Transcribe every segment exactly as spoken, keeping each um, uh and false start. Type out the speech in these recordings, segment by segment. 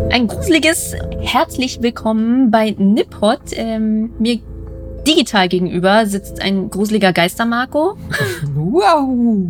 Ein gruseliges herzlich willkommen bei Nippot. Ähm, mir digital gegenüber sitzt ein gruseliger Geister-Marco. Wow!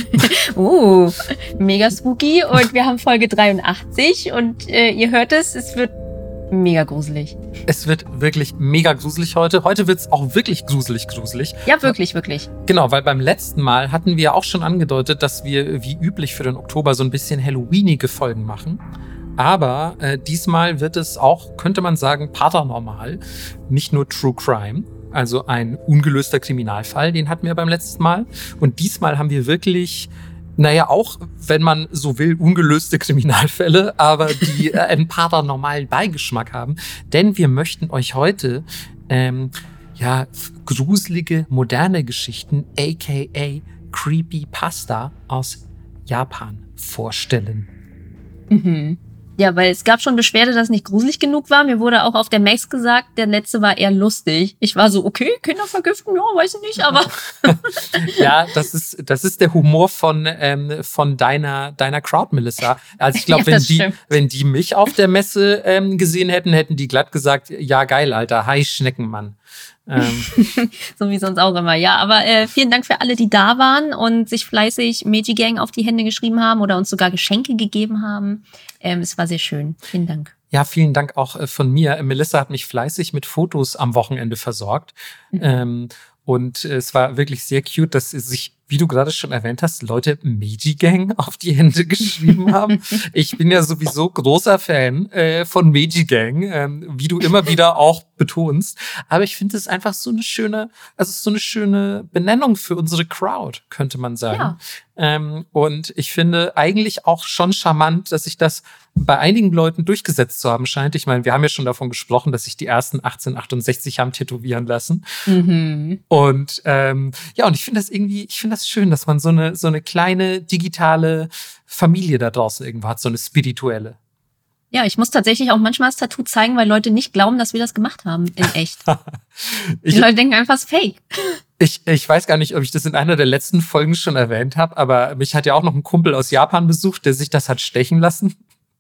Oh, mega spooky. Und wir haben Folge dreiundachtzig und äh, ihr hört es, es wird mega gruselig. Es wird wirklich mega gruselig heute. Heute wird es auch wirklich gruselig, gruselig. Ja, wirklich, wirklich. Genau, weil beim letzten Mal hatten wir auch schon angedeutet, dass wir wie üblich für den Oktober so ein bisschen Halloweenige Folgen machen. Aber äh, diesmal wird es auch, könnte man sagen, paranormal. Nicht nur True Crime, also ein ungelöster Kriminalfall, den hatten wir beim letzten Mal. Und diesmal haben wir wirklich, naja, auch, wenn man so will, ungelöste Kriminalfälle, aber die äh, einen paranormalen Beigeschmack haben. Denn wir möchten euch heute ähm, ja gruselige, moderne Geschichten, aka Creepypasta aus Japan vorstellen. Mhm. Ja, weil es gab schon Beschwerde, dass es nicht gruselig genug war. Mir wurde auch auf der Max gesagt, der letzte war eher lustig. Ich war so, okay, Kinder vergiften, ja, weiß ich nicht, aber... Ja, das ist, das ist der Humor von, ähm, von deiner, deiner Crowd, Melissa. Also ich glaube, Ja, wenn das die, stimmt. wenn die mich auf der Messe ähm, gesehen hätten, hätten die glatt gesagt, ja geil, Alter, hi Schneckenmann. Ähm. So wie sonst auch immer. Ja, aber äh, vielen Dank für alle, die da waren und sich fleißig Meiji Gang auf die Hände geschrieben haben oder uns sogar Geschenke gegeben haben. Ähm, es war sehr schön. Vielen Dank. Ja, vielen Dank auch äh, von mir. Melissa hat mich fleißig mit Fotos am Wochenende versorgt. Mhm. Ähm, und äh, es war wirklich sehr cute, dass sich, wie du gerade schon erwähnt hast, Leute Meiji Gang auf die Hände geschrieben haben. Ich bin ja sowieso großer Fan äh, von Meiji Gang, ähm, wie du immer wieder auch betonst. Aber ich finde es einfach so eine schöne, also so eine schöne Benennung für unsere Crowd, könnte man sagen. Ja. Ähm, und ich finde eigentlich auch schon charmant, dass sich das bei einigen Leuten durchgesetzt zu haben scheint. Ich meine, wir haben ja schon davon gesprochen, dass sich die ersten achtzehnhundertachtundsechzig haben tätowieren lassen. Mhm. Und ähm, ja, und ich finde das irgendwie, ich finde das schön, dass man so eine so eine kleine digitale Familie da draußen irgendwo hat, so eine spirituelle. Ja, ich muss tatsächlich auch manchmal das Tattoo zeigen, weil Leute nicht glauben, dass wir das gemacht haben in echt. ich, Die Leute denken einfach, es ist fake. Ich, ich weiß gar nicht, ob ich das in einer der letzten Folgen schon erwähnt habe, aber mich hat ja auch noch ein Kumpel aus Japan besucht, der sich das hat stechen lassen.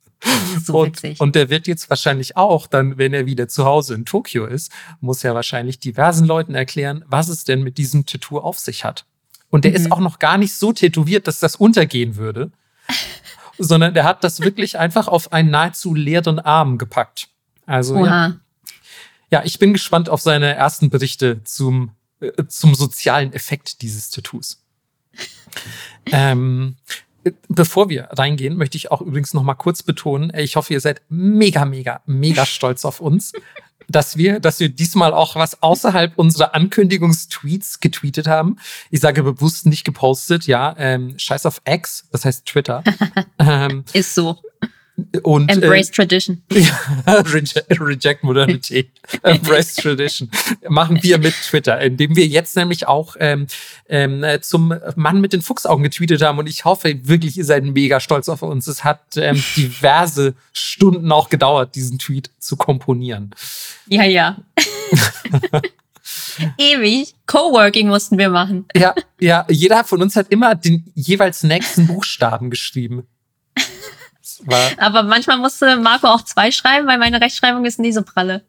So und, witzig. und der wird jetzt wahrscheinlich auch, dann, wenn er wieder zu Hause in Tokio ist, muss er wahrscheinlich diversen Leuten erklären, was es denn mit diesem Tattoo auf sich hat. Und der Mhm. ist auch noch gar nicht so tätowiert, dass das untergehen würde, sondern der hat das wirklich einfach auf einen nahezu leeren Arm gepackt. Also Oha. ja. ja, ich bin gespannt auf seine ersten Berichte zum, äh, zum sozialen Effekt dieses Tattoos. ähm, Bevor wir reingehen, möchte ich auch übrigens noch mal kurz betonen, ich hoffe, ihr seid mega, mega, mega stolz auf uns, dass wir, dass wir diesmal auch was außerhalb unserer Ankündigungstweets getweetet haben. Ich sage bewusst nicht gepostet, ja, ähm, scheiß auf X, das heißt Twitter. ähm, Ist so. Und, Embrace äh, Tradition. reject, reject Modernity. Embrace Tradition. Machen wir mit Twitter, indem wir jetzt nämlich auch ähm, ähm, zum Mann mit den Fuchsaugen getweetet haben. Und ich hoffe wirklich, ihr seid mega stolz auf uns. Es hat ähm, diverse Stunden auch gedauert, diesen Tweet zu komponieren. Ja, ja. Ewig. Coworking mussten wir machen. Ja, ja, jeder von uns hat immer den jeweils nächsten Buchstaben geschrieben. War Aber manchmal musste Marco auch zwei schreiben, weil meine Rechtschreibung ist nie so pralle.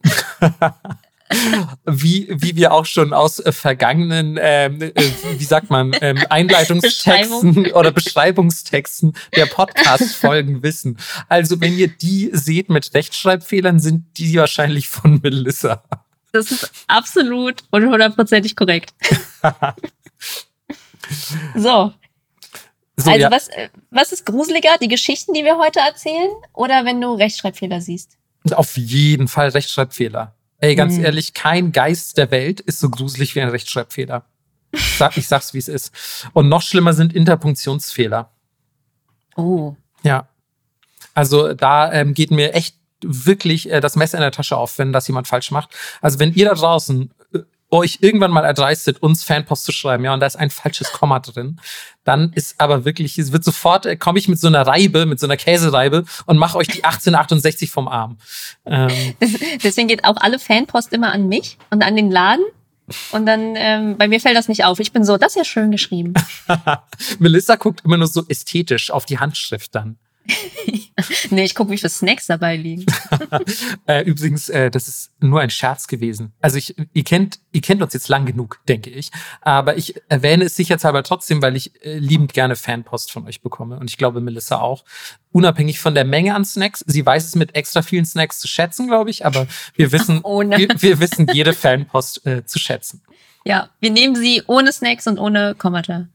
wie, wie wir auch schon aus äh, vergangenen, ähm, äh, wie sagt man, ähm, Einleitungstexten Beschreibung. oder Beschreibungstexten der Podcast-Folgen wissen. Also wenn ihr die seht mit Rechtschreibfehlern, sind die wahrscheinlich von Melissa. Das ist absolut und hundertprozentig korrekt. So. So, also ja. was, was ist gruseliger, die Geschichten, die wir heute erzählen, oder wenn du Rechtschreibfehler siehst? Auf jeden Fall Rechtschreibfehler. Ey, ganz Mhm. ehrlich, kein Geist der Welt ist so gruselig wie ein Rechtschreibfehler. Ich, sag, ich sag's, wie es ist. Und noch schlimmer sind Interpunktionsfehler. Oh. Ja. Also da ähm, geht mir echt wirklich äh, das Messer in der Tasche auf, wenn das jemand falsch macht. Also wenn ihr da draußen äh, euch irgendwann mal erdreistet, uns Fanpost zu schreiben, ja, und da ist ein falsches Komma drin, dann ist aber wirklich, es wird sofort, äh, komme ich mit so einer Reibe, mit so einer Käsereibe und mache euch die achtzehnhundertachtundsechzig vom Arm. Ähm, Deswegen geht auch alle Fanpost immer an mich und an den Laden. Und dann, ähm, bei mir fällt das nicht auf. Ich bin so, das ist ja schön geschrieben. Melissa guckt immer nur so ästhetisch auf die Handschrift dann. Nee, ich gucke, wie viele Snacks dabei liegen. äh, übrigens, äh, das ist nur ein Scherz gewesen. Also ich, ihr kennt, ihr kennt uns jetzt lang genug, denke ich. Aber ich erwähne es sicherheitshalber trotzdem, weil ich äh, liebend gerne Fanpost von euch bekomme. Und ich glaube, Melissa auch. Unabhängig von der Menge an Snacks. Sie weiß es mit extra vielen Snacks zu schätzen, glaube ich. Aber wir wissen, Ohne. wir, wir wissen jede Fanpost äh, zu schätzen. Ja, wir nehmen sie ohne Snacks und ohne Kommata.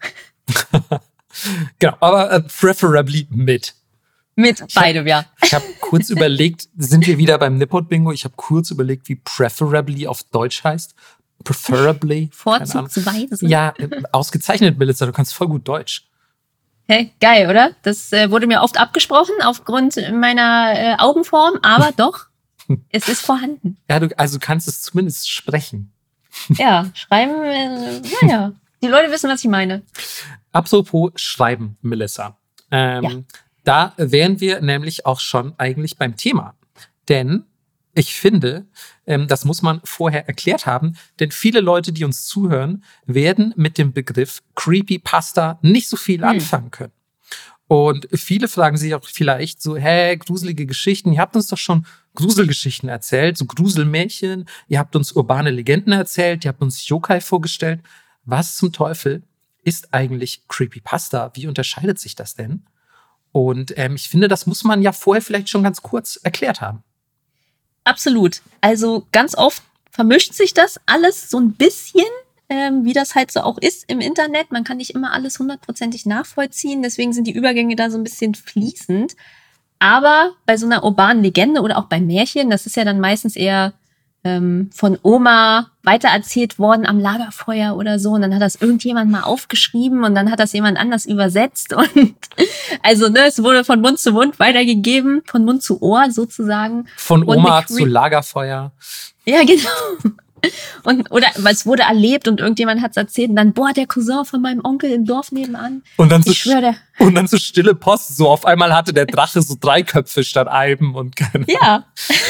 Genau, aber äh, preferably mit. Mit beidem, ja. Ich habe kurz überlegt, sind wir wieder beim Nippot-Bingo? Ich habe kurz überlegt, wie preferably auf Deutsch heißt. Preferably. Vorzugsweise. Ja, äh, ausgezeichnet, Melissa, du kannst voll gut Deutsch. Hey, geil, oder? Das äh, wurde mir oft abgesprochen aufgrund meiner äh, Augenform, aber doch, es ist vorhanden. Ja, du, also du kannst es zumindest sprechen. Ja, schreiben, äh, naja. Die Leute wissen, was ich meine. Apropos Schreiben, Melissa. Ähm, Ja. Da wären wir nämlich auch schon eigentlich beim Thema. Denn ich finde, ähm, das muss man vorher erklärt haben, denn viele Leute, die uns zuhören, werden mit dem Begriff Creepypasta nicht so viel Hm. anfangen können. Und viele fragen sich auch vielleicht so, hä, gruselige Geschichten, ihr habt uns doch schon Gruselgeschichten erzählt, so Gruselmärchen, ihr habt uns urbane Legenden erzählt, ihr habt uns Yokai vorgestellt. Was zum Teufel ist eigentlich Creepypasta? Wie unterscheidet sich das denn? Und ähm, ich finde, das muss man ja vorher vielleicht schon ganz kurz erklärt haben. Absolut. Also ganz oft vermischt sich das alles so ein bisschen, ähm, wie das halt so auch ist im Internet. Man kann nicht immer alles hundertprozentig nachvollziehen, deswegen sind die Übergänge da so ein bisschen fließend. Aber bei so einer urbanen Legende oder auch bei Märchen, das ist ja dann meistens eher ähm, von Oma weitererzählt worden am Lagerfeuer oder so. Und dann hat das irgendjemand mal aufgeschrieben und dann hat das jemand anders übersetzt. Und also, ne, es wurde von Mund zu Mund weitergegeben, von Mund zu Ohr sozusagen. Von Und Oma eine Cre- zu Lagerfeuer. Ja, genau. Und, oder es wurde erlebt und irgendjemand hat es erzählt und dann, boah, der Cousin von meinem Onkel im Dorf nebenan. Und dann so, Ich schwöre, der, und dann so stille Post. So auf einmal hatte der Drache so drei Köpfe statt einem und keine ja.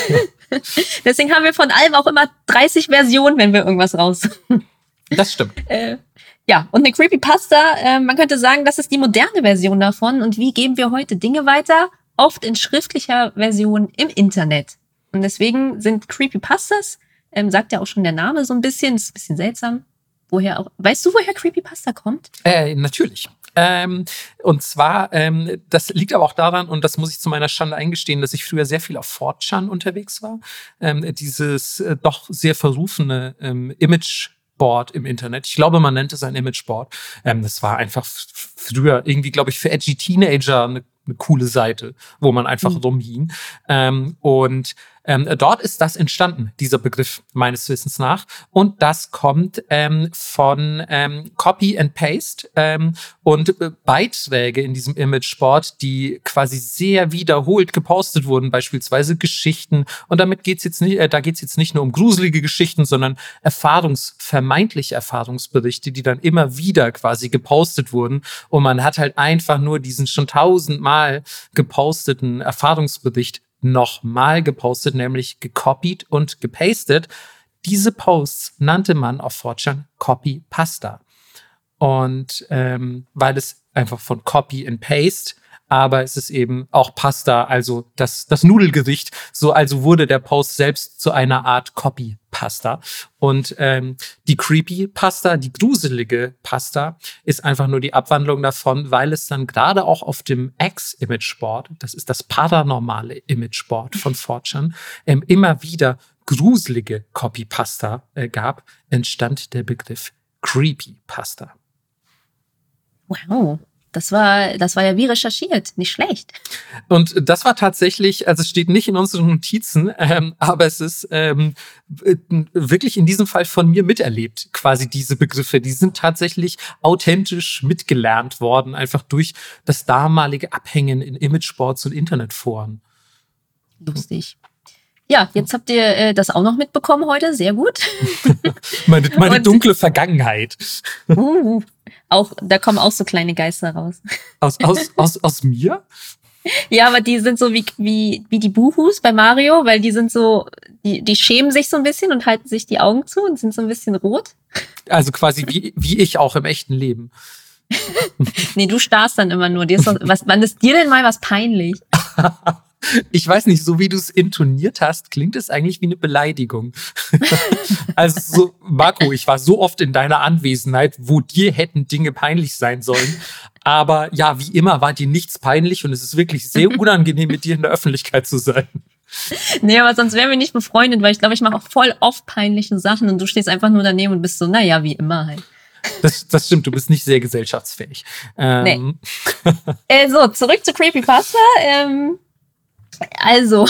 Deswegen haben wir von allem auch immer dreißig Versionen, wenn wir irgendwas raus. Das stimmt. Äh, ja, und eine Creepypasta, äh, man könnte sagen, das ist die moderne Version davon. Und wie geben wir heute Dinge weiter? Oft in schriftlicher Version im Internet. Und deswegen sind Creepypastas, ähm, sagt ja auch schon der Name so ein bisschen, ist ein bisschen seltsam. Woher auch, weißt du, woher Creepypasta kommt? Äh, natürlich. Ähm, und zwar, ähm, das liegt aber auch daran, und das muss ich zu meiner Schande eingestehen, dass ich früher sehr viel auf four chan unterwegs war. Ähm, dieses äh, doch sehr verrufene ähm, Imageboard im Internet. Ich glaube, man nennt es ein Imageboard. Ähm, das war einfach f- früher irgendwie, glaube ich, für edgy Teenager eine, eine coole Seite, wo man einfach Mhm. rumhing. Ähm, und ähm, dort ist das entstanden, dieser Begriff meines Wissens nach. Und das kommt ähm, von ähm, Copy and Paste ähm, und äh, Beiträge in diesem Imageboard, die quasi sehr wiederholt gepostet wurden, beispielsweise Geschichten. Und damit geht's jetzt nicht, äh, da geht's jetzt nicht nur um gruselige Geschichten, sondern Erfahrungs, vermeintliche Erfahrungsberichte, die dann immer wieder quasi gepostet wurden. Und man hat halt einfach nur diesen schon tausendmal geposteten Erfahrungsbericht nochmal gepostet, nämlich gecopied und gepastet. Diese Posts nannte man auf four chan Copypasta. Und ähm, weil es einfach von Copy and Paste, aber es ist eben auch Pasta, also das, das Nudelgericht. So, also wurde der Post selbst zu einer Art Copypasta. Und ähm, die Creepypasta, die gruselige Pasta, ist einfach nur die Abwandlung davon, weil es dann gerade auch auf dem X-Imageboard, das ist das paranormale Imageboard von four chan, ähm, immer wieder gruselige Copypasta äh, gab, entstand der Begriff Creepypasta. Wow. Das war, das war ja wie recherchiert. Nicht schlecht. Und das war tatsächlich, also es steht nicht in unseren Notizen, ähm, aber es ist ähm, wirklich in diesem Fall von mir miterlebt, quasi diese Begriffe. Die sind tatsächlich authentisch mitgelernt worden, einfach durch das damalige Abhängen in Imageboards und Internetforen. Lustig. Ja, jetzt habt ihr äh, das auch noch mitbekommen heute. Sehr gut. meine meine Und- dunkle Vergangenheit. Uh, auch, da kommen auch so kleine Geister raus. Aus, aus, aus, aus mir? Ja, aber die sind so wie, wie, wie die Buhus bei Mario, weil die sind so, die, die schämen sich so ein bisschen und halten sich die Augen zu und sind so ein bisschen rot. Also quasi wie, wie ich auch im echten Leben. Nee, du starrst dann immer nur. Dir ist doch, was, wann ist dir denn mal was peinlich? Ich weiß nicht, so wie du es intoniert hast, klingt es eigentlich wie eine Beleidigung. Also so, Marco, ich war so oft in deiner Anwesenheit, wo dir hätten Dinge peinlich sein sollen. Aber ja, wie immer war dir nichts peinlich und es ist wirklich sehr unangenehm, mit dir in der Öffentlichkeit zu sein. Nee, aber sonst wären wir nicht befreundet, weil ich glaube, ich mache auch voll oft peinliche Sachen und du stehst einfach nur daneben und bist so, naja, wie immer halt. Das, das stimmt, du bist nicht sehr gesellschaftsfähig. Ähm. Nee. äh, so, zurück zu Creepypasta. Ähm, also,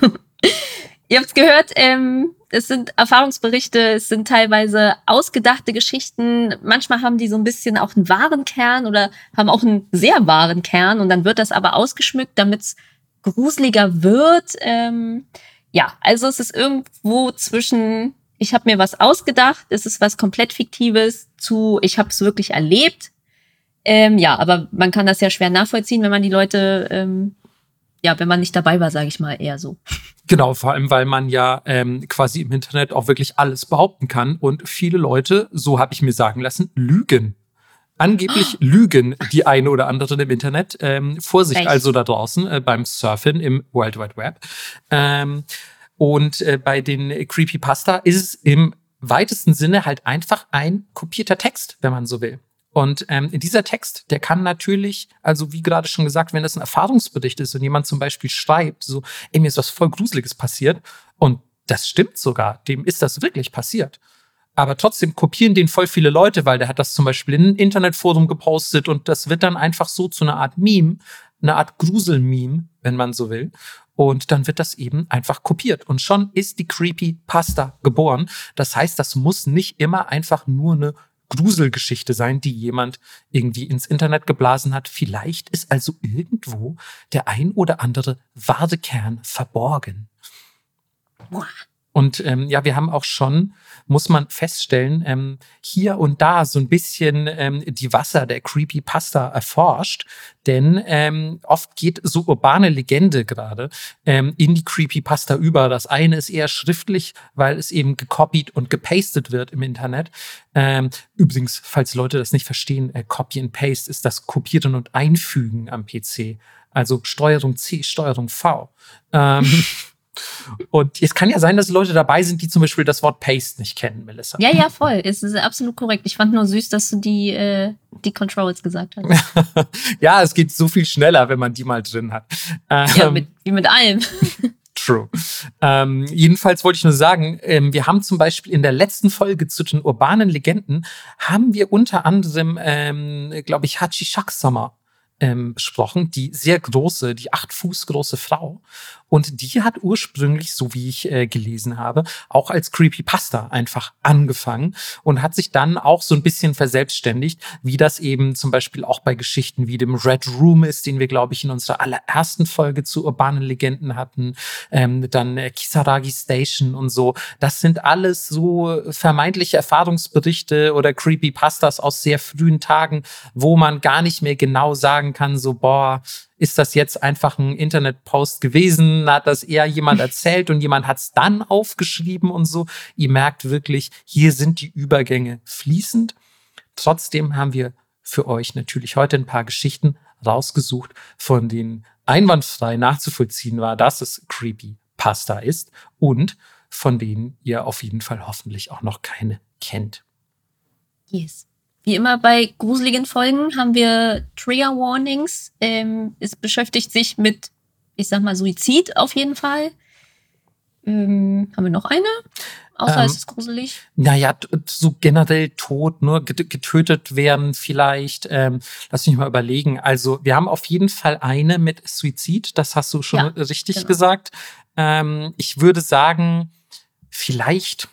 ihr habt's gehört, ähm, es sind Erfahrungsberichte, es sind teilweise ausgedachte Geschichten. Manchmal haben die so ein bisschen auch einen wahren Kern oder haben auch einen sehr wahren Kern und dann wird das aber ausgeschmückt, damit's gruseliger wird. Ähm, ja, also es ist irgendwo zwischen, ich habe mir was ausgedacht, es ist was komplett Fiktives, zu, ich habe es wirklich erlebt. Ähm, ja, aber man kann das ja schwer nachvollziehen, wenn man die Leute, ähm, ja, wenn man nicht dabei war, sage ich mal, eher so. Genau, vor allem, weil man ja ähm, quasi im Internet auch wirklich alles behaupten kann und viele Leute, so habe ich mir sagen lassen, lügen. Angeblich lügen die eine oder anderen im Internet. Ähm, Vorsicht Echt? also da draußen äh, beim Surfen im World Wide Web. Ähm, und äh, bei den Creepypasta ist es im weitesten Sinne halt einfach ein kopierter Text, wenn man so will. Und ähm, dieser Text, der kann natürlich, also wie gerade schon gesagt, wenn das ein Erfahrungsbericht ist und jemand zum Beispiel schreibt, so, ey, mir ist was voll Gruseliges passiert und das stimmt sogar, dem ist das wirklich passiert. Aber trotzdem kopieren den voll viele Leute, weil der hat das zum Beispiel in ein Internetforum gepostet und das wird dann einfach so zu einer Art Meme, eine Art Grusel-Meme, wenn man so will. Und dann wird das eben einfach kopiert. Und schon ist die Creepypasta geboren. Das heißt, das muss nicht immer einfach nur eine Gruselgeschichte sein, die jemand irgendwie ins Internet geblasen hat. Vielleicht ist also irgendwo der ein oder andere wahre Kern verborgen. Boah. Und ähm, ja, wir haben auch schon, muss man feststellen, ähm, hier und da so ein bisschen ähm, die Wasser der Creepypasta erforscht. Denn ähm, oft geht so urbane Legende gerade ähm, in die Creepypasta über. Das eine ist eher schriftlich, weil es eben gekopiert und gepastet wird im Internet. Ähm, übrigens, falls Leute das nicht verstehen, äh, Copy and Paste ist das Kopieren und Einfügen am P C. Also Steuerung C, Steuerung V. Ähm, Und es kann ja sein, dass Leute dabei sind, die zum Beispiel das Wort Paste nicht kennen, Melissa. Ja, ja, voll. Es ist absolut korrekt. Ich fand nur süß, dass du die, äh, die Controls gesagt hast. Ja, es geht so viel schneller, wenn man die mal drin hat. Ähm, Ja, mit, wie mit allem. True. Ähm, jedenfalls wollte ich nur sagen, ähm, wir haben zum Beispiel in der letzten Folge zu den urbanen Legenden, haben wir unter anderem, ähm, glaube ich, Hachi Shaksama ähm, besprochen, die sehr große, die acht Fuß große Frau. Und die hat ursprünglich, so wie ich äh, gelesen habe, auch als Creepypasta einfach angefangen und hat sich dann auch so ein bisschen verselbstständigt, wie das eben zum Beispiel auch bei Geschichten wie dem Red Room ist, den wir, glaube ich, in unserer allerersten Folge zu urbanen Legenden hatten. Ähm, dann äh, Kisaragi Station und so. Das sind alles so vermeintliche Erfahrungsberichte oder Creepypastas aus sehr frühen Tagen, wo man gar nicht mehr genau sagen kann, so, boah, ist das jetzt einfach ein Internetpost gewesen? Hat das eher jemand erzählt und jemand hat es dann aufgeschrieben und so? Ihr merkt wirklich, hier sind die Übergänge fließend. Trotzdem haben wir für euch natürlich heute ein paar Geschichten rausgesucht, von denen einwandfrei nachzuvollziehen war, dass es Creepypasta ist und von denen ihr auf jeden Fall hoffentlich auch noch keine kennt. Yes. Wie immer bei gruseligen Folgen haben wir Trigger Warnings. Ähm, es beschäftigt sich mit, ich sag mal, Suizid auf jeden Fall. Ähm, haben wir noch eine? Außer Ähm, es ist gruselig. Naja, t- so generell tot, nur get- getötet werden vielleicht. Ähm, lass mich mal überlegen. Also wir haben auf jeden Fall eine mit Suizid, das hast du schon Ja, richtig genau. gesagt. Ähm, ich würde sagen, vielleicht.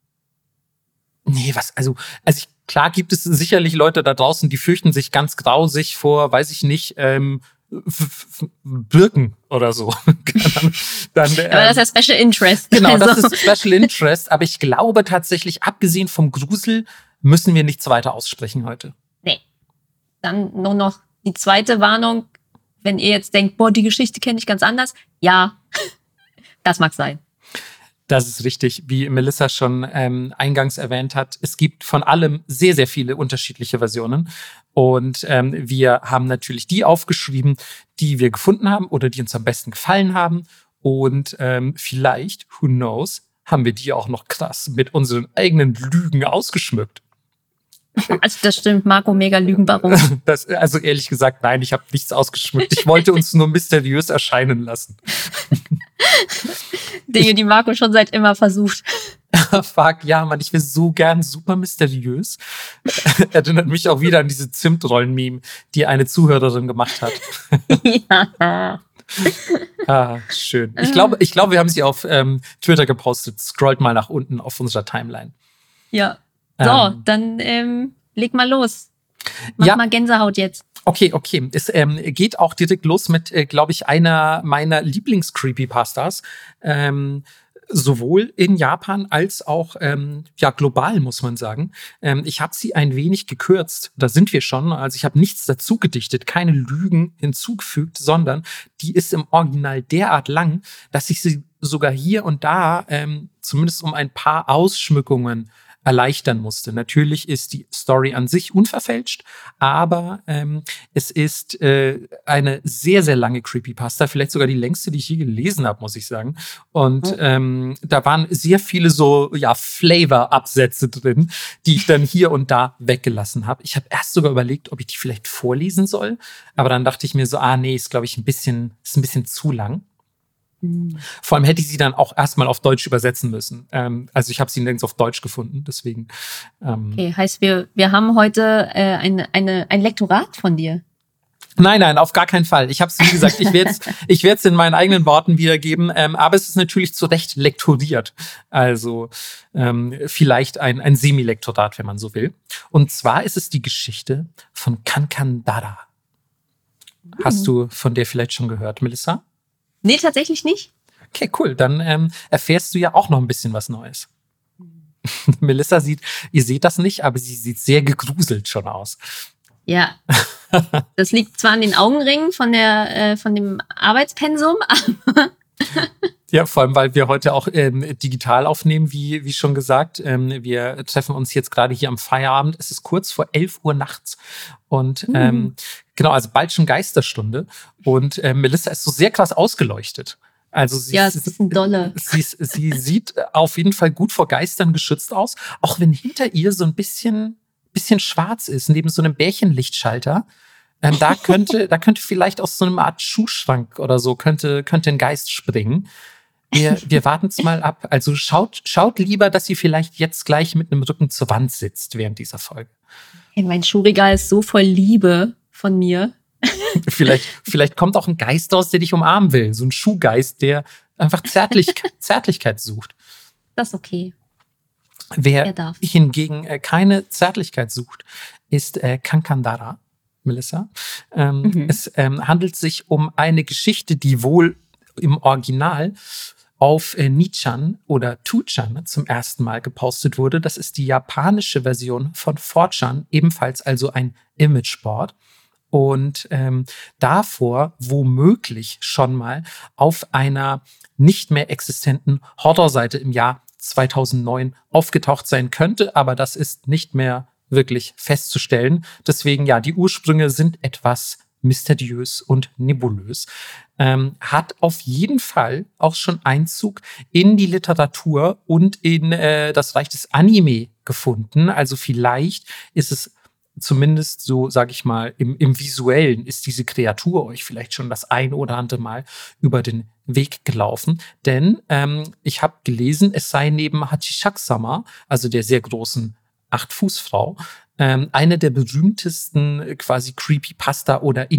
Nee, was, also, also ich, klar gibt es sicherlich Leute da draußen, die fürchten sich ganz grausig vor, weiß ich nicht, ähm, F- F- Birken oder so. Dann, ähm, Aber das ist ja Special Interest. Genau, Also, das ist Special Interest, aber ich glaube tatsächlich, abgesehen vom Grusel, müssen wir nichts weiter aussprechen heute. Nee. Dann nur noch die zweite Warnung. Wenn ihr jetzt denkt, boah, die Geschichte kenne ich ganz anders. Ja, das mag sein. Das ist richtig, wie Melissa schon ähm, eingangs erwähnt hat. Es gibt von allem sehr, sehr viele unterschiedliche Versionen. Und ähm, wir haben natürlich die aufgeschrieben, die wir gefunden haben oder die uns am besten gefallen haben. Und ähm, vielleicht, who knows, haben wir die auch noch krass mit unseren eigenen Lügen ausgeschmückt. Also das stimmt, Marco, mega Lügenbaron. Das, also ehrlich gesagt, nein, ich habe nichts ausgeschmückt. Ich wollte uns nur mysteriös erscheinen lassen. Dinge, die Marco schon seit immer versucht. Fuck, ja, Mann, ich wäre so gern super mysteriös. Erinnert mich auch wieder an diese Zimtrollen-Meme, die eine Zuhörerin gemacht hat. Ja. Ah, schön. Ich glaube, ich glaube, wir haben sie auf ähm, Twitter gepostet. Scrollt mal nach unten auf unserer Timeline. Ja. So, Ähm, dann ähm, leg mal los. Mach ja. mal Gänsehaut jetzt. Okay, okay. Es ähm, geht auch direkt los mit, äh, glaube ich, einer meiner Lieblings-Creepypastas. Ähm, sowohl in Japan als auch ähm, ja global, muss man sagen. Ähm, ich habe sie ein wenig gekürzt. Da sind wir schon. Also ich habe nichts dazu gedichtet, keine Lügen hinzugefügt, sondern die ist im Original derart lang, dass ich sie sogar hier und da ähm, zumindest um ein paar Ausschmückungen erleichtern musste. Natürlich ist die Story an sich unverfälscht, aber ähm, es ist äh, eine sehr, sehr lange Creepypasta, vielleicht sogar die längste, die ich je gelesen habe, muss ich sagen. Und ähm, da waren sehr viele so ja Flavor-Absätze drin, die ich dann hier und da weggelassen habe. Ich habe erst sogar überlegt, ob ich die vielleicht vorlesen soll, aber dann dachte ich mir so, ah nee, ist glaube ich ein bisschen, ist ein bisschen zu lang. Vor allem hätte ich sie dann auch erstmal auf Deutsch übersetzen müssen. Ähm, also ich habe sie nirgends auf Deutsch gefunden, deswegen. Ähm Okay, heißt wir, wir haben heute äh, eine, eine, ein Lektorat von dir. Nein, nein, auf gar keinen Fall. Ich habe es, wie gesagt, ich werde es ich werd's in meinen eigenen Worten wiedergeben, ähm, aber es ist natürlich zu Recht lektoriert. Also ähm, vielleicht ein, ein Semilektorat, wenn man so will. Und zwar ist es die Geschichte von Kankandara. Mhm. Hast du von der vielleicht schon gehört, Melissa? Nee, tatsächlich nicht. Okay, cool. Dann ähm, erfährst du ja auch noch ein bisschen was Neues. Melissa sieht, ihr seht das nicht, aber sie sieht sehr gegruselt schon aus. Ja. Das liegt zwar an den Augenringen von der, äh, von dem Arbeitspensum, aber ja, vor allem, weil wir heute auch ähm, digital aufnehmen, wie, wie schon gesagt. Ähm, wir treffen uns jetzt gerade hier am Feierabend. Es ist kurz vor elf Uhr nachts. Und ähm, mhm. genau, also bald schon Geisterstunde. Und äh, Melissa ist so sehr krass ausgeleuchtet. Also sie, ja, es ist ein Dolle. Sie, sie sieht auf jeden Fall gut vor Geistern geschützt aus. Auch wenn hinter ihr so ein bisschen, bisschen schwarz ist, neben so einem Bärchenlichtschalter. Ähm, da könnte, da könnte vielleicht aus so einer Art Schuhschrank oder so könnte, könnte ein Geist springen. Wir, wir warten es mal ab. Also schaut, schaut lieber, dass sie vielleicht jetzt gleich mit einem Rücken zur Wand sitzt während dieser Folge. Hey, mein Schuhregal ist so voll Liebe von mir. Vielleicht, vielleicht kommt auch ein Geist raus, der dich umarmen will. So ein Schuhgeist, der einfach Zärtlich, Zärtlichkeit sucht. Das ist okay. Wer hingegen äh, keine Zärtlichkeit sucht, ist äh, Kankandara. Melissa. Ähm, mhm. Es ähm, handelt sich um eine Geschichte, die wohl im Original auf äh, Nichan oder Tuchan zum ersten Mal gepostet wurde. Das ist die japanische Version von four chan, ebenfalls also ein Imageboard. Und ähm, davor womöglich schon mal auf einer nicht mehr existenten Horrorseite im Jahr zweitausendneun aufgetaucht sein könnte, aber das ist nicht mehr wirklich festzustellen. Deswegen, ja, die Ursprünge sind etwas mysteriös und nebulös. Ähm, hat auf jeden Fall auch schon Einzug in die Literatur und in äh, das Reich des Anime gefunden. Also vielleicht ist es zumindest so, sag ich mal, im, im Visuellen ist diese Kreatur euch vielleicht schon das ein oder andere Mal über den Weg gelaufen. Denn ähm, ich habe gelesen, es sei neben Hachishak-sama, also der sehr großen Acht-Fuß-Frau, ähm, eine der berühmtesten quasi Creepypasta oder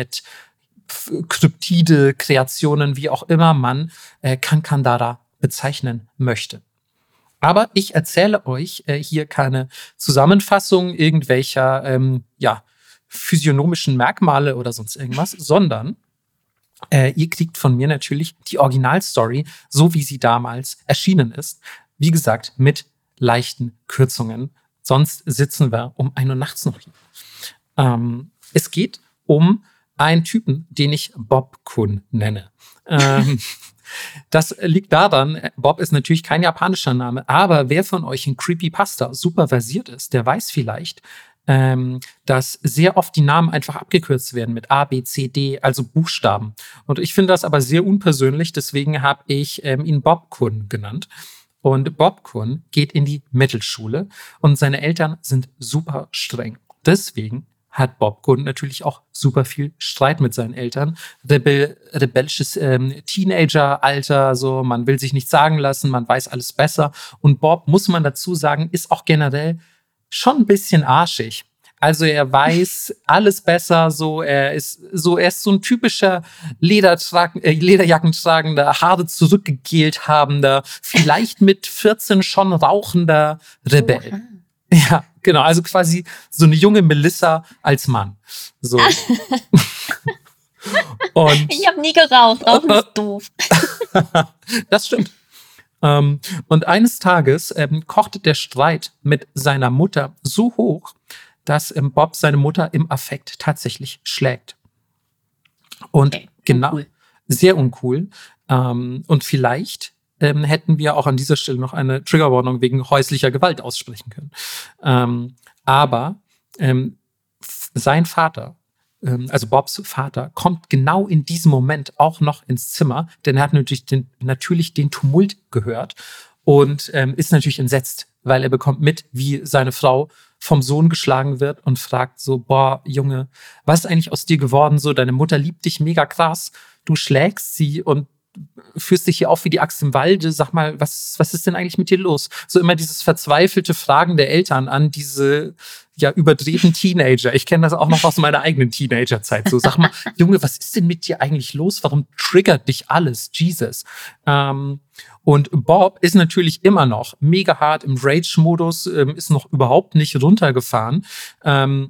Internet-Kryptide-Kreationen, wie auch immer man äh, Kankandara bezeichnen möchte. Aber ich erzähle euch äh, hier keine Zusammenfassung irgendwelcher ähm, ja, physiognomischen Merkmale oder sonst irgendwas, sondern äh, ihr kriegt von mir natürlich die Originalstory, so wie sie damals erschienen ist. Wie gesagt, mit leichten Kürzungen. Sonst sitzen wir um ein Uhr nachts noch hier. Ähm, es geht um einen Typen, den ich Bob Kun nenne. ähm, Das liegt daran, Bob ist natürlich kein japanischer Name, aber wer von euch in Creepypasta super versiert ist, der weiß vielleicht, ähm, dass sehr oft die Namen einfach abgekürzt werden mit A, B, C, D, also Buchstaben. Und ich finde das aber sehr unpersönlich, deswegen habe ich ähm, ihn Bob-kun genannt. Und Bob-kun geht in die Mittelschule und seine Eltern sind super streng. Deswegen hat Bob-kun natürlich auch super viel Streit mit seinen Eltern. Rebell, rebellisches ähm, Teenager-Alter, so man will sich nichts sagen lassen, man weiß alles besser. Und Bob, muss man dazu sagen, ist auch generell schon ein bisschen arschig. Also er weiß alles besser, so er ist so er ist so ein typischer Ledertragen, äh, Lederjackentragender, Haare zurückgegelt habender, vielleicht mit vierzehn schon rauchender Rebell. Oha. Ja, genau, also quasi so eine junge Melissa als Mann. So. Und Ich habe nie geraucht, Rauchen ist doof. das stimmt. Ähm, und eines Tages ähm, kochte der Streit mit seiner Mutter so hoch, dass ähm, Bob seine Mutter im Affekt tatsächlich schlägt. Und Okay, genau, uncool. sehr uncool. Ähm, und vielleicht ähm, hätten wir auch an dieser Stelle noch eine Triggerwarnung wegen häuslicher Gewalt aussprechen können. Ähm, aber ähm, f- sein Vater, ähm, also Bobs Vater, kommt genau in diesem Moment auch noch ins Zimmer, denn er hat natürlich den, natürlich den Tumult gehört und ähm, ist natürlich entsetzt, weil er bekommt mit, wie seine Frau vom Sohn geschlagen wird und fragt so, boah, Junge, was ist eigentlich aus dir geworden? So, deine Mutter liebt dich mega krass, du schlägst sie und führst dich hier auf wie die Axt im Walde. Sag mal, was, was ist denn eigentlich mit dir los? So immer dieses verzweifelte Fragen der Eltern an diese ja überdrehten Teenager. Ich kenne das auch noch aus meiner eigenen Teenagerzeit. So, sag mal, Junge, was ist denn mit dir eigentlich los? Warum triggert dich alles? Jesus. Ähm, und Bob ist natürlich immer noch mega hart im Rage-Modus, ähm, ist noch überhaupt nicht runtergefahren. Ähm,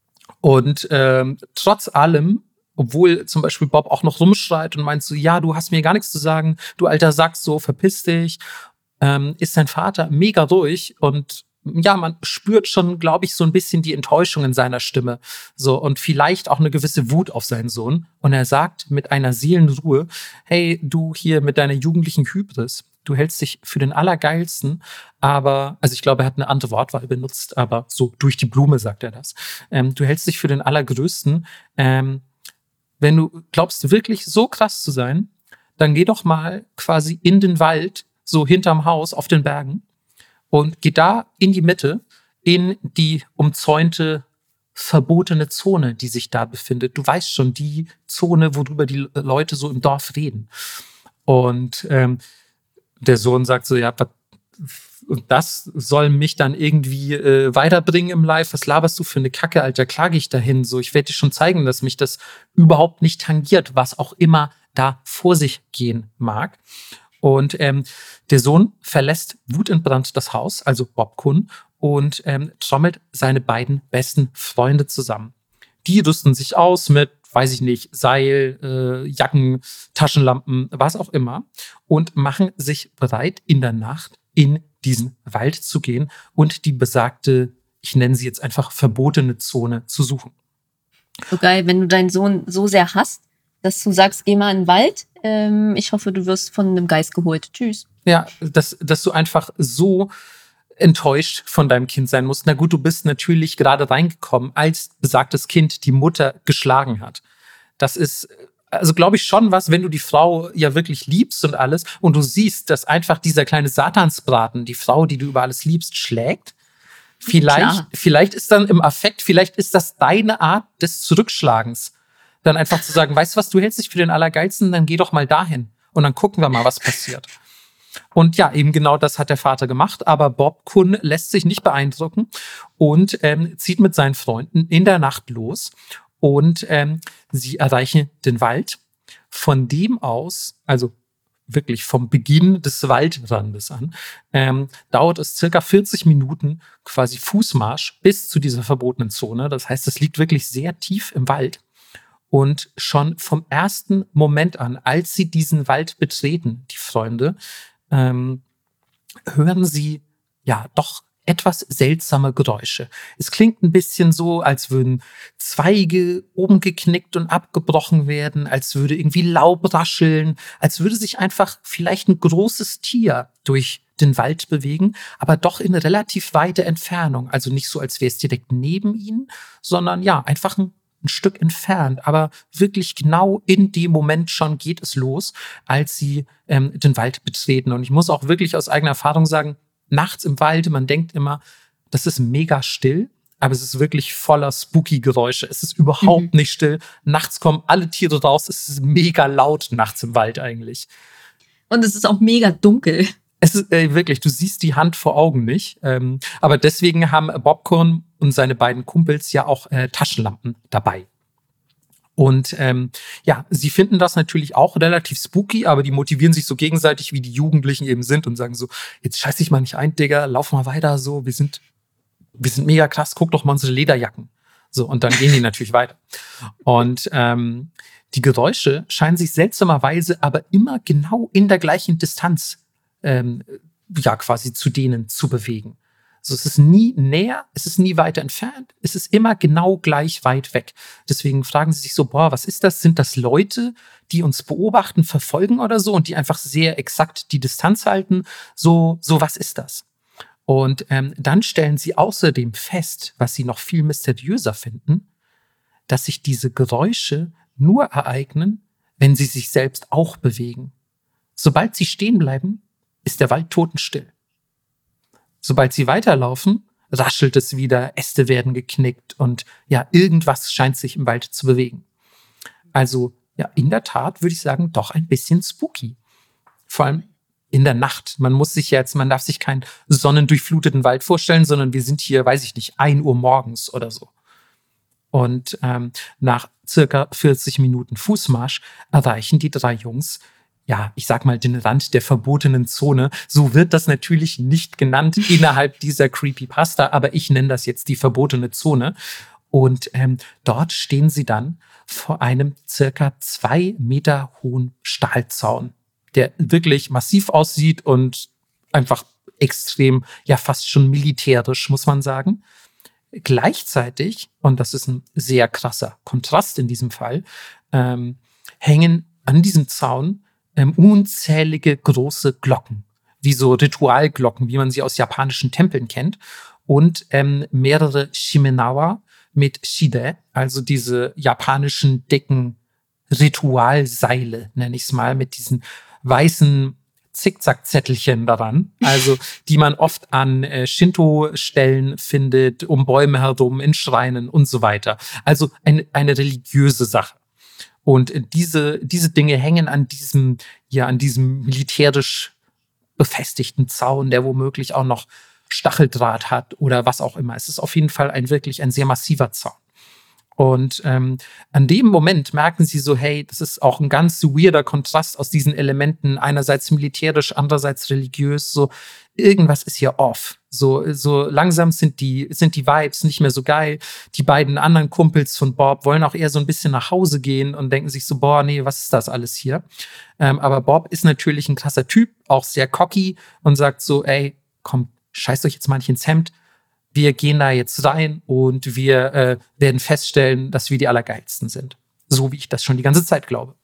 und ähm, trotz allem, obwohl zum Beispiel Bob auch noch rumschreit und meint so, ja, du hast mir gar nichts zu sagen, du alter Sack, so, verpiss dich, ähm, ist sein Vater mega ruhig und ja, man spürt schon, glaube ich, so ein bisschen die Enttäuschung in seiner Stimme. So, und vielleicht auch eine gewisse Wut auf seinen Sohn. Und er sagt mit einer Seelenruhe, hey, du hier mit deiner jugendlichen Hybris, du hältst dich für den Allergeilsten, aber, also ich glaube, er hat eine andere Wortwahl benutzt, aber so durch die Blume sagt er das. Ähm, du hältst dich für den Allergrößten. Ähm, wenn du glaubst, wirklich so krass zu sein, dann geh doch mal quasi in den Wald, so hinterm Haus auf den Bergen und geh da in die Mitte, in die umzäunte, verbotene Zone, die sich da befindet. Du weißt schon, die Zone, worüber die Leute so im Dorf reden. Und ähm, der Sohn sagt so, ja, was, und das soll mich dann irgendwie äh, weiterbringen im Live. Was laberst du für eine Kacke, Alter? Klage ich dahin. So, ich werde dir schon zeigen, dass mich das überhaupt nicht tangiert, was auch immer da vor sich gehen mag. Und ähm, der Sohn verlässt wutentbrannt das Haus, also Bob-kun, und ähm, trommelt seine beiden besten Freunde zusammen. Die rüsten sich aus mit, weiß ich nicht, Seil, äh, Jacken, Taschenlampen, was auch immer, und machen sich bereit, in der Nacht in diesen Wald zu gehen und die besagte, ich nenne sie jetzt einfach verbotene Zone zu suchen. So geil, wenn du deinen Sohn so sehr hasst, dass du sagst, geh mal in den Wald. Ähm, ich hoffe, du wirst von einem Geist geholt. Tschüss. Ja, dass, dass du einfach so enttäuscht von deinem Kind sein musst. Na gut, du bist natürlich gerade reingekommen, als besagtes Kind die Mutter geschlagen hat. Das ist, also glaube ich schon was, wenn du die Frau ja wirklich liebst und alles und du siehst, dass einfach dieser kleine Satansbraten die Frau, die du über alles liebst, schlägt. Vielleicht, Klar. vielleicht ist dann im Affekt, vielleicht ist das deine Art des Zurückschlagens. Dann einfach zu sagen, weißt du was, du hältst dich für den Allergeilsten, dann geh doch mal dahin. Und dann gucken wir mal, was passiert. Und ja, eben genau das hat der Vater gemacht. Aber Bob-kun lässt sich nicht beeindrucken und ähm, zieht mit seinen Freunden in der Nacht los. Und ähm, sie erreichen den Wald. Von dem aus, also wirklich vom Beginn des Waldrandes an, ähm, dauert es circa vierzig Minuten quasi Fußmarsch bis zu dieser verbotenen Zone. Das heißt, es liegt wirklich sehr tief im Wald. Und schon vom ersten Moment an, als sie diesen Wald betreten, die Freunde, ähm, hören sie ja doch etwas seltsame Geräusche. Es klingt ein bisschen so, als würden Zweige umgeknickt und abgebrochen werden, als würde irgendwie Laub rascheln, als würde sich einfach vielleicht ein großes Tier durch den Wald bewegen, aber doch in relativ weite Entfernung. Also nicht so, als wäre es direkt neben ihnen, sondern ja, einfach ein, ein Stück entfernt. Aber wirklich genau in dem Moment schon geht es los, als sie ähm, den Wald betreten. Und ich muss auch wirklich aus eigener Erfahrung sagen, nachts im Wald, man denkt immer, das ist mega still, aber es ist wirklich voller Spooky-Geräusche. Es ist überhaupt mhm. nicht still. Nachts kommen alle Tiere raus. Es ist mega laut nachts im Wald eigentlich. Und es ist auch mega dunkel. Es ist äh, wirklich, du siehst die Hand vor Augen nicht. Ähm, aber deswegen haben Bobcorn und seine beiden Kumpels ja auch äh, Taschenlampen dabei. Und ähm, ja, sie finden das natürlich auch relativ spooky, aber die motivieren sich so gegenseitig, wie die Jugendlichen eben sind und sagen so, jetzt scheiß dich mal nicht ein, Digga, lauf mal weiter so, wir sind, wir sind mega krass, guck doch mal unsere Lederjacken. So, und dann gehen die natürlich weiter. Und ähm, die Geräusche scheinen sich seltsamerweise aber immer genau in der gleichen Distanz ähm, ja quasi zu denen zu bewegen. Also es ist nie näher, es ist nie weiter entfernt, es ist immer genau gleich weit weg. Deswegen fragen sie sich so, boah, was ist das? Sind das Leute, die uns beobachten, verfolgen oder so und die einfach sehr exakt die Distanz halten? So, so was ist das? Und ähm, dann stellen sie außerdem fest, was sie noch viel mysteriöser finden, dass sich diese Geräusche nur ereignen, wenn sie sich selbst auch bewegen. Sobald sie stehen bleiben, ist der Wald totenstill. Sobald sie weiterlaufen, raschelt es wieder, Äste werden geknickt und ja, irgendwas scheint sich im Wald zu bewegen. Also ja, in der Tat würde ich sagen, doch ein bisschen spooky. Vor allem in der Nacht. Man muss sich jetzt, man darf sich keinen sonnendurchfluteten Wald vorstellen, sondern wir sind hier, weiß ich nicht, ein Uhr morgens oder so. Und ähm, nach circa vierzig Minuten Fußmarsch erreichen die drei Jungs ja, ich sag mal, den Rand der verbotenen Zone. So wird das natürlich nicht genannt innerhalb dieser Creepypasta, aber ich nenne das jetzt die verbotene Zone. Und ähm, dort stehen sie dann vor einem circa zwei Meter hohen Stahlzaun, der wirklich massiv aussieht und einfach extrem, ja fast schon militärisch, muss man sagen. Gleichzeitig, und das ist ein sehr krasser Kontrast in diesem Fall, ähm, hängen an diesem Zaun Ähm, unzählige große Glocken, wie so Ritualglocken, wie man sie aus japanischen Tempeln kennt, und ähm, mehrere Shimenawa mit Shide, also diese japanischen dicken Ritualseile, nenne ich es mal, mit diesen weißen Zickzackzettelchen daran, also die man oft an äh, Shinto-Stellen findet, um Bäume herum, in Schreinen und so weiter. Also eine, eine religiöse Sache. Und diese, diese Dinge hängen an diesem, ja, an diesem militärisch befestigten Zaun, der womöglich auch noch Stacheldraht hat oder was auch immer. Es ist auf jeden Fall ein wirklich ein sehr massiver Zaun. Und ähm, an dem Moment merken sie so, hey, das ist auch ein ganz weirder Kontrast aus diesen Elementen, einerseits militärisch, andererseits religiös, so irgendwas ist hier off. So, so langsam sind die, sind die Vibes nicht mehr so geil. Die beiden anderen Kumpels von Bob wollen auch eher so ein bisschen nach Hause gehen und denken sich so, boah, nee, was ist das alles hier? Ähm, aber Bob ist natürlich ein krasser Typ, auch sehr cocky und sagt so, ey, komm, scheißt euch jetzt mal nicht ins Hemd. Wir gehen da jetzt rein und wir äh, werden feststellen, dass wir die Allergeilsten sind. So wie ich das schon die ganze Zeit glaube.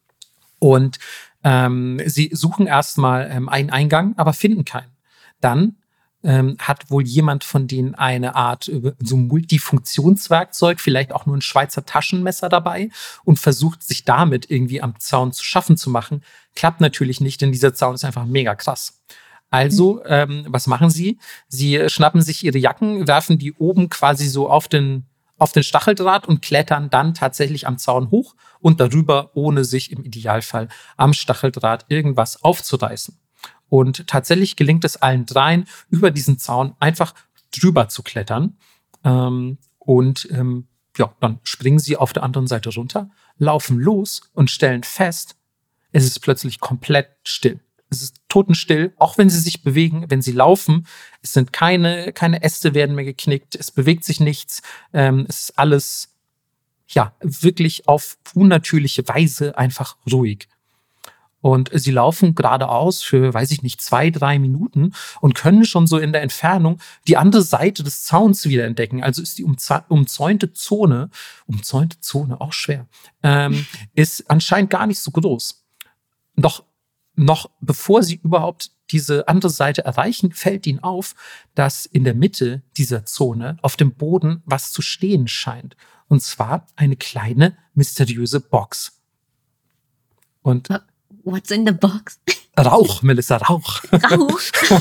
Und ähm, sie suchen erstmal ähm, einen Eingang, aber finden keinen. Dann ähm, hat wohl jemand von denen eine Art äh, so Multifunktionswerkzeug, vielleicht auch nur ein Schweizer Taschenmesser dabei und versucht sich damit irgendwie am Zaun zu schaffen zu machen. Klappt natürlich nicht, denn dieser Zaun ist einfach mega krass. Also, ähm, was machen sie? Sie schnappen sich ihre Jacken, werfen die oben quasi so auf den, auf den Stacheldraht und klettern dann tatsächlich am Zaun hoch und darüber, ohne sich im Idealfall am Stacheldraht irgendwas aufzureißen. Und tatsächlich gelingt es allen dreien, über diesen Zaun einfach drüber zu klettern. Ähm, und ähm, ja, dann springen sie auf der anderen Seite runter, laufen los und stellen fest, es ist plötzlich komplett still. Es ist totenstill, auch wenn sie sich bewegen, wenn sie laufen. Es sind keine, keine Äste werden mehr geknickt, es bewegt sich nichts. Ähm, es ist alles, ja, wirklich auf unnatürliche Weise einfach ruhig. Und sie laufen geradeaus für, weiß ich nicht, zwei, drei Minuten und können schon so in der Entfernung die andere Seite des Zauns wieder entdecken. Also ist die umza- umzäunte Zone, umzäunte Zone, auch schwer, ähm, ist anscheinend gar nicht so groß. Doch noch bevor sie überhaupt diese andere Seite erreichen, fällt ihnen auf, dass in der Mitte dieser Zone auf dem Boden was zu stehen scheint. Und zwar eine kleine, mysteriöse Box. Und What's in the box? Rauch, Melissa, Rauch. Rauch?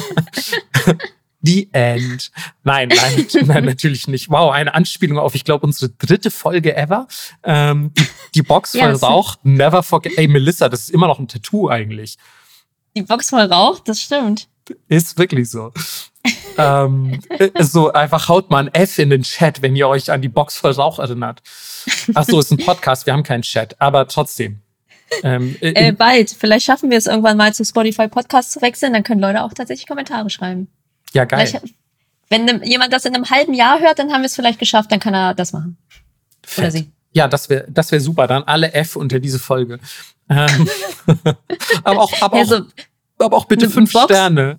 The End. Nein, nein, nein, natürlich nicht. Wow, eine Anspielung auf, ich glaube, unsere dritte Folge ever. Ähm, die, die Box voll Yes. Rauch. Never forget. Ey, Melissa, das ist immer noch ein Tattoo eigentlich. Die Box voll Rauch, das stimmt. Ist wirklich so. ähm, so, einfach haut mal ein F in den Chat, wenn ihr euch an die Box voll Rauch erinnert. Ach so, ist ein Podcast, wir haben keinen Chat, aber trotzdem. Ähm, Äh, bald. Vielleicht schaffen wir es irgendwann mal zu Spotify Podcast zu wechseln. Dann können Leute auch tatsächlich Kommentare schreiben. ja, geil. Vielleicht, wenn ne, jemand das in einem halben Jahr hört, dann haben wir es vielleicht geschafft. Dann kann er das machen. Oder Fett. sie. Ja, das wäre das wär super. Dann alle F unter diese Folge. Ähm, aber, auch, aber, auch, Also, aber auch bitte eine fünf Box? Sterne.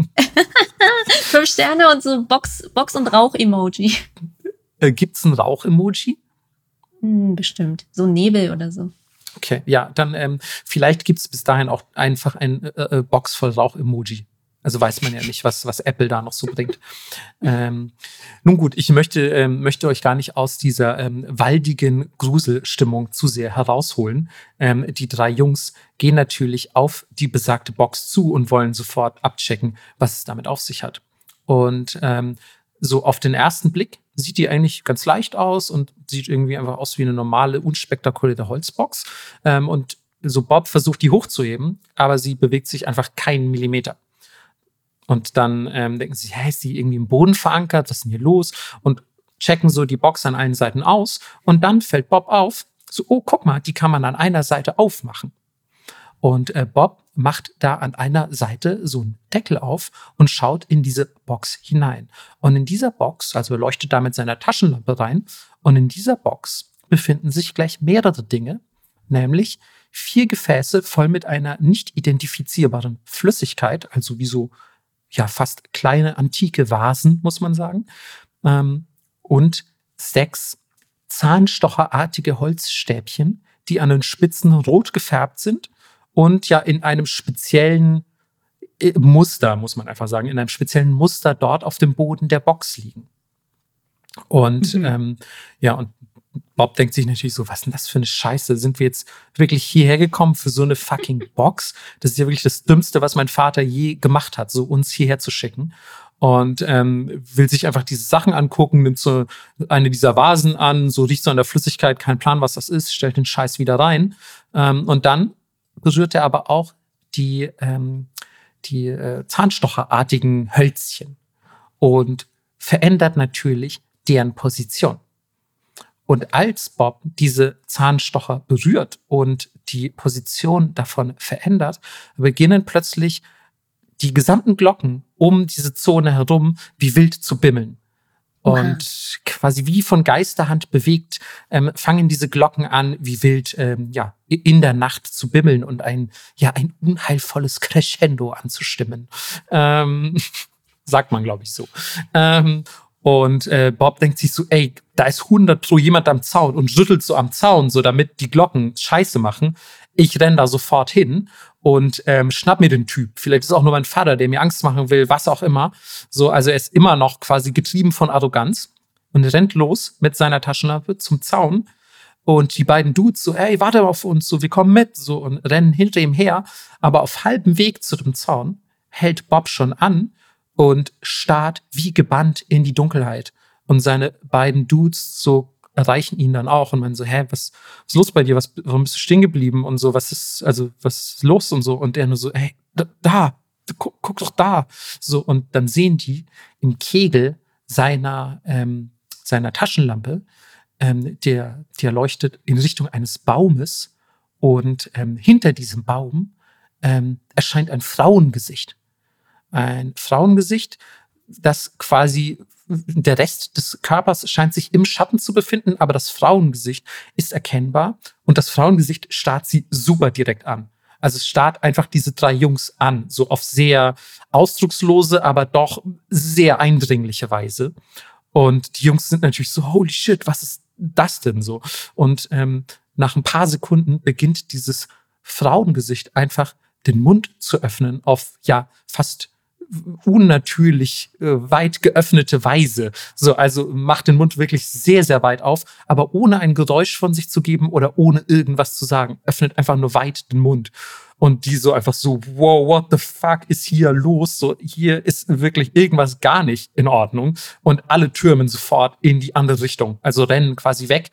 fünf Sterne und so Box, Box und Rauch-Emoji. Äh, gibt's ein Rauch-Emoji? Hm, bestimmt. So Nebel oder so. Okay, ja, dann ähm, vielleicht gibt's bis dahin auch einfach ein äh, äh, Box voll Rauch-Emoji. Also weiß man ja nicht, was, was Apple da noch so bringt. Ähm, nun gut, ich möchte, ähm, möchte euch gar nicht aus dieser ähm, waldigen Gruselstimmung zu sehr herausholen. Ähm, die drei Jungs gehen natürlich auf die besagte Box zu und wollen sofort abchecken, was es damit auf sich hat. Und ähm, so auf den ersten Blick sieht die eigentlich ganz leicht aus und sieht irgendwie einfach aus wie eine normale, unspektakuläre Holzbox. Ähm, und so Bob versucht, die hochzuheben, aber sie bewegt sich einfach keinen Millimeter. Und dann ähm, denken sie, hä, ist die irgendwie im Boden verankert? Was ist denn hier los? Und checken so die Box an allen Seiten aus. Und dann fällt Bob auf, so, oh, guck mal, die kann man an einer Seite aufmachen. Und äh, Bob macht da an einer Seite so einen Deckel auf und schaut in diese Box hinein. Und in dieser Box, also er leuchtet da mit seiner Taschenlampe rein, und in dieser Box befinden sich gleich mehrere Dinge, nämlich vier Gefäße voll mit einer nicht identifizierbaren Flüssigkeit, also wie so ja fast kleine antike Vasen, muss man sagen, ähm, und sechs zahnstocherartige Holzstäbchen, die an den Spitzen rot gefärbt sind und ja in einem speziellen äh, Muster, muss man einfach sagen, in einem speziellen Muster dort auf dem Boden der Box liegen. Und Mhm. ähm, ja, und Bob denkt sich natürlich so, was ist denn das für eine Scheiße? Sind wir jetzt wirklich hierher gekommen für so eine fucking Box? Das ist ja wirklich das Dümmste, was mein Vater je gemacht hat, so uns hierher zu schicken. Und ähm, will sich einfach diese Sachen angucken, nimmt so eine dieser Vasen an, so riecht so an der Flüssigkeit, kein Plan, was das ist, stellt den Scheiß wieder rein. Ähm, und dann berührt er aber auch die, ähm, die äh, zahnstocherartigen Hölzchen und verändert natürlich deren Position. Und als Bob diese Zahnstocher berührt und die Position davon verändert, beginnen plötzlich die gesamten Glocken um diese Zone herum wie wild zu bimmeln. Oha. Und quasi wie von Geisterhand bewegt, ähm, fangen diese Glocken an, wie wild ähm, ja, in der Nacht zu bimmeln und ein, ja, ein unheilvolles Crescendo anzustimmen. Ähm, sagt man, glaube ich, so. Ähm, Und äh, Bob denkt sich so, ey, da ist hundert pro jemand am Zaun und rüttelt so am Zaun, so damit die Glocken Scheiße machen. Ich renn da sofort hin und ähm, schnapp mir den Typ. Vielleicht ist es auch nur mein Vater, der mir Angst machen will, was auch immer. So, also er ist immer noch quasi getrieben von Arroganz und rennt los mit seiner Taschenlampe zum Zaun. Und die beiden Dudes so, ey, warte auf uns, so, wir kommen mit, so, und rennen hinter ihm her. Aber auf halbem Weg zu dem Zaun hält Bob schon an und starrt wie gebannt in die Dunkelheit. Und seine beiden Dudes so erreichen ihn dann auch und meinen so, hä, was, was ist los bei dir? Was, warum bist du stehen geblieben? Und so, was ist, also, was ist los? Und so. Und er nur so, ey, da, da guck, guck doch da. So, und dann sehen die im Kegel seiner, ähm, seiner Taschenlampe, ähm, der, der leuchtet in Richtung eines Baumes. Und ähm, hinter diesem Baum ähm, erscheint ein Frauengesicht. Ein Frauengesicht, das quasi der Rest des Körpers scheint sich im Schatten zu befinden, aber das Frauengesicht ist erkennbar und das Frauengesicht starrt sie super direkt an. Also es starrt einfach diese drei Jungs an, so auf sehr ausdruckslose, aber doch sehr eindringliche Weise. Und die Jungs sind natürlich so, holy shit, was ist das denn so? Und ähm, nach ein paar Sekunden beginnt dieses Frauengesicht einfach den Mund zu öffnen auf, ja, fast unnatürlich äh, weit geöffnete Weise. So, also macht den Mund wirklich sehr, sehr weit auf, aber ohne ein Geräusch von sich zu geben oder ohne irgendwas zu sagen. Öffnet einfach nur weit den Mund. Und die so einfach so, wow, what the fuck ist hier los? So, hier ist wirklich irgendwas gar nicht in Ordnung. Und alle türmen sofort in die andere Richtung. Also rennen quasi weg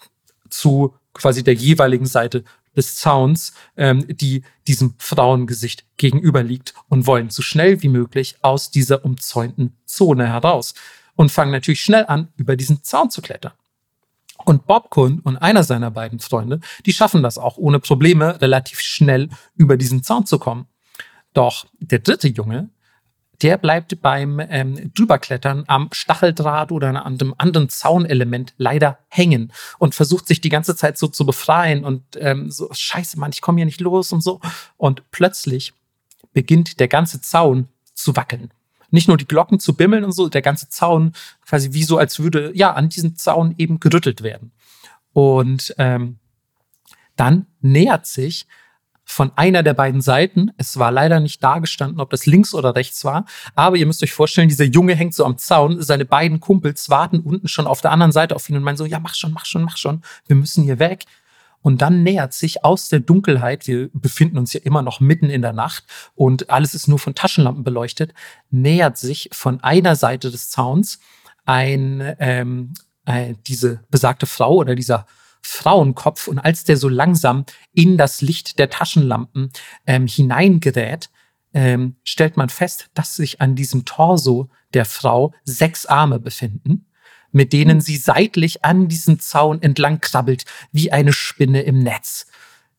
zu quasi der jeweiligen Seite des Zauns, ähm, die diesem Frauengesicht gegenüber liegt und wollen so schnell wie möglich aus dieser umzäunten Zone heraus und fangen natürlich schnell an, über diesen Zaun zu klettern. Und Bobkund und einer seiner beiden Freunde, die schaffen das auch ohne Probleme, relativ schnell über diesen Zaun zu kommen. Doch der dritte Junge, der bleibt beim ähm, Drüberklettern am Stacheldraht oder an einem anderen Zaunelement leider hängen und versucht sich die ganze Zeit so zu befreien und ähm, so, scheiße, Mann, ich komme hier nicht los und so. Und plötzlich beginnt der ganze Zaun zu wackeln. Nicht nur die Glocken zu bimmeln und so, der ganze Zaun quasi wie so, als würde ja an diesem Zaun eben gerüttelt werden. Und ähm, dann nähert sich von einer der beiden Seiten, es war leider nicht dargestanden, ob das links oder rechts war, aber ihr müsst euch vorstellen, dieser Junge hängt so am Zaun, seine beiden Kumpels warten unten schon auf der anderen Seite auf ihn und meinen so, ja, mach schon, mach schon, mach schon, wir müssen hier weg. Und dann nähert sich aus der Dunkelheit, wir befinden uns ja immer noch mitten in der Nacht und alles ist nur von Taschenlampen beleuchtet, nähert sich von einer Seite des Zauns ein, ähm, äh, diese besagte Frau oder dieser Frauenkopf, und als der so langsam in das Licht der Taschenlampen ähm, hineingerät, ähm, stellt man fest, dass sich an diesem Torso der Frau sechs Arme befinden, mit denen sie seitlich an diesem Zaun entlang krabbelt, wie eine Spinne im Netz.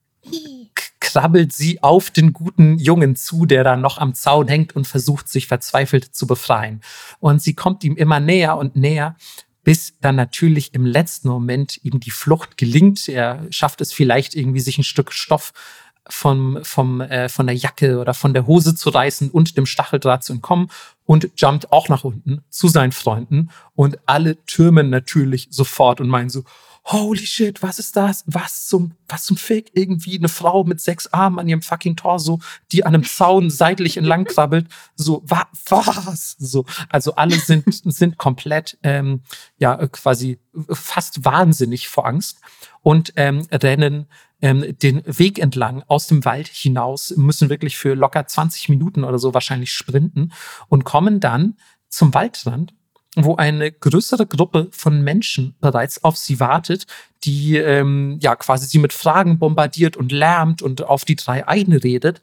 K- krabbelt sie auf den guten Jungen zu, der da noch am Zaun hängt und versucht, sich verzweifelt zu befreien. Und sie kommt ihm immer näher und näher, bis dann natürlich im letzten Moment ihm die Flucht gelingt. Er schafft es vielleicht irgendwie, sich ein Stück Stoff vom, vom, äh, von der Jacke oder von der Hose zu reißen und dem Stacheldraht zu entkommen und jumpt auch nach unten zu seinen Freunden. Und alle türmen natürlich sofort und meinen so, holy shit, was ist das? Was zum, was zum Fick? Irgendwie eine Frau mit sechs Armen an ihrem fucking Torso, die an einem Zaun seitlich entlang krabbelt. So, wa, was? So, also alle sind, sind komplett, ähm, ja, quasi fast wahnsinnig vor Angst und ähm, rennen ähm, den Weg entlang aus dem Wald hinaus, müssen wirklich für locker zwanzig Minuten oder so wahrscheinlich sprinten und kommen dann zum Waldrand, wo eine größere Gruppe von Menschen bereits auf sie wartet, die ähm, ja quasi sie mit Fragen bombardiert und lärmt und auf die drei einredet.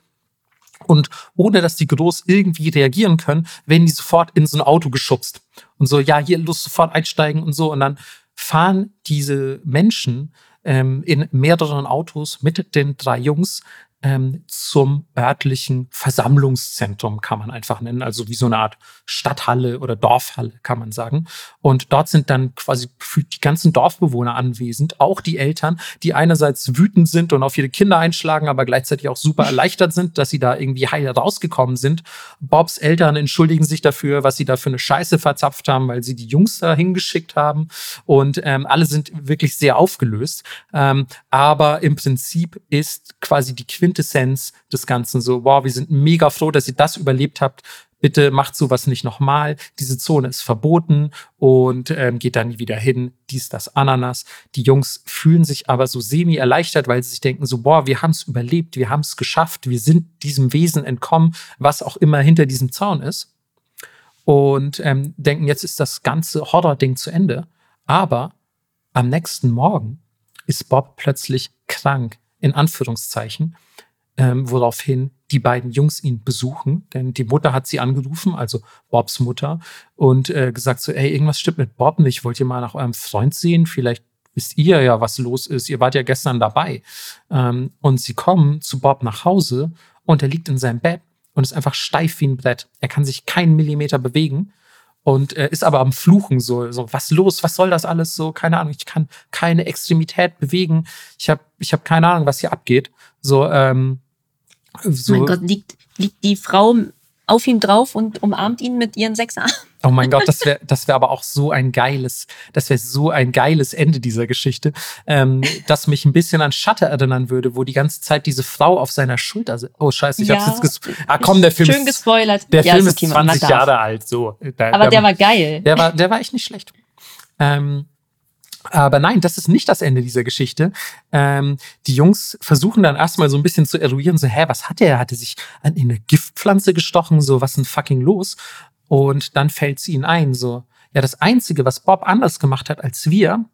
Und ohne dass die groß irgendwie reagieren können, werden die sofort in so ein Auto geschubst. Und so, ja, hier, los, sofort einsteigen und so. Und dann fahren diese Menschen ähm, in mehreren Autos mit den drei Jungs ähm, zum örtlichen Versammlungszentrum, kann man einfach nennen. Also wie so eine Art Stadthalle oder Dorfhalle, kann man sagen. Und dort sind dann quasi die ganzen Dorfbewohner anwesend, auch die Eltern, die einerseits wütend sind und auf ihre Kinder einschlagen, aber gleichzeitig auch super erleichtert sind, dass sie da irgendwie heil rausgekommen sind. Bobs Eltern entschuldigen sich dafür, was sie da für eine Scheiße verzapft haben, weil sie die Jungs da hingeschickt haben. Und ähm, alle sind wirklich sehr aufgelöst. Ähm, aber im Prinzip ist quasi die Quintessenz des Ganzen so, wow, wir sind mega froh, dass ihr das überlebt habt. Bitte macht sowas nicht nochmal. Diese Zone ist verboten und ähm, geht da nie wieder hin. Dies, das, Ananas. Die Jungs fühlen sich aber so semi-erleichtert, weil sie sich denken so, boah, wir haben es überlebt, wir haben es geschafft, wir sind diesem Wesen entkommen, was auch immer hinter diesem Zaun ist. Und ähm, denken, jetzt ist das ganze Horror-Ding zu Ende. Aber am nächsten Morgen ist Bob plötzlich krank, in Anführungszeichen, ähm, woraufhin die beiden Jungs ihn besuchen, denn die Mutter hat sie angerufen, also Bobs Mutter, und äh, gesagt so, ey, irgendwas stimmt mit Bob nicht, wollt ihr mal nach eurem Freund sehen? Vielleicht wisst ihr ja, was los ist, ihr wart ja gestern dabei. Ähm, und sie kommen zu Bob nach Hause und er liegt in seinem Bett und ist einfach steif wie ein Brett. Er kann sich keinen Millimeter bewegen. Und äh, ist aber am Fluchen so, so, was los, was soll das alles so, keine Ahnung, ich kann keine Extremität bewegen, ich habe ich hab keine Ahnung, was hier abgeht. So, ähm, So, Oh mein Gott, liegt, liegt die Frau auf ihm drauf und umarmt ihn mit ihren sechs Armen. oh mein Gott, das wäre das wär aber auch so ein geiles, das wäre so ein geiles Ende dieser Geschichte, ähm, das mich ein bisschen an Shutter erinnern würde, wo die ganze Zeit diese Frau auf seiner Schulter sitzt. Oh scheiße, ich Ja, hab's jetzt ges- Ah komm, der Film Schön ist, gespoilert. der Ja, Film ist ist okay, man- man zwanzig darf. Jahre alt. So. Da, Aber da- der war geil. Der war, der war echt nicht schlecht. Ähm, aber nein, das ist nicht das Ende dieser Geschichte. Ähm, die Jungs versuchen dann erstmal so ein bisschen zu eruieren, so, hä, was hat der? Er hatte sich an eine Giftpflanze gestochen, so, was ist denn fucking los? Und dann fällt es ihnen ein, so, ja, das Einzige, was Bob anders gemacht hat als wir,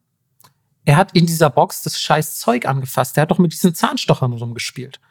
er hat in dieser Box das scheiß Zeug angefasst. Der hat doch mit diesen Zahnstochern rumgespielt.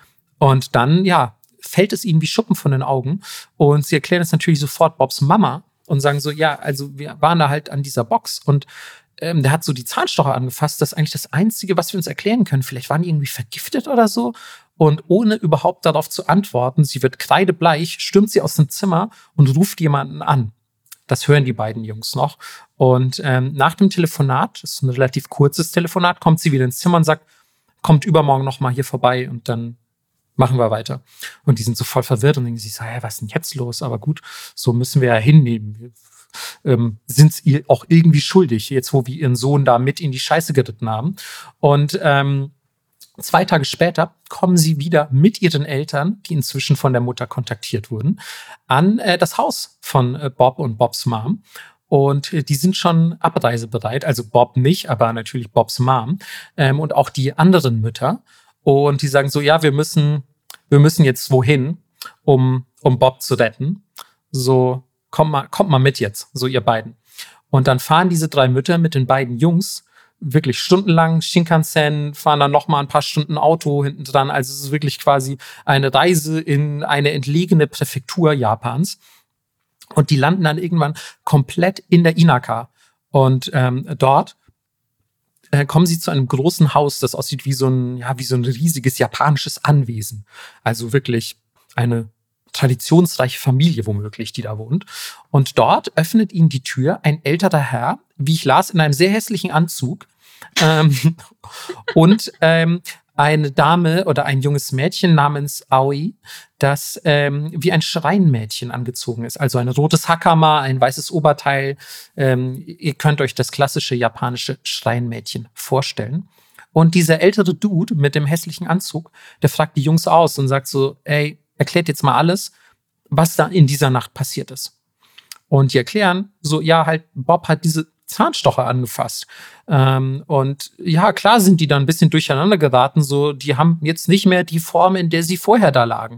Und dann, ja, fällt es ihnen wie Schuppen von den Augen. Und sie erklären es natürlich sofort Bobs Mama und sagen so, ja, also wir waren da halt an dieser Box und ähm, der hat so die Zahnstocher angefasst. Das ist eigentlich das Einzige, was wir uns erklären können. Vielleicht waren die irgendwie vergiftet oder so. Und ohne überhaupt darauf zu antworten, sie wird kreidebleich, stürmt sie aus dem Zimmer und ruft jemanden an. Das hören die beiden Jungs noch. Und ähm, nach dem Telefonat, das ist ein relativ kurzes Telefonat, kommt sie wieder ins Zimmer und sagt, kommt übermorgen noch mal hier vorbei und dann machen wir weiter. Und die sind so voll verwirrt und denken sich so, hä, was ist denn jetzt los? Aber gut, so müssen wir ja hinnehmen. Wir, ähm, sind ihr auch irgendwie schuldig, jetzt wo wir ihren Sohn da mit in die Scheiße geritten haben. Und ähm, zwei Tage später kommen sie wieder mit ihren Eltern, die inzwischen von der Mutter kontaktiert wurden, an äh, das Haus von äh, Bob und Bobs Mom. Und äh, die sind schon abreisebereit. Also Bob nicht, aber natürlich Bobs Mom. Ähm, und auch die anderen Mütter. Und die sagen so, ja, wir müssen, wir müssen jetzt wohin, um, um Bob zu retten. So, kommt mal, kommt mal mit jetzt, so ihr beiden. Und dann fahren diese drei Mütter mit den beiden Jungs wirklich stundenlang Shinkansen, fahren dann noch mal ein paar Stunden Auto hinten dran. Also es ist wirklich quasi eine Reise in eine entlegene Präfektur Japans. Und die landen dann irgendwann komplett in der Inaka. Und ähm, dort äh, kommen sie zu einem großen Haus, das aussieht wie so ein, ja, wie so ein riesiges japanisches Anwesen. Also wirklich eine traditionsreiche Familie womöglich, die da wohnt. Und dort öffnet ihnen die Tür ein älterer Herr, wie ich las, in einem sehr hässlichen Anzug. ähm, und ähm, eine Dame oder ein junges Mädchen namens Aoi, das ähm, wie ein Schreinmädchen angezogen ist. Also ein rotes Hakama, ein weißes Oberteil. Ähm, ihr könnt euch das klassische japanische Schreinmädchen vorstellen. Und dieser ältere Dude mit dem hässlichen Anzug, der fragt die Jungs aus und sagt so, ey, erklärt jetzt mal alles, was da in dieser Nacht passiert ist. Und die erklären so, ja, halt, Bob hat diese Zahnstocher angefasst. Ähm, und ja, klar sind die dann ein bisschen durcheinander geraten, so, die haben jetzt nicht mehr die Form, in der sie vorher da lagen.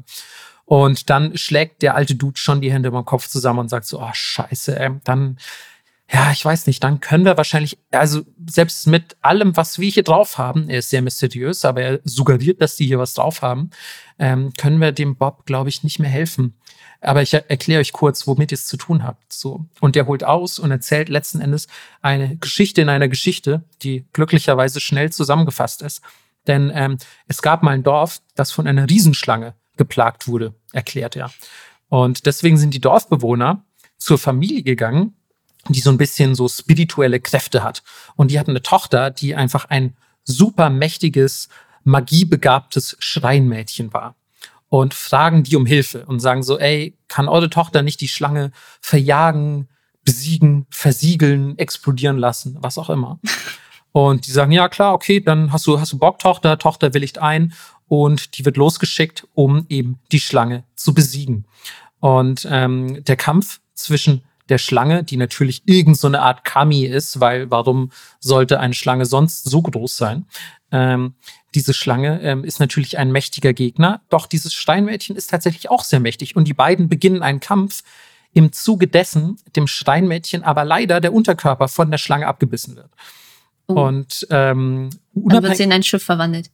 Und dann schlägt der alte Dude schon die Hände beim Kopf zusammen und sagt so, oh, scheiße, ey, dann, ja, ich weiß nicht, dann können wir wahrscheinlich, also selbst mit allem, was wir hier drauf haben, er ist sehr mysteriös, aber er suggeriert, dass die hier was drauf haben, ähm, können wir dem Bob, glaube ich, nicht mehr helfen. Aber ich er- erkläre euch kurz, womit ihr es zu tun habt. So. Und der holt aus und erzählt letzten Endes eine Geschichte in einer Geschichte, die glücklicherweise schnell zusammengefasst ist. Denn ähm, es gab mal ein Dorf, das von einer Riesenschlange geplagt wurde, erklärt er. Und deswegen sind die Dorfbewohner zur Familie gegangen, die so ein bisschen so spirituelle Kräfte hat. Und die hatten eine Tochter, die einfach ein super mächtiges, magiebegabtes Schreinmädchen war. Und fragen die um Hilfe und sagen so, ey, kann eure Tochter nicht die Schlange verjagen, besiegen, versiegeln, explodieren lassen, was auch immer. Und die sagen, ja klar, okay, dann hast du, hast du Bock, Tochter, Tochter willigt ein und die wird losgeschickt, um eben die Schlange zu besiegen. Und ähm, der Kampf zwischen der Schlange, die natürlich irgend so eine Art Kami ist, weil warum sollte eine Schlange sonst so groß sein? Ähm, diese Schlange ähm, ist natürlich ein mächtiger Gegner, doch dieses Steinmädchen ist tatsächlich auch sehr mächtig und die beiden beginnen einen Kampf, im Zuge dessen dem Steinmädchen aber leider der Unterkörper von der Schlange abgebissen wird. Oh. Und ähm, Dann wird sie in ein Schiff verwandelt.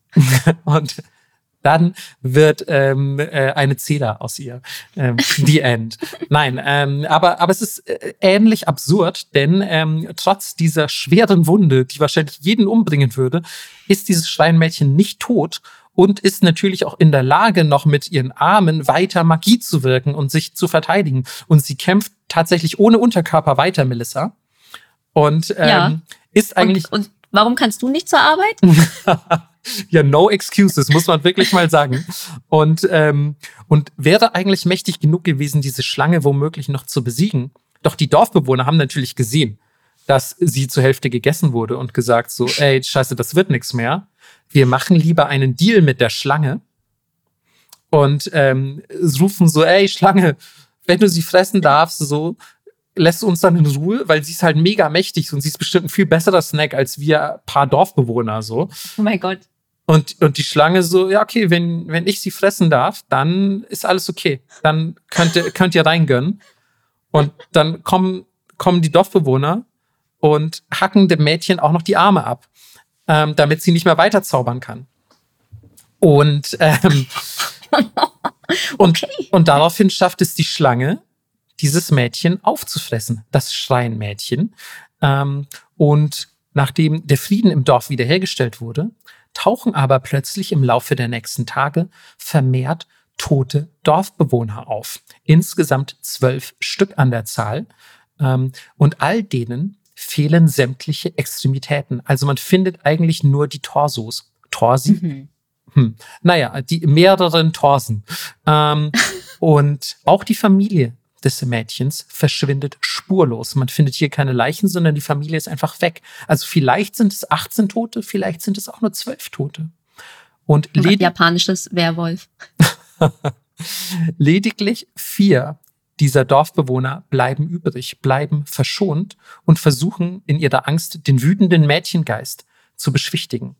und dann wird ähm, äh, eine Zeder aus ihr. Ähm, the End. Nein, ähm, aber, aber es ist äh, ähnlich absurd, denn ähm, trotz dieser schweren Wunde, die wahrscheinlich jeden umbringen würde, ist dieses Steinmädchen nicht tot und ist natürlich auch in der Lage, noch mit ihren Armen weiter Magie zu wirken und sich zu verteidigen. Und sie kämpft tatsächlich ohne Unterkörper weiter, Melissa. Und ähm, Ja. ist eigentlich... Und, und Warum kannst du nicht zur Arbeit? Ja, no excuses, muss man wirklich mal sagen. Und, ähm, und wäre eigentlich mächtig genug gewesen, diese Schlange womöglich noch zu besiegen. Doch die Dorfbewohner haben natürlich gesehen, dass sie zur Hälfte gegessen wurde und gesagt so, ey, scheiße, das wird nichts mehr. Wir machen lieber einen Deal mit der Schlange und ähm, rufen so, ey, Schlange, wenn du sie fressen darfst, so, lässt du uns dann in Ruhe, weil sie ist halt mega mächtig und sie ist bestimmt ein viel besserer Snack als wir paar Dorfbewohner, so. Oh mein Gott. Und, und die Schlange so, ja, okay, wenn, wenn ich sie fressen darf, dann ist alles okay. Dann könnt ihr, könnt ihr reingönnen. Und dann kommen, kommen die Dorfbewohner und hacken dem Mädchen auch noch die Arme ab, ähm, damit sie nicht mehr weiter zaubern kann. Und, ähm, und, Okay. und daraufhin schafft es die Schlange, dieses Mädchen aufzufressen, das Schreienmädchen. Ähm, und nachdem der Frieden im Dorf wiederhergestellt wurde, tauchen aber plötzlich im Laufe der nächsten Tage vermehrt tote Dorfbewohner auf. Insgesamt zwölf Stück an der Zahl. Ähm, und all denen fehlen sämtliche Extremitäten. Also man findet eigentlich nur die Torsos. Torsi? Mhm. Hm. Naja, die mehreren Torsen. Ähm, und auch die Familie des Mädchens verschwindet spurlos. Man findet hier keine Leichen, sondern die Familie ist einfach weg. Also vielleicht sind es achtzehn Tote, vielleicht sind es auch nur zwölf Tote. Und Ein led- japanisches Werwolf. lediglich vier dieser Dorfbewohner bleiben übrig, bleiben verschont und versuchen in ihrer Angst den wütenden Mädchengeist zu beschwichtigen.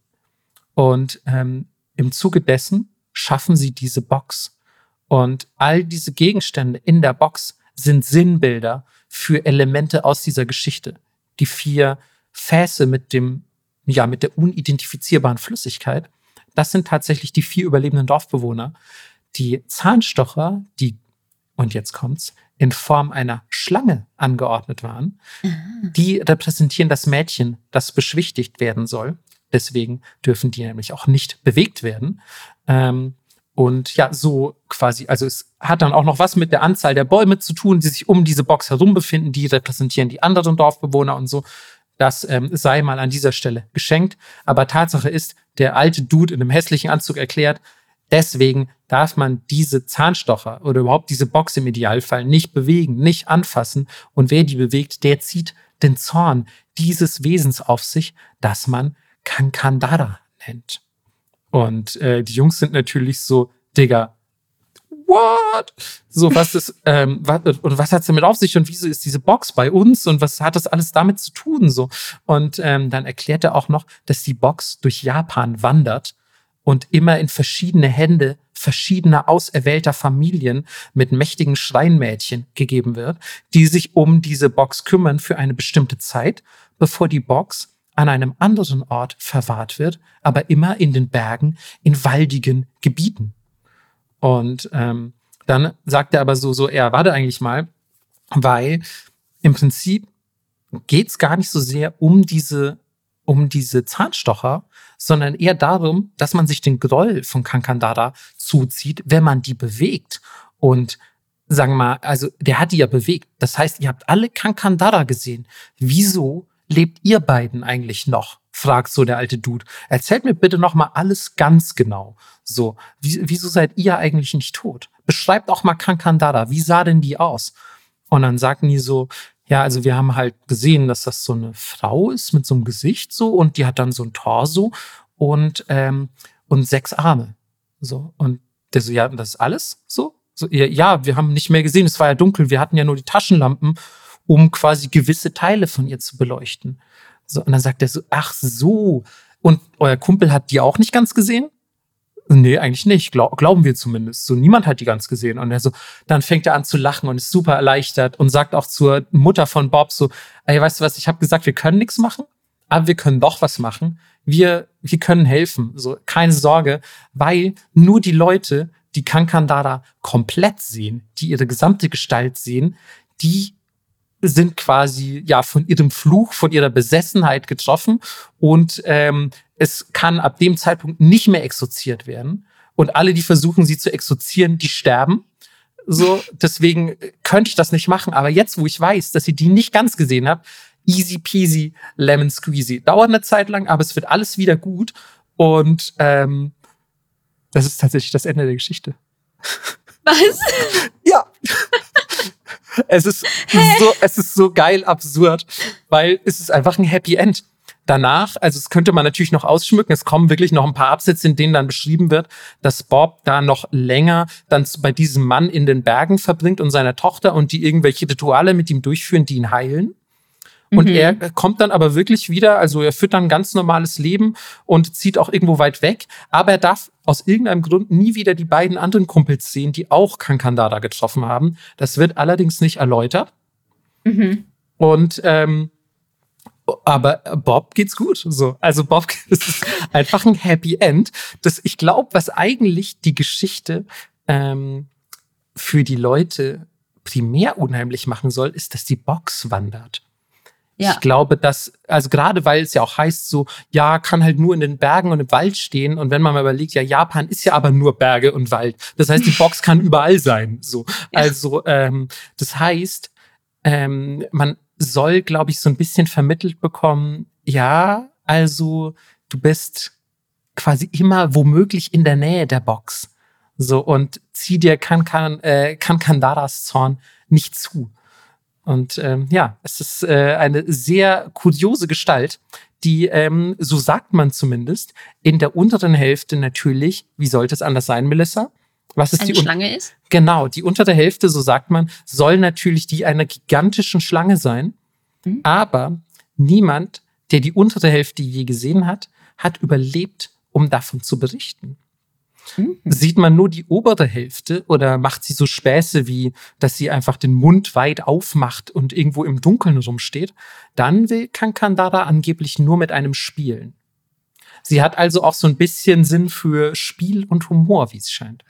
Und ähm, im Zuge dessen schaffen sie diese Box. Und all diese Gegenstände in der Box sind Sinnbilder für Elemente aus dieser Geschichte. Die vier Gefäße mit dem, ja, mit der unidentifizierbaren Flüssigkeit, das sind tatsächlich die vier überlebenden Dorfbewohner. Die Zahnstocher, die, und jetzt kommt's, in Form einer Schlange angeordnet waren, die repräsentieren das Mädchen, das beschwichtigt werden soll. Deswegen dürfen die nämlich auch nicht bewegt werden. Ähm, Und ja, so quasi, also es hat dann auch noch was mit der Anzahl der Bäume zu tun, die sich um diese Box herum befinden, die repräsentieren die anderen Dorfbewohner und so. Das ähm, sei mal an dieser Stelle geschenkt. Aber Tatsache ist, der alte Dude in einem hässlichen Anzug erklärt, deswegen darf man diese Zahnstocher oder überhaupt diese Box im Idealfall nicht bewegen, nicht anfassen. Und wer die bewegt, der zieht den Zorn dieses Wesens auf sich, das man Kankandara nennt. Und äh, die Jungs sind natürlich so, Digga, what? So, was ist, ähm, was, und was hat's damit auf sich und wieso ist diese Box bei uns und was hat das alles damit zu tun? So. Und ähm, dann erklärt er auch noch, dass die Box durch Japan wandert und immer in verschiedene Hände verschiedener auserwählter Familien mit mächtigen Schreinmädchen gegeben wird, die sich um diese Box kümmern für eine bestimmte Zeit, bevor die Box an einem anderen Ort verwahrt wird, aber immer in den Bergen, in waldigen Gebieten. Und ähm, dann sagt er aber so, so, er warte eigentlich mal, weil im Prinzip geht's gar nicht so sehr um diese, um diese Zahnstocher, sondern eher darum, dass man sich den Groll von Kankandara zuzieht, wenn man die bewegt. Und sagen wir mal, also der hat die ja bewegt. Das heißt, ihr habt alle Kankandara gesehen. Wieso lebt ihr beiden eigentlich noch? Fragt so der alte Dude. Erzählt mir bitte noch mal alles ganz genau. So, wie, wieso seid ihr eigentlich nicht tot? Beschreibt auch mal Kankandara. Wie sah denn die aus? Und dann sagten die so, ja, also wir haben halt gesehen, dass das so eine Frau ist mit so einem Gesicht so und die hat dann so ein Torso und, ähm, und sechs Arme. So, und der so, ja, das ist alles so? So, ja, ja, wir haben nicht mehr gesehen, es war ja dunkel, wir hatten ja nur die Taschenlampen, um quasi gewisse Teile von ihr zu beleuchten. So, und dann sagt er so, ach so, und euer Kumpel hat die auch nicht ganz gesehen? Nee, eigentlich nicht, Glaub, glauben wir zumindest. So, niemand hat die ganz gesehen. Und er so, dann fängt er an zu lachen und ist super erleichtert und sagt auch zur Mutter von Bob so, ey, weißt du was, ich habe gesagt, wir können nichts machen, aber wir können doch was machen. Wir, wir können helfen, so, keine Sorge, weil nur die Leute, die Kankandara komplett sehen, die ihre gesamte Gestalt sehen, die sind quasi ja von ihrem Fluch, von ihrer Besessenheit getroffen und ähm, es kann ab dem Zeitpunkt nicht mehr exorziert werden. Und alle, die versuchen, sie zu exorzieren, die sterben. So, deswegen könnte ich das nicht machen. Aber jetzt, wo ich weiß, dass ihr die nicht ganz gesehen habt, easy peasy, lemon squeezy. Dauert eine Zeit lang, aber es wird alles wieder gut. Und ähm, das ist tatsächlich das Ende der Geschichte. Was? Ja. Es ist so, es ist so geil absurd, weil es ist einfach ein Happy End. Danach, also es könnte man natürlich noch ausschmücken, es kommen wirklich noch ein paar Absätze, in denen dann beschrieben wird, dass Bob da noch länger dann bei diesem Mann in den Bergen verbringt und seiner Tochter und die irgendwelche Rituale mit ihm durchführen, die ihn heilen. Und mhm. er kommt dann aber wirklich wieder, also er führt dann ein ganz normales Leben und zieht auch irgendwo weit weg. Aber er darf aus irgendeinem Grund nie wieder die beiden anderen Kumpels sehen, die auch Kankandara getroffen haben. Das wird allerdings nicht erläutert. Mhm. Und ähm, aber Bob geht's gut. So, also Bob, das ist einfach ein Happy End. Das, ich glaube, was eigentlich die Geschichte ähm, für die Leute primär unheimlich machen soll, ist, dass die Box wandert. Ja. Ich glaube, dass, also gerade weil es ja auch heißt so, ja, kann halt nur in den Bergen und im Wald stehen. Und wenn man mal überlegt, ja, Japan ist ja aber nur Berge und Wald. Das heißt, die Box kann überall sein. So, ja. Also ähm, das heißt, ähm, man soll, glaube ich, so ein bisschen vermittelt bekommen, ja, also du bist quasi immer womöglich in der Nähe der Box. So, und zieh dir Kankan, äh, Kankandaras Zorn nicht zu. Und ähm, ja, es ist äh, eine sehr kuriose Gestalt, die, ähm, so sagt man zumindest, in der unteren Hälfte natürlich, wie sollte es anders sein, Melissa? Was ist eine die Schlange ist? Genau, die untere Hälfte, so sagt man, soll natürlich die einer gigantischen Schlange sein. Mhm. Aber niemand, der die untere Hälfte je gesehen hat, hat überlebt, um davon zu berichten. Mhm. Sieht man nur die obere Hälfte oder macht sie so Späße wie, dass sie einfach den Mund weit aufmacht und irgendwo im Dunkeln rumsteht, dann will Kankandara angeblich nur mit einem spielen. Sie hat also auch so ein bisschen Sinn für Spiel und Humor, wie es scheint.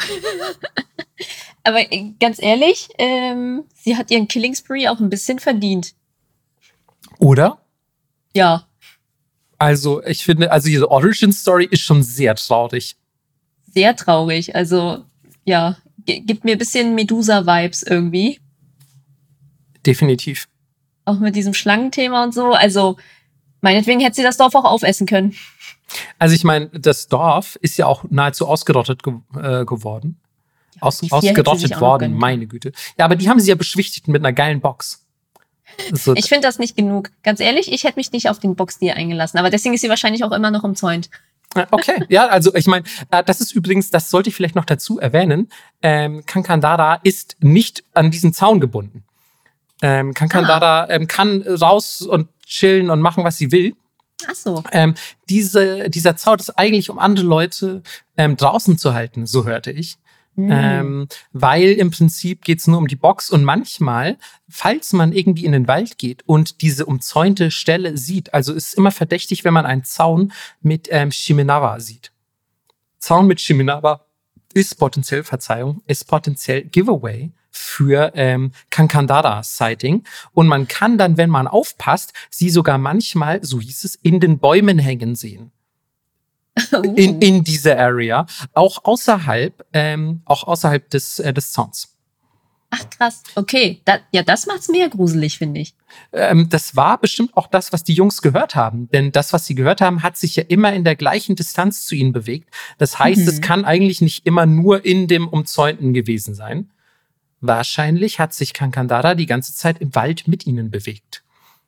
Aber ganz ehrlich, ähm, sie hat ihren Killing Spree auch ein bisschen verdient. Oder? Ja. Also ich finde, also ihre Origin-Story ist schon sehr traurig. Sehr traurig. Also ja, g- gibt mir ein bisschen Medusa-Vibes irgendwie. Definitiv. Auch mit diesem Schlangenthema und so. Also meinetwegen hätte sie das Dorf auch aufessen können. Also ich meine, das Dorf ist ja auch nahezu ausgerottet ge- äh, geworden. Ja, Aus, die vier hätte sie ausgerottet sich auch noch worden, gönnen können. meine Güte. Ja, aber die haben sie ja beschwichtigt mit einer geilen Box. So, Ich finde das nicht genug. Ganz ehrlich, ich hätte mich nicht auf den Boxdeal eingelassen. Aber deswegen ist sie wahrscheinlich auch immer noch umzäunt. okay, ja, also ich meine, äh, das ist übrigens, das sollte ich vielleicht noch dazu erwähnen, ähm, Kankandara ist nicht an diesen Zaun gebunden. Ähm, Kankandara ähm, kann raus und chillen und machen, was sie will. Ach so. Ähm, diese, dieser Zaun ist eigentlich, um andere Leute ähm, draußen zu halten, so hörte ich. Mhm. Ähm, weil im Prinzip geht's nur um die Box und manchmal, falls man irgendwie in den Wald geht und diese umzäunte Stelle sieht, also ist immer verdächtig, wenn man einen Zaun mit ähm, Shimenawa sieht. Zaun mit Shimenawa ist potenziell, Verzeihung, ist potenziell Giveaway für ähm, Kankandara-Sighting. Und man kann dann, wenn man aufpasst, sie sogar manchmal, so hieß es, in den Bäumen hängen sehen. Uh. In, in dieser Area, auch außerhalb, ähm, auch außerhalb des, äh, des Zauns. Ach krass, okay. Da, ja, das macht's mehr gruselig, finde ich. Ähm, das war bestimmt auch das, was die Jungs gehört haben. Denn das, was sie gehört haben, hat sich ja immer in der gleichen Distanz zu ihnen bewegt. Das heißt, mhm. es kann eigentlich nicht immer nur in dem Umzäunten gewesen sein. Wahrscheinlich hat sich Kankandara die ganze Zeit im Wald mit ihnen bewegt.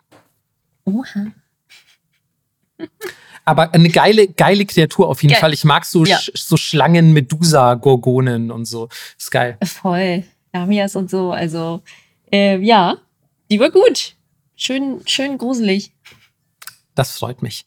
Oha. Aber eine geile, geile Kreatur auf jeden Geil. Fall. Ich mag so, Ja. sch- so Schlangen, Medusa, Gorgonen und so. Ist geil. Voll. Lamias und so. Also, äh, ja, die war gut. Schön, schön gruselig. Das freut mich.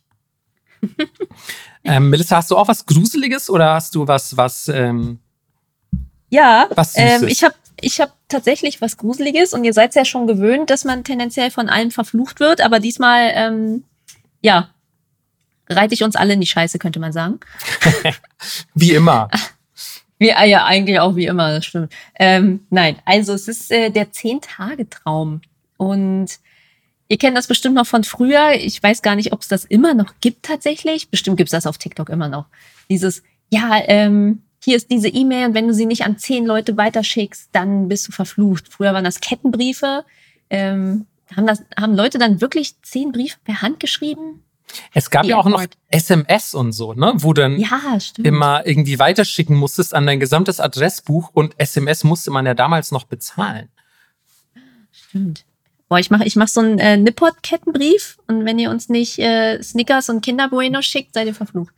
ähm, Melissa, hast du auch was Gruseliges oder hast du was, was, ähm, Ja, was Süßes? ähm, ich habe ich hab tatsächlich was Gruseliges und ihr seid ja schon gewöhnt, dass man tendenziell von allem verflucht wird, aber diesmal, ähm, ja, reite ich uns alle in die Scheiße, könnte man sagen. Wie immer. Wie, ah ja, eigentlich auch wie immer, das stimmt. Ähm, nein, also es ist äh, der Zehn-Tage-Traum. Und ihr kennt das bestimmt noch von früher. Ich weiß gar nicht, ob es das immer noch gibt tatsächlich. Bestimmt gibt's das auf TikTok immer noch. Dieses, ja, ähm, hier ist diese E-Mail und wenn du sie nicht an zehn Leute weiterschickst, dann bist du verflucht. Früher waren das Kettenbriefe. Ähm, haben, das, haben Leute dann wirklich zehn Briefe per Hand geschrieben? Es gab Die ja auch noch Antwort. S M S und so, ne? Wo dann Ja, stimmt. immer irgendwie weiterschicken musstest an dein gesamtes Adressbuch und S M S musste man ja damals noch bezahlen. Stimmt. Boah, ich mache ich mach so einen äh, Nippot-Kettenbrief und wenn ihr uns nicht äh, Snickers und Kinder Bueno schickt, seid ihr verflucht.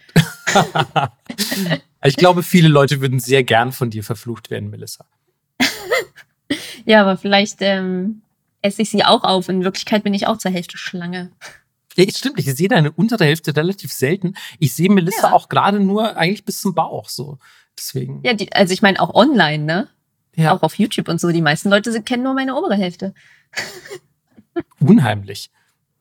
Ich glaube, viele Leute würden sehr gern von dir verflucht werden, Melissa. Ja, aber vielleicht ähm, esse ich sie auch auf. In Wirklichkeit bin ich auch zur Hälfte Schlange. Ja, stimmt, ich sehe deine untere Hälfte relativ selten. Ich sehe Melissa Ja. auch gerade nur eigentlich bis zum Bauch, so. Deswegen. Ja, die, also ich meine auch online, ne? Ja, Auch auf YouTube und so. Die meisten Leute sie kennen nur meine obere Hälfte. unheimlich.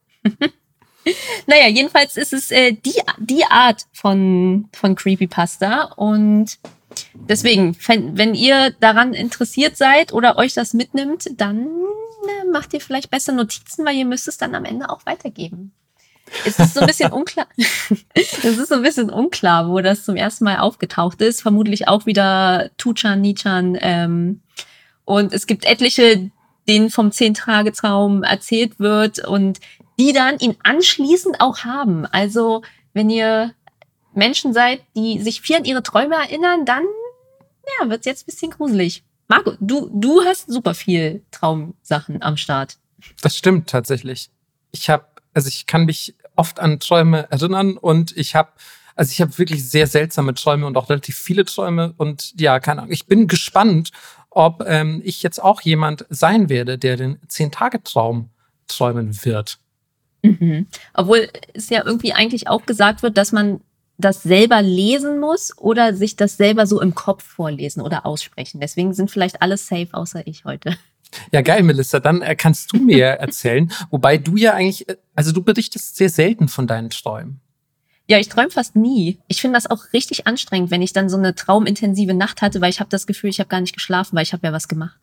Naja, jedenfalls ist es äh, die, die Art von, von Creepypasta. Und deswegen, wenn, wenn ihr daran interessiert seid oder euch das mitnimmt, dann äh, macht ihr vielleicht besser Notizen, weil ihr müsst es dann am Ende auch weitergeben. Es ist so ein bisschen unklar. Es ist so ein bisschen unklar, wo das zum ersten Mal aufgetaucht ist. Vermutlich auch wieder Tuchan, Nichan. Ähm, und es gibt etliche, denen vom Zehn-Tage-Traum erzählt wird und die dann ihn anschließend auch haben. Also, wenn ihr Menschen seid, die sich viel an ihre Träume erinnern, dann ja, wird's jetzt ein bisschen gruselig. Marco, du, du hast super viel Traumsachen am Start. Das stimmt tatsächlich. Ich habe, also ich kann mich oft an Träume erinnern und ich habe, also ich habe wirklich sehr seltsame Träume und auch relativ viele Träume und ja, keine Ahnung. Ich bin gespannt, ob ähm, ich jetzt auch jemand sein werde, der den Zehn-Tage-Traum träumen wird. Mhm. Obwohl es ja irgendwie eigentlich auch gesagt wird, dass man das selber lesen muss oder sich das selber so im Kopf vorlesen oder aussprechen. Deswegen sind vielleicht alle safe, außer ich heute. Ja, geil, Melissa, dann äh, kannst du mir erzählen. Wobei du ja eigentlich, äh, also du berichtest sehr selten von deinen Träumen. Ja, ich träume fast nie. Ich finde das auch richtig anstrengend, wenn ich dann so eine traumintensive Nacht hatte, weil ich habe das Gefühl, ich habe gar nicht geschlafen, weil ich habe ja was gemacht.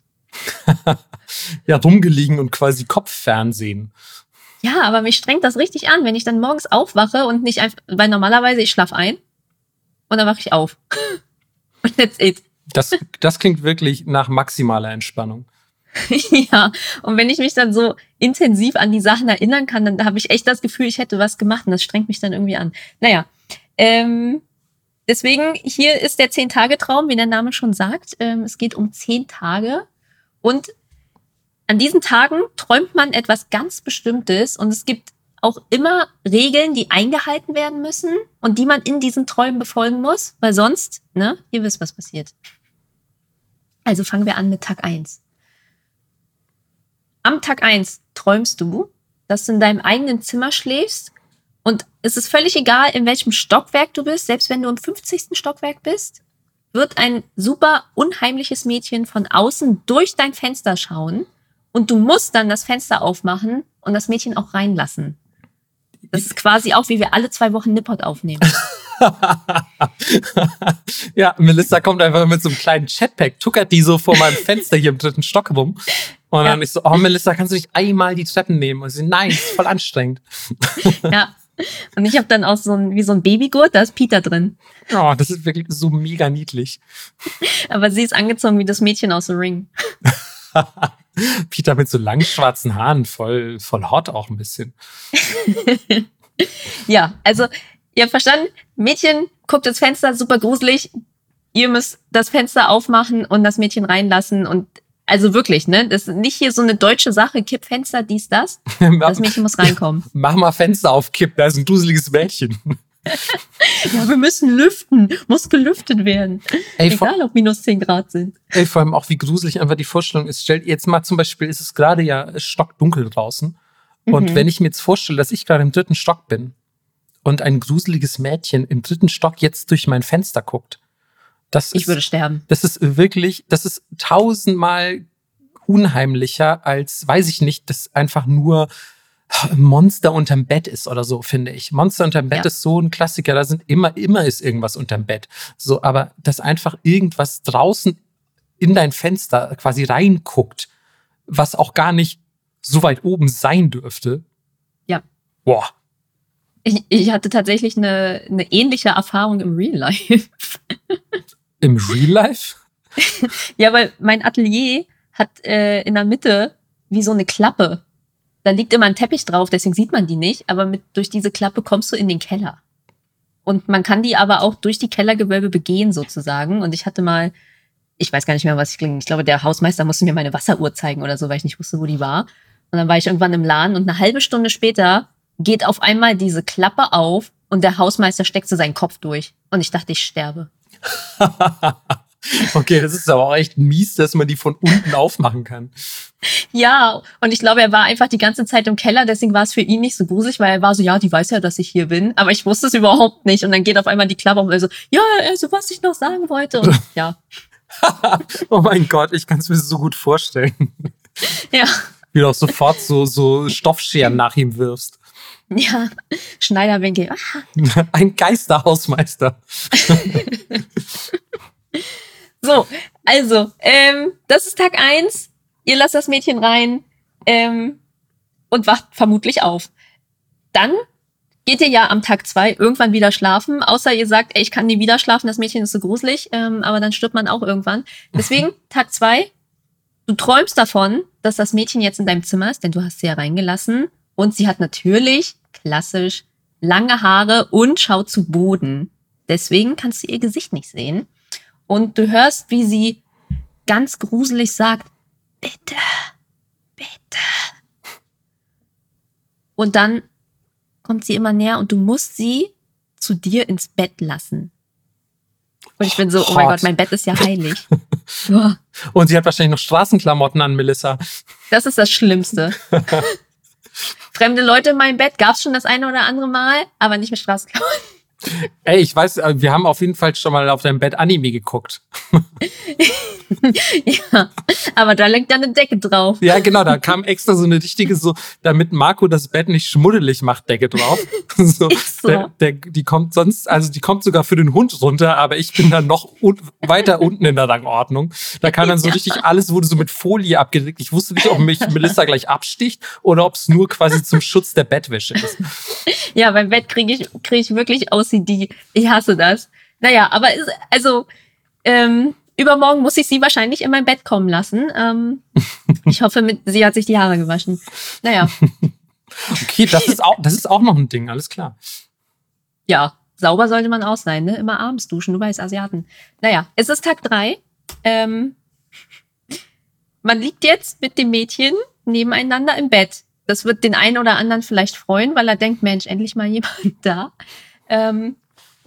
Ja, rumgelegen und quasi Kopffernsehen. Ja, aber mich strengt das richtig an, wenn ich dann morgens aufwache und nicht einfach, weil normalerweise ich schlafe ein und dann wache ich auf. Und that's it. Das, das klingt wirklich nach maximaler Entspannung. Ja, und wenn ich mich dann so intensiv an die Sachen erinnern kann, dann habe ich echt das Gefühl, ich hätte was gemacht und das strengt mich dann irgendwie an. Naja, ähm, deswegen, hier ist der Zehn-Tage-Traum, wie der Name schon sagt. Ähm, es geht um zehn Tage und an diesen Tagen träumt man etwas ganz Bestimmtes und es gibt auch immer Regeln, die eingehalten werden müssen und die man in diesen Träumen befolgen muss, weil sonst, ne, ihr wisst, was passiert. Also fangen wir an mit Tag eins. Am Tag eins träumst du, dass du in deinem eigenen Zimmer schläfst und es ist völlig egal, in welchem Stockwerk du bist, selbst wenn du im fünfzigsten Stockwerk bist, wird ein super unheimliches Mädchen von außen durch dein Fenster schauen und du musst dann das Fenster aufmachen und das Mädchen auch reinlassen. Das ist quasi auch, wie wir alle zwei Wochen Nippot aufnehmen. Ja, Melissa kommt einfach mit so einem kleinen Chatpack, tuckert die so vor meinem Fenster hier im dritten Stock rum. Und dann Ja. ich so, oh Melissa, kannst du nicht einmal die Treppen nehmen? Und sie, nein, das ist voll anstrengend. Ja. Und ich habe dann auch so ein, wie so ein Babygurt, da ist Peter drin. Oh, das ist wirklich so mega niedlich. Aber sie ist angezogen wie das Mädchen aus The Ring. Peter mit so langen schwarzen Haaren, voll, voll hot auch ein bisschen. Ja, also ihr habt verstanden, Mädchen guckt ins Fenster, super gruselig. Ihr müsst das Fenster aufmachen und das Mädchen reinlassen. Und also wirklich, ne? Das ist nicht hier so eine deutsche Sache, Kippfenster, dies, das. Das Mädchen muss reinkommen. Mach mal Fenster auf, Kipp, da ist ein duseliges Mädchen. Ja, wir müssen lüften. Muss gelüftet werden. Ey, vor, Egal, ob minus zehn Grad sind. ey, vor allem auch, wie gruselig einfach die Vorstellung ist. Stellt ihr jetzt mal zum Beispiel, ist es gerade ja stockdunkel draußen. Und Mhm. wenn ich mir jetzt vorstelle, dass ich gerade im dritten Stock bin und ein gruseliges Mädchen im dritten Stock jetzt durch mein Fenster guckt, das Ich ist, würde sterben. das ist wirklich, das ist tausendmal unheimlicher als, weiß ich nicht, das einfach nur Monster unterm Bett ist oder so, finde ich. Monster unterm Bett Ja. ist so ein Klassiker, da sind immer, immer ist irgendwas unterm Bett. So, aber dass einfach irgendwas draußen in dein Fenster quasi reinguckt, was auch gar nicht so weit oben sein dürfte. Ja. Boah. Ich, ich hatte tatsächlich eine, eine ähnliche Erfahrung im Real Life. Im Real Life? Ja, weil mein Atelier hat äh, in der Mitte wie so eine Klappe. da liegt immer ein Teppich drauf, deswegen sieht man die nicht, aber mit, durch diese Klappe kommst du in den Keller. Und man kann die aber auch durch die Kellergewölbe begehen sozusagen. Und ich hatte mal, ich weiß gar nicht mehr, was ich klinge. Ich glaube, der Hausmeister musste mir meine Wasseruhr zeigen oder so, weil ich nicht wusste, wo die war. Und dann war ich irgendwann im Laden und eine halbe Stunde später geht auf einmal diese Klappe auf und der Hausmeister steckt so seinen Kopf durch. Und ich dachte, ich sterbe. Okay, das ist aber auch echt mies, dass man die von unten aufmachen kann. Ja, und ich glaube, er war einfach die ganze Zeit im Keller, deswegen war es für ihn nicht so gruselig, weil er war so, ja, die weiß ja, dass ich hier bin, aber ich wusste es überhaupt nicht. Und dann geht auf einmal die Klappe auf und er so, ja, also was ich noch sagen wollte. Und ja. Oh mein Gott, ich kann es mir so gut vorstellen. Ja. Wie du auch sofort so, so Stoffscheren nach ihm wirfst. Ja, Schneiderwinkel. Ah. Ein Geisterhausmeister. So, also, ähm, das ist Tag eins. Ihr lasst das Mädchen rein ähm, und wacht vermutlich auf. Dann geht ihr ja am Tag zwei irgendwann wieder schlafen, außer ihr sagt, ey, ich kann nie wieder schlafen, das Mädchen ist so gruselig, ähm, aber dann stirbt man auch irgendwann. Deswegen, Tag zwei, du träumst davon, dass das Mädchen jetzt in deinem Zimmer ist, denn du hast sie ja reingelassen und sie hat natürlich, klassisch, lange Haare und schaut zu Boden. Deswegen kannst du ihr Gesicht nicht sehen. Und du hörst, wie sie ganz gruselig sagt, bitte, bitte. Und dann kommt sie immer näher und du musst sie zu dir ins Bett lassen. Und ich bin so, oh mein Gott, mein Bett ist ja heilig. Oh. Und sie hat wahrscheinlich noch Straßenklamotten an, Melissa. Das ist das Schlimmste. Fremde Leute in meinem Bett gab's schon das eine oder andere Mal, aber nicht mit Straßenklamotten. Ey, ich weiß, wir haben auf jeden Fall schon mal auf deinem Bett Anime geguckt. Ja, aber da liegt ja eine Decke drauf. Ja, genau, da kam extra so eine richtige, so, damit Marco das Bett nicht schmuddelig macht, Decke drauf. So, Ist so. Der, der, die kommt sonst, also die kommt sogar für den Hund runter, aber ich bin dann noch un, weiter unten in der Rangordnung. Da kam dann so Ja. richtig, alles wurde so mit Folie abgedeckt. Ich wusste nicht, ob mich Melissa gleich absticht oder ob es nur quasi zum Schutz der Bettwäsche ist. Ja, beim Bett kriege ich, krieg ich wirklich O C D. Ich hasse das. Naja, aber ist, also, ähm, übermorgen muss ich sie wahrscheinlich in mein Bett kommen lassen. Ähm, ich hoffe, mit, sie hat sich die Haare gewaschen. Naja, Okay, das ist auch, das ist auch noch ein Ding, alles klar. ja, sauber sollte man auch sein, ne? Immer abends duschen, du weißt, Asiaten. Naja, es ist Tag drei. Ähm, man liegt jetzt mit dem Mädchen nebeneinander im Bett. Das wird den einen oder anderen vielleicht freuen, weil er denkt, Mensch, endlich mal jemand da. Ähm,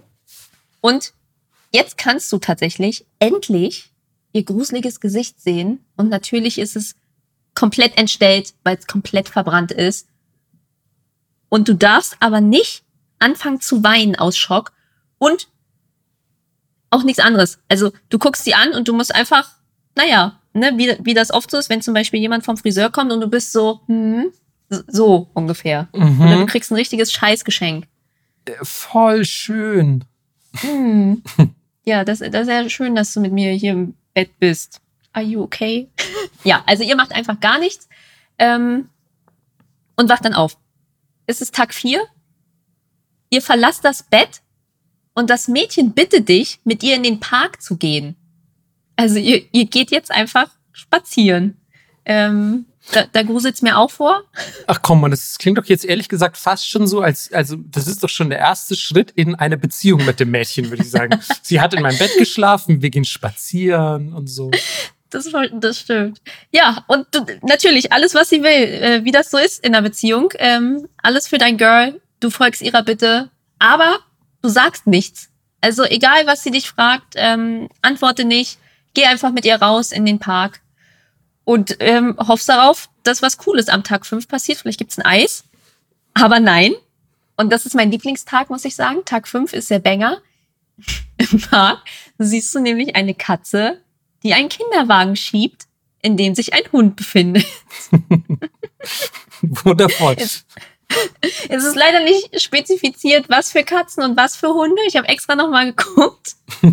und jetzt kannst du tatsächlich endlich ihr gruseliges Gesicht sehen. Und natürlich ist es komplett entstellt, weil es komplett verbrannt ist. Und du darfst aber nicht anfangen zu weinen aus Schock und auch nichts anderes. Also du guckst sie an und du musst einfach, naja, ne, wie, wie das oft so ist, wenn zum Beispiel jemand vom Friseur kommt und du bist so, hm, so ungefähr. Mhm. Oder du kriegst ein richtiges Scheißgeschenk. Voll schön. Hm. Ja, das, das ist sehr schön, dass du mit mir hier im Bett bist. Are you okay? Ja, also ihr macht einfach gar nichts ähm, und wacht dann auf. Es ist Tag vier. Ihr verlasst das Bett und das Mädchen bittet dich, mit ihr in den Park zu gehen. Also ihr, ihr geht jetzt einfach spazieren. Ähm, da, da gruselt's mir auch vor. Ach komm, man, das klingt doch jetzt ehrlich gesagt fast schon so, als, also das ist doch schon der erste Schritt in eine Beziehung mit dem Mädchen, würde ich sagen. Sie hat in meinem Bett geschlafen, wir gehen spazieren und so. Das, das stimmt. Ja, und du, natürlich alles, was sie will, äh, wie das so ist in einer Beziehung. Ähm, alles für dein Girl. Du folgst ihrer Bitte, aber du sagst nichts. Also egal, was sie dich fragt, ähm, antworte nicht. Geh einfach mit ihr raus in den Park und ähm, hoffst darauf, dass was Cooles am Tag fünf passiert. Vielleicht gibt's ein Eis, aber nein. Und das ist mein Lieblingstag, muss ich sagen. Tag fünf ist der Banger. Im Park siehst du nämlich eine Katze, die einen Kinderwagen schiebt, in dem sich ein Hund befindet. Wundervoll. Es, es ist leider nicht spezifiziert, was für Katzen und was für Hunde. Ich habe extra nochmal geguckt.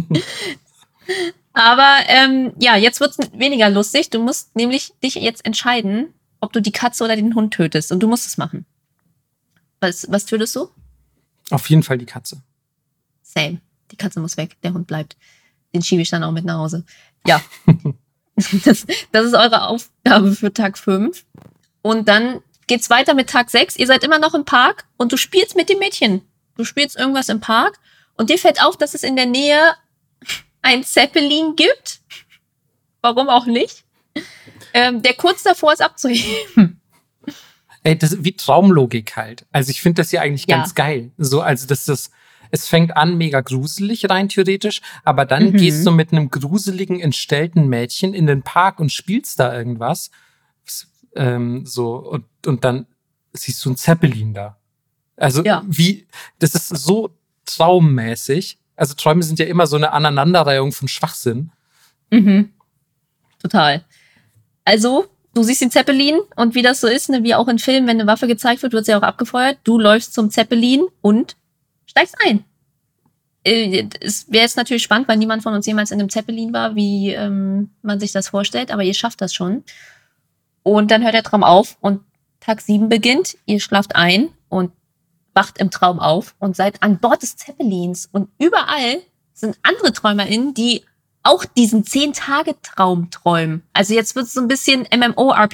Aber ähm, ja, jetzt wird's weniger lustig. Du musst nämlich dich jetzt entscheiden, ob du die Katze oder den Hund tötest. Und du musst es machen. Was, was tötest du? Auf jeden Fall die Katze. Same. Die Katze muss weg, der Hund bleibt. Den schiebe ich dann auch mit nach Hause. Ja. das, das ist eure Aufgabe für Tag fünf. Und dann geht's weiter mit Tag sechs. Ihr seid immer noch im Park und du spielst mit dem Mädchen. Du spielst irgendwas im Park und dir fällt auf, dass es in der Nähe ein Zeppelin gibt. Warum auch nicht? Ähm, der kurz davor ist abzuheben. Ey, das ist wie Traumlogik halt. Also ich finde das ja eigentlich Ja. ganz geil. So, also das ist, es fängt an mega gruselig rein theoretisch, aber dann Mhm. gehst du mit einem gruseligen, entstellten Mädchen in den Park und spielst da irgendwas. Ähm, so, und, und dann siehst du einen Zeppelin da. Also Ja. wie, das ist so traummäßig. Also Träume sind ja immer so eine Aneinanderreihung von Schwachsinn. Mhm. Total. Also, du siehst den Zeppelin und wie das so ist, ne, wie auch in Filmen, wenn eine Waffe gezeigt wird, wird sie auch abgefeuert. Du läufst zum Zeppelin und steigst ein. Äh, Es wäre jetzt natürlich spannend, weil niemand von uns jemals in einem Zeppelin war, wie ähm, man sich das vorstellt, aber ihr schafft das schon. Und dann hört der Traum auf und Tag sieben beginnt. Ihr schlaft ein und wacht im Traum auf und seid an Bord des Zeppelins. Und überall sind andere TräumerInnen, die auch diesen zehn-Tage-Traum träumen. Also jetzt wird es so ein bisschen MMORPG-mäßig.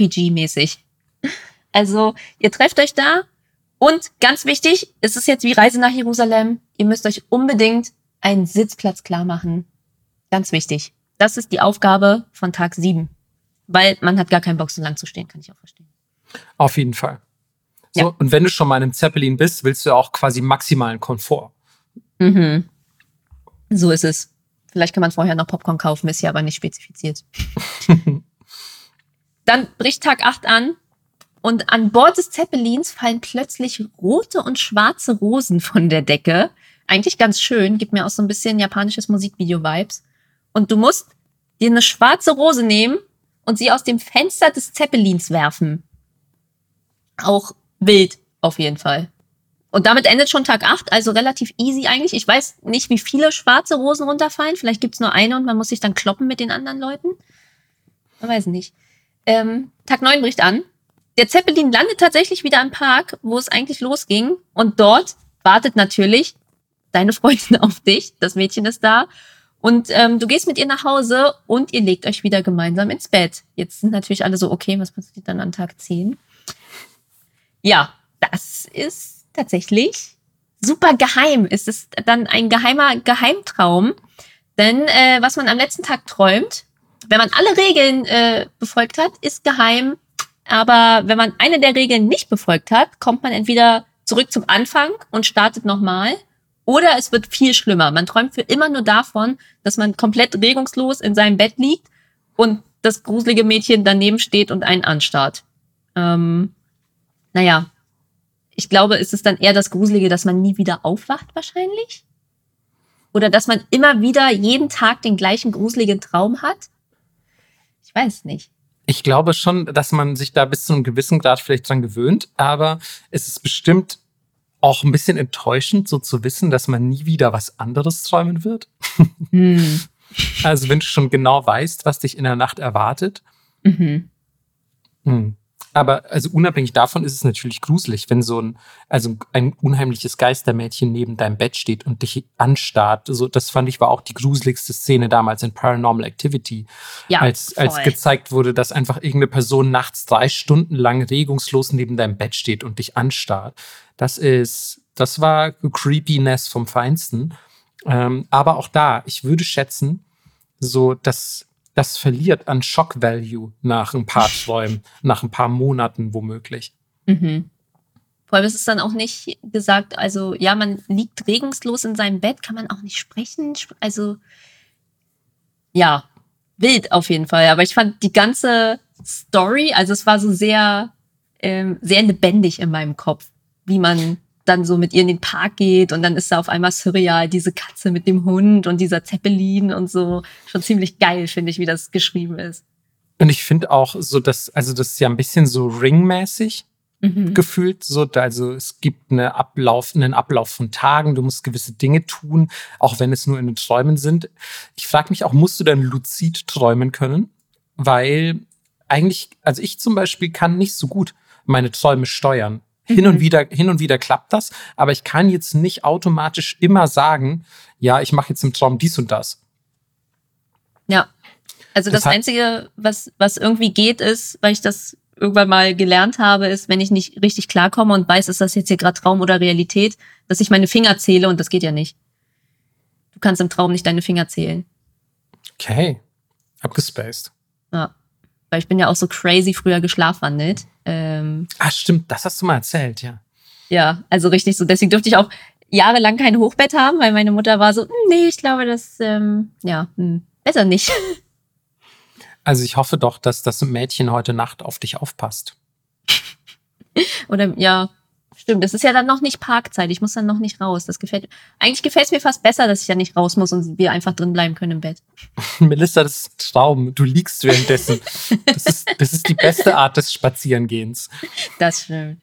Also ihr trefft euch da und ganz wichtig, es ist jetzt wie Reise nach Jerusalem. Ihr müsst euch unbedingt einen Sitzplatz klar machen. Ganz wichtig. Das ist die Aufgabe von Tag sieben. Weil man hat gar keinen Bock, so lang zu stehen, kann ich auch verstehen. Auf jeden Fall. So, Ja. und wenn du schon mal in einem Zeppelin bist, willst du ja auch quasi maximalen Komfort. Mhm. So ist es. Vielleicht kann man vorher noch Popcorn kaufen, ist hier aber nicht spezifiziert. Dann bricht Tag acht an und an Bord des Zeppelins fallen plötzlich rote und schwarze Rosen von der Decke. Eigentlich ganz schön, gibt mir auch so ein bisschen japanisches Musikvideo-Vibes. Und du musst dir eine schwarze Rose nehmen und sie aus dem Fenster des Zeppelins werfen. Auch wild, auf jeden Fall. Und damit endet schon Tag acht, also relativ easy eigentlich. Ich weiß nicht, wie viele schwarze Rosen runterfallen. Vielleicht gibt's nur eine und man muss sich dann kloppen mit den anderen Leuten. Man weiß nicht. Ähm, Tag neun bricht an. Der Zeppelin landet tatsächlich wieder im Park, wo es eigentlich losging. Und dort wartet natürlich deine Freundin auf dich. Das Mädchen ist da. Und ähm, du gehst mit ihr nach Hause und ihr legt euch wieder gemeinsam ins Bett. Jetzt sind natürlich alle so, okay, was passiert dann an Tag zehn? Ja, das ist tatsächlich super geheim. Es ist dann ein geheimer Geheimtraum. Denn äh, was man am letzten Tag träumt, wenn man alle Regeln äh, befolgt hat, ist geheim. Aber wenn man eine der Regeln nicht befolgt hat, kommt man entweder zurück zum Anfang und startet nochmal. Oder es wird viel schlimmer. Man träumt für immer nur davon, dass man komplett regungslos in seinem Bett liegt und das gruselige Mädchen daneben steht und einen anstarrt. Ähm, naja, ich glaube, es ist dann eher das Gruselige, dass man nie wieder aufwacht wahrscheinlich. Oder dass man immer wieder jeden Tag den gleichen gruseligen Traum hat. Ich weiß nicht. Ich glaube schon, dass man sich da bis zu einem gewissen Grad vielleicht dran gewöhnt, aber es ist bestimmt auch ein bisschen enttäuschend, so zu wissen, dass man nie wieder was anderes träumen wird. Hm. Also wenn du schon genau weißt, was dich in der Nacht erwartet. Mhm. Hm. Aber also unabhängig davon ist es natürlich gruselig, wenn so ein, also ein unheimliches Geistermädchen neben deinem Bett steht und dich anstarrt. So, das fand ich war auch die gruseligste Szene damals in Paranormal Activity. Ja, als, als voll. gezeigt wurde, dass einfach irgendeine Person nachts drei Stunden lang regungslos neben deinem Bett steht und dich anstarrt. Das ist, das war Creepiness vom Feinsten. Ähm, aber auch da, ich würde schätzen, so, dass das verliert an Shock Value nach ein paar Träumen, nach ein paar Monaten womöglich. Mhm. Vor allem ist es dann auch nicht gesagt, also ja, man liegt regungslos in seinem Bett, kann man auch nicht sprechen. Also ja, wild auf jeden Fall. Aber ich fand die ganze Story, also es war so sehr, ähm, sehr lebendig in meinem Kopf, wie man dann so mit ihr in den Park geht und dann ist da auf einmal surreal diese Katze mit dem Hund und dieser Zeppelin und so. Schon ziemlich geil, finde ich, wie das geschrieben ist. Und ich finde auch so, dass, also das ist ja ein bisschen so Ring-mäßig Mhm. gefühlt. So, also es gibt eine Ablauf, einen Ablauf von Tagen, du musst gewisse Dinge tun, auch wenn es nur in den Träumen sind. Ich frage mich auch, musst du dann luzid träumen können? Weil eigentlich, also ich zum Beispiel kann nicht so gut meine Träume steuern. Hin und Mhm. wieder, hin und wieder klappt das, aber ich kann jetzt nicht automatisch immer sagen, ja, ich mache jetzt im Traum dies und das. Ja. Also das, Das hat- Einzige, was, was irgendwie geht, ist, weil ich das irgendwann mal gelernt habe, ist, wenn ich nicht richtig klarkomme und weiß, ist das jetzt hier gerade Traum oder Realität, dass ich meine Finger zähle und das geht ja nicht. Du kannst im Traum nicht deine Finger zählen. Okay, abgespaced. Ja, weil ich bin ja auch so crazy früher geschlafwandelt. Ähm, ah, stimmt, das hast du mal erzählt, ja. Ja, also richtig so. Deswegen durfte ich auch jahrelang kein Hochbett haben, weil meine Mutter war so, nee, ich glaube, das, ähm, ja, hm, besser nicht. Also ich hoffe doch, dass das Mädchen heute Nacht auf dich aufpasst. Oder, ja, stimmt. Das ist ja dann noch nicht Parkzeit. Ich muss dann noch nicht raus. Das gefällt, eigentlich gefällt es mir fast besser, dass ich ja nicht raus muss und wir einfach drin bleiben können im Bett. Melissa, das ist ein Traum. Du liegst währenddessen. Das ist, das ist die beste Art des Spazierengehens. Das stimmt.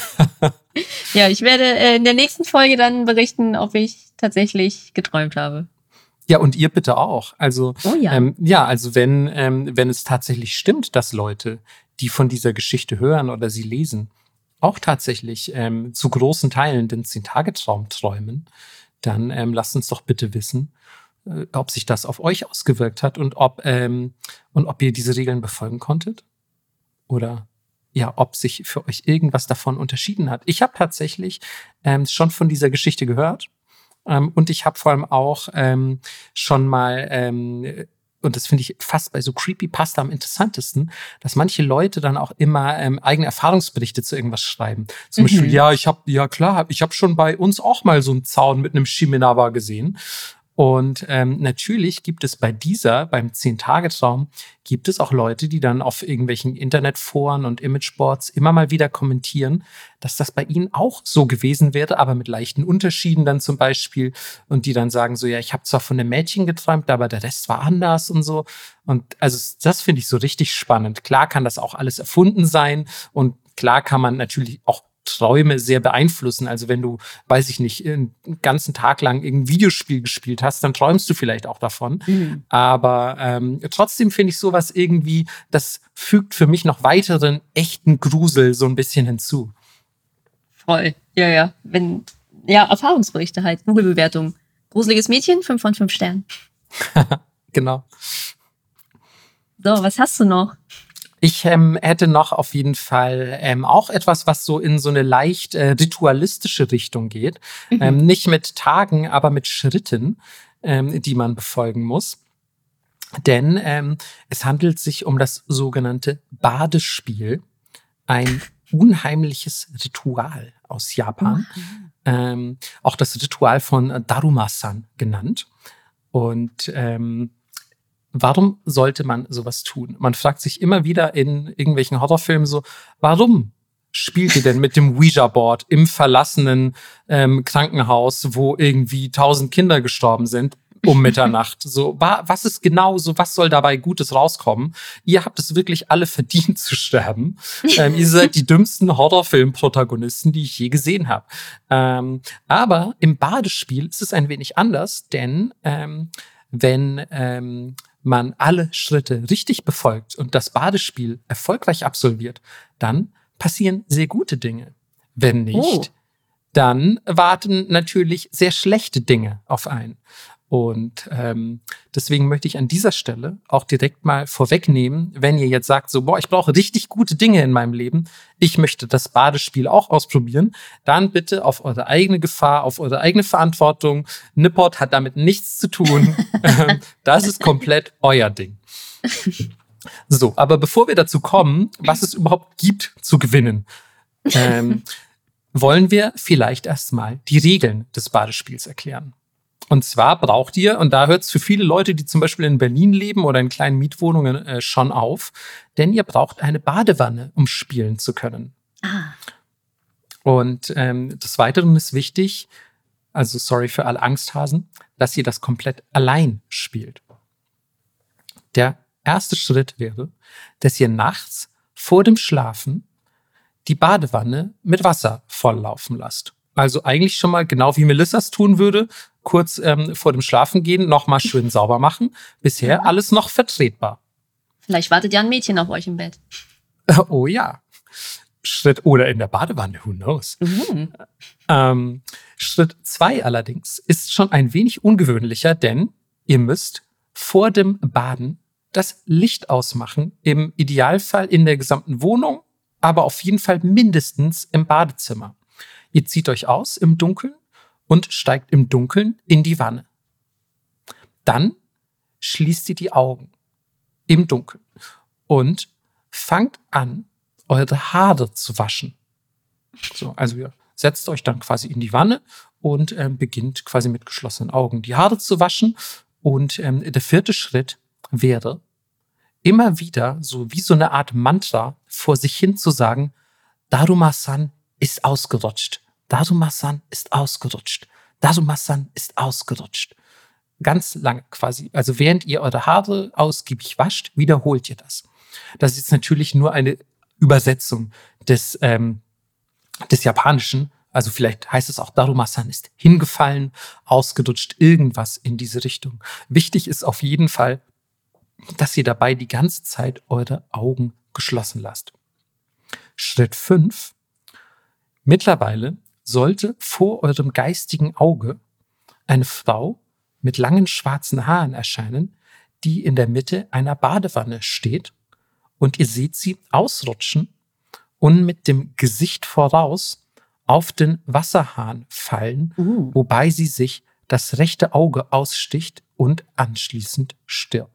Ja, ich werde äh, in der nächsten Folge dann berichten, ob ich tatsächlich geträumt habe. Ja, und ihr bitte auch. Also, oh ja. Ähm, ja, also wenn, ähm, wenn es tatsächlich stimmt, dass Leute, die von dieser Geschichte hören oder sie lesen, auch tatsächlich ähm, zu großen Teilen den Zehn-Tage-Traum träumen, dann ähm, lasst uns doch bitte wissen, äh, ob sich das auf euch ausgewirkt hat und ob, ähm, und ob ihr diese Regeln befolgen konntet. Oder ja, ob sich für euch irgendwas davon unterschieden hat. Ich habe tatsächlich ähm, schon von dieser Geschichte gehört. Ähm, und ich habe vor allem auch ähm, schon mal, ähm, und das finde ich fast bei so Creepypasta am interessantesten, dass manche Leute dann auch immer ähm, eigene Erfahrungsberichte zu irgendwas schreiben. Zum mhm. Beispiel, ja, ich habe, ja klar, ich habe schon bei uns auch mal so einen Zaun mit einem Shimenawa gesehen. Und ähm, natürlich gibt es bei dieser, beim Zehn-Tage-Traum, gibt es auch Leute, die dann auf irgendwelchen Internetforen und Imageboards immer mal wieder kommentieren, dass das bei ihnen auch so gewesen wäre, aber mit leichten Unterschieden dann zum Beispiel. Und die dann sagen so, ja, ich habe zwar von einem Mädchen geträumt, aber der Rest war anders und so. Und also das finde ich so richtig spannend. Klar kann das auch alles erfunden sein und klar kann man natürlich auch Träume sehr beeinflussen. Also wenn du, weiß ich nicht, einen ganzen Tag lang irgendein Videospiel gespielt hast, dann träumst du vielleicht auch davon. Mhm. Aber ähm, trotzdem finde ich sowas irgendwie, das fügt für mich noch weiteren echten Grusel so ein bisschen hinzu. Voll. Ja, ja. Wenn, ja, Erfahrungsberichte halt, Google-Bewertung. Gruseliges Mädchen, fünf von fünf Sternen. Genau. So, was hast du noch? Ich ähm, hätte noch auf jeden Fall ähm, auch etwas, was so in so eine leicht äh, ritualistische Richtung geht. Mhm. Ähm, nicht mit Tagen, aber mit Schritten, ähm, die man befolgen muss. Denn ähm, es handelt sich um das sogenannte Badespiel. Ein unheimliches Ritual aus Japan. Oh. Ähm, auch das Ritual von Daruma-san genannt. Und ähm, warum sollte man sowas tun? Man fragt sich immer wieder in irgendwelchen Horrorfilmen so, warum spielt ihr denn mit dem Ouija-Board im verlassenen ähm, Krankenhaus, wo irgendwie tausend Kinder gestorben sind, um Mitternacht? So, wa- was ist genau so, was soll dabei Gutes rauskommen? Ihr habt es wirklich alle verdient zu sterben. Ähm, ihr seid die dümmsten Horrorfilm-Protagonisten, die ich je gesehen habe. Ähm, aber im Badespiel ist es ein wenig anders, denn ähm, wenn ähm, man alle Schritte richtig befolgt und das Badespiel erfolgreich absolviert, dann passieren sehr gute Dinge. Wenn nicht, oh. dann warten natürlich sehr schlechte Dinge auf einen. Und ähm, deswegen möchte ich an dieser Stelle auch direkt mal vorwegnehmen, wenn ihr jetzt sagt, so, boah, ich brauche richtig gute Dinge in meinem Leben, ich möchte das Badespiel auch ausprobieren, dann bitte auf eure eigene Gefahr, auf eure eigene Verantwortung. Nipport hat damit nichts zu tun. Das ist komplett euer Ding. So, aber bevor wir dazu kommen, was es überhaupt gibt zu gewinnen, ähm, wollen wir vielleicht erstmal die Regeln des Badespiels erklären. Und zwar braucht ihr, und da hört es für viele Leute, die zum Beispiel in Berlin leben oder in kleinen Mietwohnungen, äh, schon auf, denn ihr braucht eine Badewanne, um spielen zu können. Ah. Und ähm, des Weiteren ist wichtig, also sorry für alle Angsthasen, dass ihr das komplett allein spielt. Der erste Schritt wäre, dass ihr nachts vor dem Schlafen die Badewanne mit Wasser volllaufen lasst. Also eigentlich schon mal genau wie Melissas tun würde, kurz ähm, vor dem Schlafengehen nochmal schön sauber machen. Bisher ja. alles noch vertretbar. Vielleicht wartet ja ein Mädchen auf euch im Bett. Oh ja. Schritt, oder in der Badewanne, who knows. Mhm. Ähm, Schritt zwei allerdings ist schon ein wenig ungewöhnlicher, denn ihr müsst vor dem Baden das Licht ausmachen, im Idealfall in der gesamten Wohnung, aber auf jeden Fall mindestens im Badezimmer. Ihr zieht euch aus im Dunkeln und steigt im Dunkeln in die Wanne. Dann schließt ihr die Augen im Dunkeln und fangt an, eure Haare zu waschen. So, also ihr setzt euch dann quasi in die Wanne und ähm, beginnt quasi mit geschlossenen Augen die Haare zu waschen. Und ähm, der vierte Schritt wäre, immer wieder so wie so eine Art Mantra vor sich hin zu sagen, Daruma-san ist ausgerutscht. Daruma-san ist ausgerutscht. Daruma-san ist ausgerutscht. Ganz lange quasi. Also während ihr eure Haare ausgiebig wascht, wiederholt ihr das. Das ist jetzt natürlich nur eine Übersetzung des, ähm, des Japanischen. Also vielleicht heißt es auch, Daruma-san ist hingefallen, ausgerutscht, irgendwas in diese Richtung. Wichtig ist auf jeden Fall, dass ihr dabei die ganze Zeit eure Augen geschlossen lasst. Schritt fünf. Mittlerweile sollte vor eurem geistigen Auge eine Frau mit langen schwarzen Haaren erscheinen, die in der Mitte einer Badewanne steht, und ihr seht sie ausrutschen und mit dem Gesicht voraus auf den Wasserhahn fallen, uh. wobei sie sich das rechte Auge aussticht und anschließend stirbt.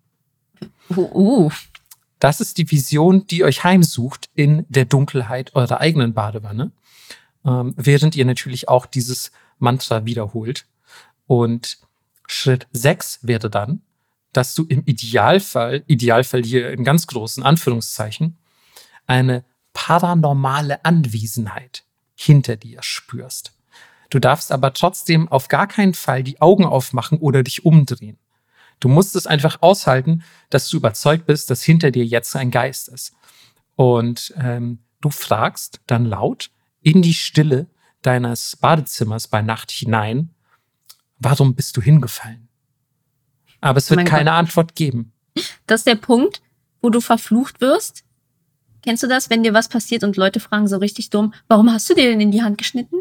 Uh, uh. Das ist die Vision, die euch heimsucht in der Dunkelheit eurer eigenen Badewanne, ähm, während ihr natürlich auch dieses Mantra wiederholt. Und Schritt sechs wäre dann, dass du im Idealfall, Idealfall hier in ganz großen Anführungszeichen, eine paranormale Anwesenheit hinter dir spürst. Du darfst aber trotzdem auf gar keinen Fall die Augen aufmachen oder dich umdrehen. Du musst es einfach aushalten, dass du überzeugt bist, dass hinter dir jetzt ein Geist ist. Und ähm, du fragst dann laut in die Stille deines Badezimmers bei Nacht hinein, warum bist du hingefallen? Aber es wird oh keine Gott. Antwort geben. Das ist der Punkt, wo du verflucht wirst. Kennst du das, wenn dir was passiert und Leute fragen so richtig dumm, warum hast du dir denn in die Hand geschnitten?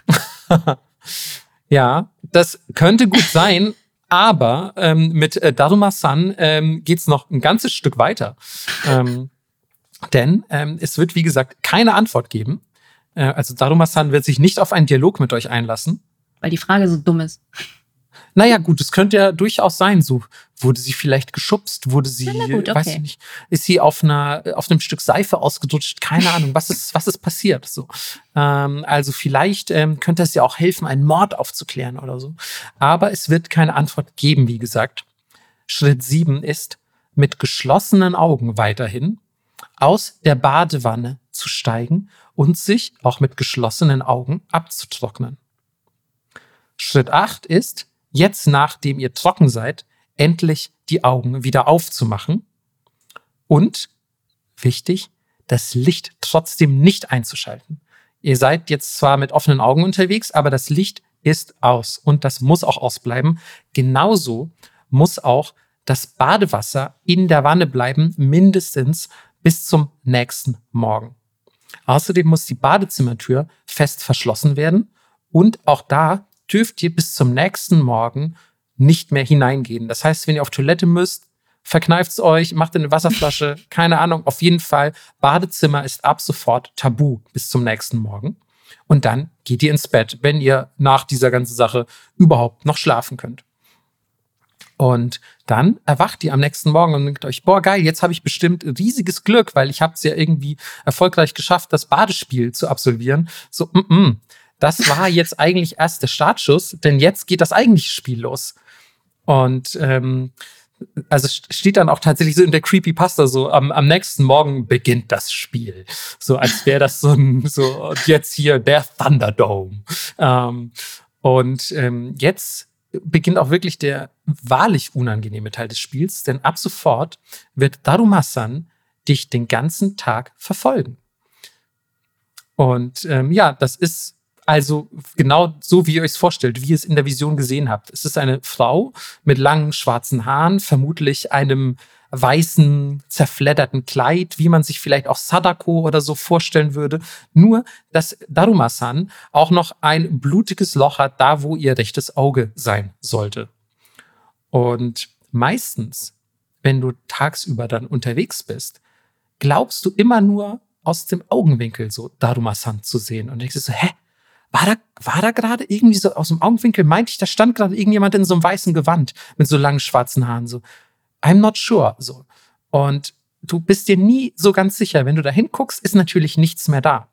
Ja, das könnte gut sein, aber ähm, mit äh, Daruma-san ähm, geht's noch ein ganzes Stück weiter. ähm, denn ähm, es wird, wie gesagt, keine Antwort geben. Äh, also Daruma-san wird sich nicht auf einen Dialog mit euch einlassen. Weil die Frage so dumm ist. Naja, gut, es könnte ja durchaus sein, so wurde sie vielleicht geschubst, wurde sie, ja, gut, okay. weiß ich nicht, ist sie auf einer, auf einem Stück Seife ausgedutscht, keine Ahnung, was ist, was ist passiert, so. Ähm, also vielleicht ähm, könnte es ja auch helfen, einen Mord aufzuklären oder so. Aber es wird keine Antwort geben, wie gesagt. Schritt sieben ist, mit geschlossenen Augen weiterhin aus der Badewanne zu steigen und sich auch mit geschlossenen Augen abzutrocknen. Schritt acht ist, jetzt, nachdem ihr trocken seid, endlich die Augen wieder aufzumachen und, wichtig, das Licht trotzdem nicht einzuschalten. Ihr seid jetzt zwar mit offenen Augen unterwegs, aber das Licht ist aus und das muss auch ausbleiben. Genauso muss auch das Badewasser in der Wanne bleiben, mindestens bis zum nächsten Morgen. Außerdem muss die Badezimmertür fest verschlossen werden und auch da dürft ihr bis zum nächsten Morgen nicht mehr hineingehen. Das heißt, wenn ihr auf Toilette müsst, verkneift's euch, macht eine Wasserflasche, keine Ahnung, auf jeden Fall, Badezimmer ist ab sofort tabu bis zum nächsten Morgen. Und dann geht ihr ins Bett, wenn ihr nach dieser ganzen Sache überhaupt noch schlafen könnt. Und dann erwacht ihr am nächsten Morgen und denkt euch, boah, geil, jetzt habe ich bestimmt riesiges Glück, weil ich habe es ja irgendwie erfolgreich geschafft, das Badespiel zu absolvieren. So, mm, mm. Das war jetzt eigentlich erst der Startschuss, denn jetzt geht das eigentliche Spiel los. Und ähm, also steht dann auch tatsächlich so in der Creepypasta so, am, am nächsten Morgen beginnt das Spiel. So als wäre das so ein, so jetzt hier der Thunderdome. Ähm, und ähm, jetzt beginnt auch wirklich der wahrlich unangenehme Teil des Spiels, denn ab sofort wird Daruma-san dich den ganzen Tag verfolgen. Und ähm, ja, das ist also genau so, wie ihr euch es vorstellt, wie ihr es in der Vision gesehen habt. Es ist eine Frau mit langen schwarzen Haaren, vermutlich einem weißen, zerfledderten Kleid, wie man sich vielleicht auch Sadako oder so vorstellen würde. Nur, dass Daruma-san auch noch ein blutiges Loch hat, da wo ihr rechtes Auge sein sollte. Und meistens, wenn du tagsüber dann unterwegs bist, glaubst du immer nur aus dem Augenwinkel so Daruma-san zu sehen. Und denkst du so, hä? War da, war da gerade irgendwie so aus dem Augenwinkel, meinte ich, da stand gerade irgendjemand in so einem weißen Gewand mit so langen schwarzen Haaren. So, I'm not sure. So. Und du bist dir nie so ganz sicher. Wenn du da hinguckst, ist natürlich nichts mehr da.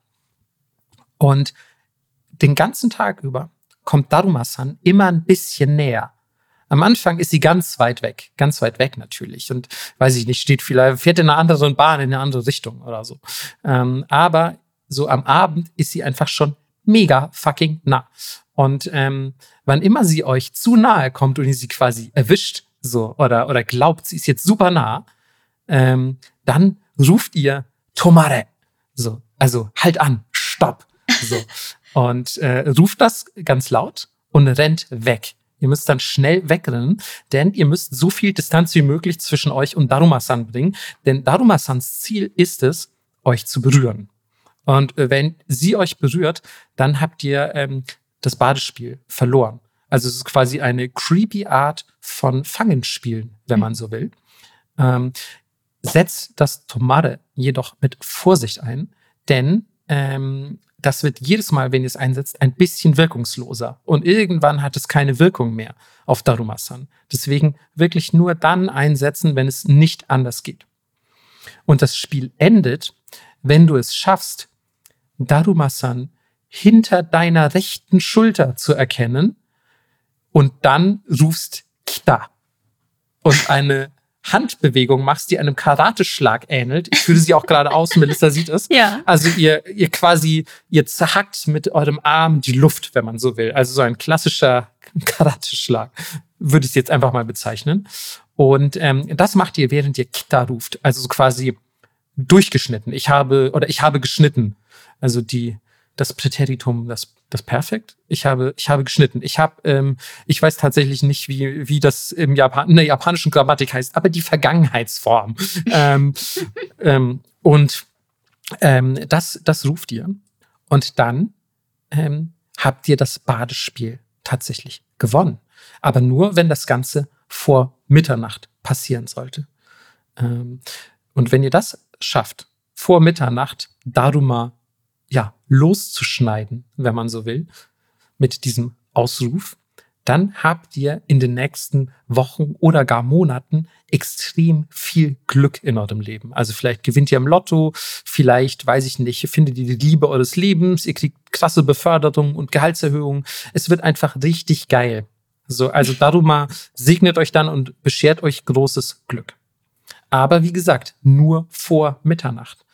Und den ganzen Tag über kommt Daruma-san immer ein bisschen näher. Am Anfang ist sie ganz weit weg, ganz weit weg natürlich. Und weiß ich nicht, steht vielleicht, fährt in einer anderen Bahn in eine andere Richtung oder so. Ähm, aber so am Abend ist sie einfach schon mega fucking nah. Und ähm, wann immer sie euch zu nahe kommt und ihr sie quasi erwischt, so, oder, oder glaubt, sie ist jetzt super nah, ähm, dann ruft ihr Tomare. So, also halt an, stopp. So. Und äh, ruft das ganz laut und rennt weg. Ihr müsst dann schnell wegrennen, denn ihr müsst so viel Distanz wie möglich zwischen euch und Daruma-san bringen. Denn Daruma-sans Ziel ist es, euch zu berühren. Und äh, wenn sie euch berührt, dann habt ihr ähm, das Badespiel verloren. Also es ist quasi eine creepy Art von Fangenspielen, wenn man so will. Ähm, setzt das Tomare jedoch mit Vorsicht ein, denn ähm, das wird jedes Mal, wenn ihr es einsetzt, ein bisschen wirkungsloser. Und irgendwann hat es keine Wirkung mehr auf Daruma-san. Deswegen wirklich nur dann einsetzen, wenn es nicht anders geht. Und das Spiel endet, wenn du es schaffst, Daruma-san hinter deiner rechten Schulter zu erkennen und dann rufst Kita und eine Handbewegung machst, die einem Karateschlag ähnelt. Ich führe sie auch gerade aus, Melissa sieht es. Ja. Also ihr, ihr quasi, ihr zerhackt mit eurem Arm die Luft, wenn man so will. Also so ein klassischer Karateschlag, würde ich es jetzt einfach mal bezeichnen. Und ähm, das macht ihr, während ihr Kita ruft. Also so quasi durchgeschnitten. Ich habe, oder ich habe geschnitten. Also die, das Präteritum, das, das Perfekt. Ich habe, ich habe geschnitten. Ich habe, ähm, ich weiß tatsächlich nicht, wie, wie das im Japan, in der japanischen Grammatik heißt, aber die Vergangenheitsform. ähm, ähm, und ähm, das, das ruft ihr. Und dann ähm, habt ihr das Badespiel tatsächlich gewonnen. Aber nur, wenn das Ganze vor Mitternacht passieren sollte. Ähm, und wenn ihr das schafft, vor Mitternacht Daruma ja, loszuschneiden, wenn man so will, mit diesem Ausruf, dann habt ihr in den nächsten Wochen oder gar Monaten extrem viel Glück in eurem Leben. Also vielleicht gewinnt ihr im Lotto, vielleicht, weiß ich nicht, findet ihr die Liebe eures Lebens, ihr kriegt krasse Beförderung und Gehaltserhöhung. Es wird einfach richtig geil. So, also Daruma segnet euch dann und beschert euch großes Glück. Aber wie gesagt, nur vor Mitternacht.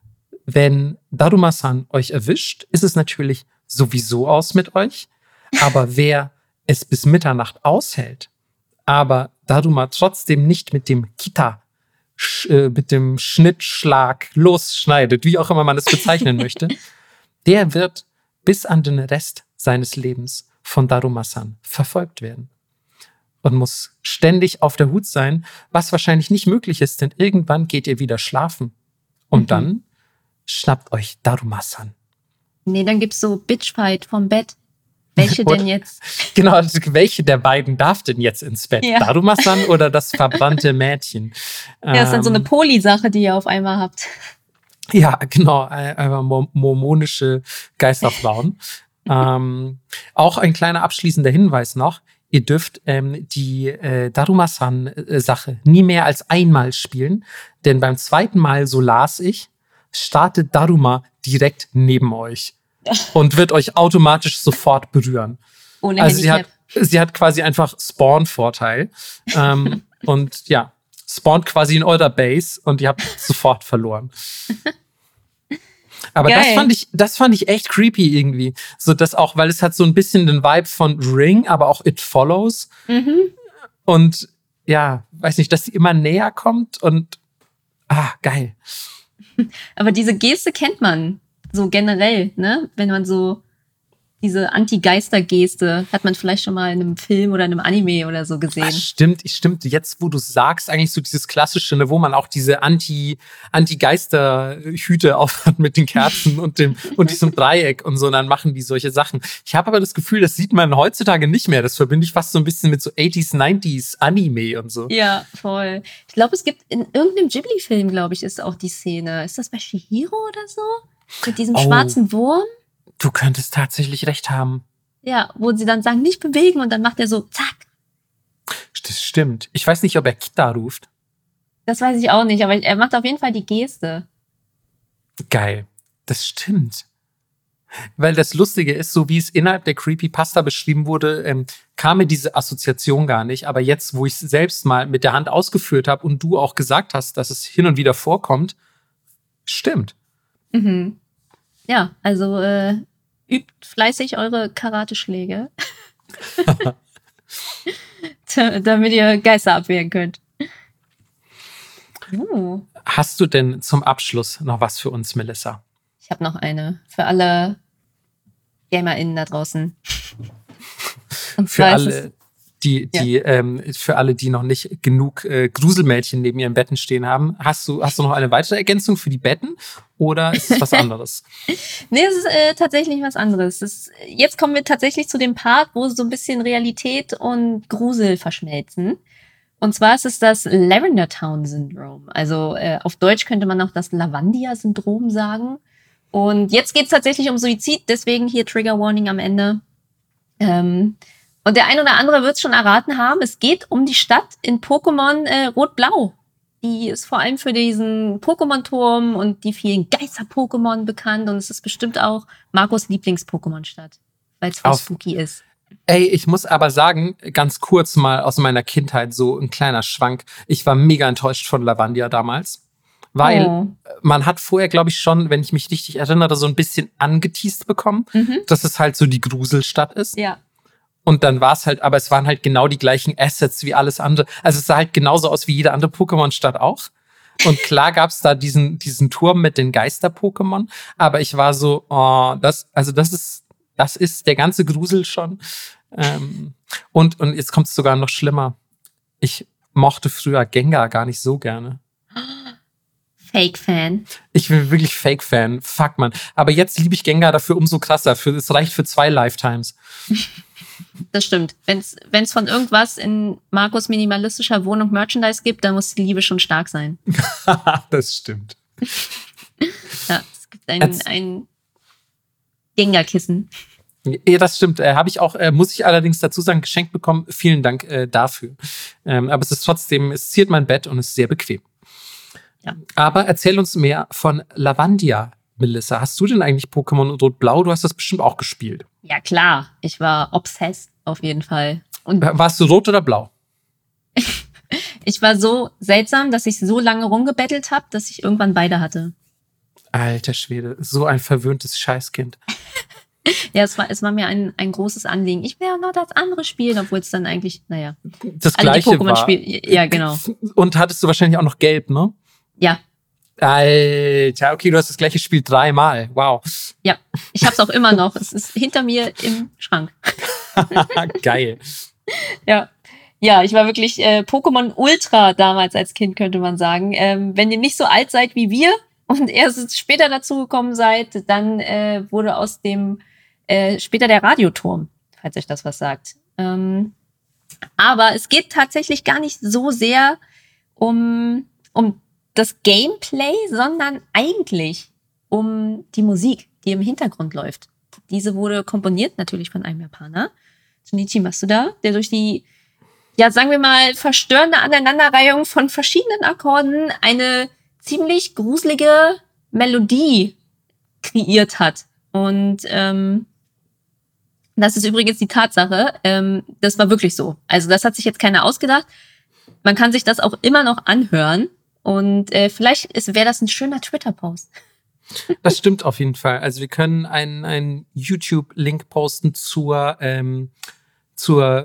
Wenn Daruma-san euch erwischt, ist es natürlich sowieso aus mit euch. Aber wer es bis Mitternacht aushält, aber Daruma trotzdem nicht mit dem Kita, sch, äh, mit dem Schnittschlag losschneidet, wie auch immer man es bezeichnen möchte, der wird bis an den Rest seines Lebens von Daruma-san verfolgt werden. Und muss ständig auf der Hut sein, was wahrscheinlich nicht möglich ist, denn irgendwann geht ihr wieder schlafen. Und mhm. dann schnappt euch Daruma-san. Nee, dann gibt's so Bitchfight vom Bett. Welche denn jetzt? Genau, also welche der beiden darf denn jetzt ins Bett? Ja. Daruma-san oder das verbrannte Mädchen? Ja, das ist dann so eine Poli-Sache, die ihr auf einmal habt. Ja, genau, einfach mormonische Geisterfrauen. ähm, auch ein kleiner abschließender Hinweis noch. Ihr dürft ähm, die äh, Daruma-san-Sache nie mehr als einmal spielen, denn beim zweiten Mal, so las ich, startet Daruma direkt neben euch und wird euch automatisch sofort berühren. Ohne also sie hat, sie hat quasi einfach Spawn-Vorteil ähm, und ja, spawnt quasi in eurer Base und ihr habt sofort verloren. Aber Geil. das fand ich, das fand ich echt creepy irgendwie. So das auch, weil es hat so ein bisschen den Vibe von Ring, aber auch It Follows. Mhm. Und ja, weiß nicht, dass sie immer näher kommt und ah, geil. Aber diese Geste kennt man so generell, ne? Wenn man so Diese Anti-Geister-Geste hat man vielleicht schon mal in einem Film oder in einem Anime oder so gesehen. Ach, stimmt, stimmt. Jetzt, wo du sagst, eigentlich so dieses klassische, ne, wo man auch diese Anti, Anti-Geister-Hüte aufhat mit den Kerzen und dem und diesem Dreieck und so, und dann machen die solche Sachen. Ich habe aber das Gefühl, das sieht man heutzutage nicht mehr. Das verbinde ich fast so ein bisschen mit so achtziger, neunziger Anime und so. Ja, voll. Ich glaube, es gibt in irgendeinem Ghibli-Film, glaube ich, ist auch die Szene. Ist das bei Chihiro oder so? Mit diesem Oh. schwarzen Wurm? Du könntest tatsächlich recht haben. Ja, wo sie dann sagen, nicht bewegen und dann macht er so, zack. Das stimmt. Ich weiß nicht, ob er Kita ruft. Das weiß ich auch nicht, aber er macht auf jeden Fall die Geste. Geil. Das stimmt. Weil das Lustige ist, so wie es innerhalb der Creepypasta beschrieben wurde, ähm, kam mir diese Assoziation gar nicht. Aber jetzt, wo ich es selbst mal mit der Hand ausgeführt habe und du auch gesagt hast, dass es hin und wieder vorkommt, stimmt. Mhm. Ja, also äh, übt fleißig eure Karateschläge, damit ihr Geister abwehren könnt. Uh. Hast du denn zum Abschluss noch was für uns, Melissa? Ich habe noch eine für alle GamerInnen da draußen. Und Für zwar ist alle, es- die, die, ähm, für alle, die noch nicht genug äh, Gruselmädchen neben ihren Betten stehen haben. Hast du, hast du noch eine weitere Ergänzung für die Betten oder ist es was anderes? Nee, es ist äh, tatsächlich was anderes. Das ist, jetzt kommen wir tatsächlich zu dem Part, wo so ein bisschen Realität und Grusel verschmelzen. Und zwar ist es das Lavender Town Syndrom. Also äh, auf Deutsch könnte man auch das Lavandia-Syndrom sagen. Und jetzt geht es tatsächlich um Suizid, deswegen hier Trigger Warning am Ende. Ähm, und der ein oder andere wird es schon erraten haben. Es geht um die Stadt in Pokémon äh, Rot-Blau. Die ist vor allem für diesen Pokémon-Turm und die vielen Geister-Pokémon bekannt. Und es ist bestimmt auch Marcos Lieblings-Pokémon-Stadt, weil es voll Auf- spooky ist. Ey, ich muss aber sagen, ganz kurz mal aus meiner Kindheit so ein kleiner Schwank. Ich war mega enttäuscht von Lavandia damals. Weil Oh. man hat vorher, glaube ich, schon, wenn ich mich richtig erinnere, so ein bisschen angeteast bekommen, Mhm. dass es halt so die Gruselstadt ist. Ja. Und dann war es halt, aber es waren halt genau die gleichen Assets wie alles andere. Also es sah halt genauso aus wie jede andere Pokémon-Stadt auch. Und klar gab es da diesen, diesen Turm mit den Geister-Pokémon. Aber ich war so, oh, das, also das ist, das ist der ganze Grusel schon. Ähm, und, und jetzt kommt es sogar noch schlimmer. Ich mochte früher Gengar gar nicht so gerne. Fake-Fan. Ich bin wirklich Fake-Fan. Fuck, man. Aber jetzt liebe ich Gengar dafür umso krasser. Für, es reicht für zwei Lifetimes. Das stimmt. Wenn es von irgendwas in Marcos minimalistischer Wohnung Merchandise gibt, dann muss die Liebe schon stark sein. Das stimmt. Ja, es gibt ein, Erz- ein Gengar-Kissen. Ja, das stimmt. Äh, Habe ich auch, äh, muss ich allerdings dazu sagen, geschenkt bekommen. Vielen Dank äh, dafür. Ähm, aber es ist trotzdem, es ziert mein Bett und ist sehr bequem. Ja. Aber erzähl uns mehr von Lavandia, Melissa. Hast du denn eigentlich Pokémon Rot-Blau? Du hast das bestimmt auch gespielt. Ja, klar. Ich war obsessed auf jeden Fall. Und Warst du rot oder blau? ich war so seltsam, dass ich so lange rumgebettelt habe, dass ich irgendwann beide hatte. Alter Schwede, so ein verwöhntes Scheißkind. Ja, es war, es war mir ein, ein großes Anliegen. Ich will ja noch das andere spielen, obwohl es dann eigentlich, naja, Das alle die gleiche Pokémon war. spielen. Ja, genau. Und hattest du wahrscheinlich auch noch gelb, ne? Ja, Alter, okay, du hast das gleiche Spiel dreimal. Wow. ja. Ich habe es auch immer noch. Es ist hinter mir im Schrank. Geil. Ja. Ja, ich war wirklich äh, Pokémon Ultra damals als Kind, könnte man sagen. Ähm, wenn ihr nicht so alt seid wie wir und erst später dazugekommen seid, dann äh, wurde aus dem äh, später der Radioturm, falls euch das was sagt. Ähm, aber es geht tatsächlich gar nicht so sehr um, um das Gameplay, sondern eigentlich um die Musik, die im Hintergrund läuft. Diese wurde komponiert natürlich von einem Japaner, Junichi Masuda, der durch die, ja, sagen wir mal, verstörende Aneinanderreihung von verschiedenen Akkorden eine ziemlich gruselige Melodie kreiert hat. Und ähm, das ist übrigens die Tatsache. Ähm, das war wirklich so. Also das hat sich jetzt keiner ausgedacht. Man kann sich das auch immer noch anhören. Und äh, vielleicht wäre das ein schöner Twitter-Post. Das stimmt auf jeden Fall. Also wir können einen, einen YouTube-Link posten zur, ähm, zur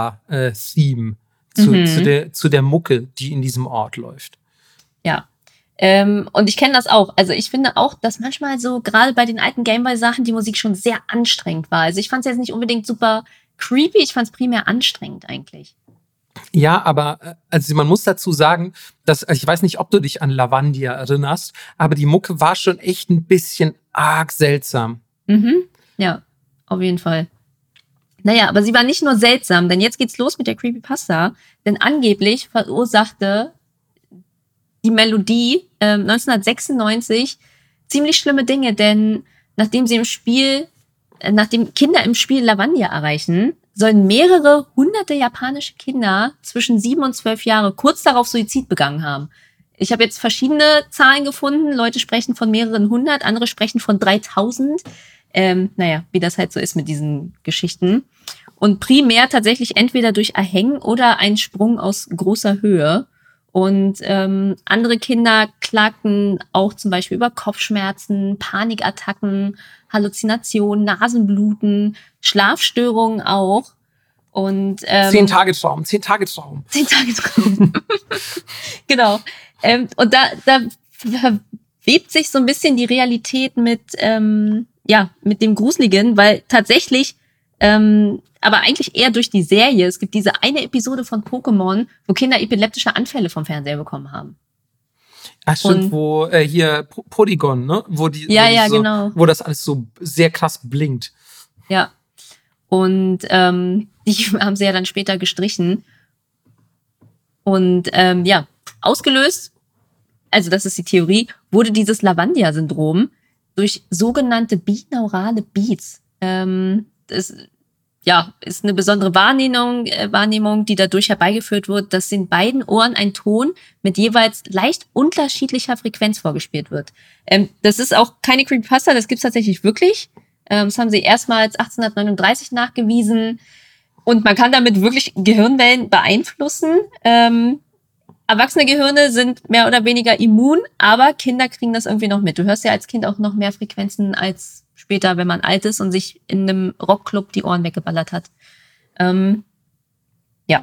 Lavandia-Theme, zu, Mhm. zu, der, zu der Mucke, die in diesem Ort läuft. Ja. Ähm, und ich kenne das auch. Also ich finde auch, dass manchmal so, gerade bei den alten Gameboy-Sachen, die Musik schon sehr anstrengend war. Also ich fand es jetzt nicht unbedingt super creepy, ich fand es primär anstrengend eigentlich. Ja, aber äh, also man muss dazu sagen, dass, also ich weiß nicht, ob du dich an Lavandia erinnerst, aber die Mucke war schon echt ein bisschen arg seltsam. Mhm. Ja, auf jeden Fall. Naja, aber sie war nicht nur seltsam, denn jetzt geht's los mit der Creepypasta. Denn angeblich verursachte die Melodie ähm, neunzehnhundertsechsundneunzig ziemlich schlimme Dinge, denn nachdem sie im Spiel, äh, nachdem Kinder im Spiel Lavandia erreichen, sollen mehrere hunderte japanische Kinder zwischen sieben und zwölf Jahre kurz darauf Suizid begangen haben. Ich habe jetzt verschiedene Zahlen gefunden. Leute sprechen von mehreren hundert, andere sprechen von dreitausend. Ähm, naja, wie das halt so ist mit diesen Geschichten. Und primär tatsächlich entweder durch Erhängen oder ein Sprung aus großer Höhe. Und ähm, andere Kinder klagten auch zum Beispiel über Kopfschmerzen, Panikattacken, Halluzinationen, Nasenbluten, Schlafstörungen auch. Und ähm, Zehn Tage Traum, zehn Tage Traum. Zehn Tage Traum. Genau. Ähm, und da, da verwebt sich so ein bisschen die Realität mit, ähm, ja, mit dem Gruseligen, weil tatsächlich ähm, aber eigentlich eher durch die Serie. Es gibt diese eine Episode von Pokémon, wo Kinder epileptische Anfälle vom Fernseher bekommen haben. Ach stimmt, Und- wo äh, hier P- Polygon, ne? Wo die, Ja, wo die ja, so, genau. wo das alles so sehr krass blinkt. Ja. Und ähm, die haben sie ja dann später gestrichen. Und ähm, ja, ausgelöst, also das ist die Theorie, wurde dieses Lavandia-Syndrom durch sogenannte binaurale Beats. Ähm, das ja, ist eine besondere Wahrnehmung, äh, Wahrnehmung, die dadurch herbeigeführt wird, dass in beiden Ohren ein Ton mit jeweils leicht unterschiedlicher Frequenz vorgespielt wird. Ähm, das ist auch keine Creepypasta, das gibt's tatsächlich wirklich. Ähm, das haben sie erstmals achtzehnhundertneununddreißig nachgewiesen. Und man kann damit wirklich Gehirnwellen beeinflussen. Ähm, erwachsene Gehirne sind mehr oder weniger immun, aber Kinder kriegen das irgendwie noch mit. Du hörst ja als Kind auch noch mehr Frequenzen als später, wenn man alt ist und sich in einem Rockclub die Ohren weggeballert hat. Ähm, ja.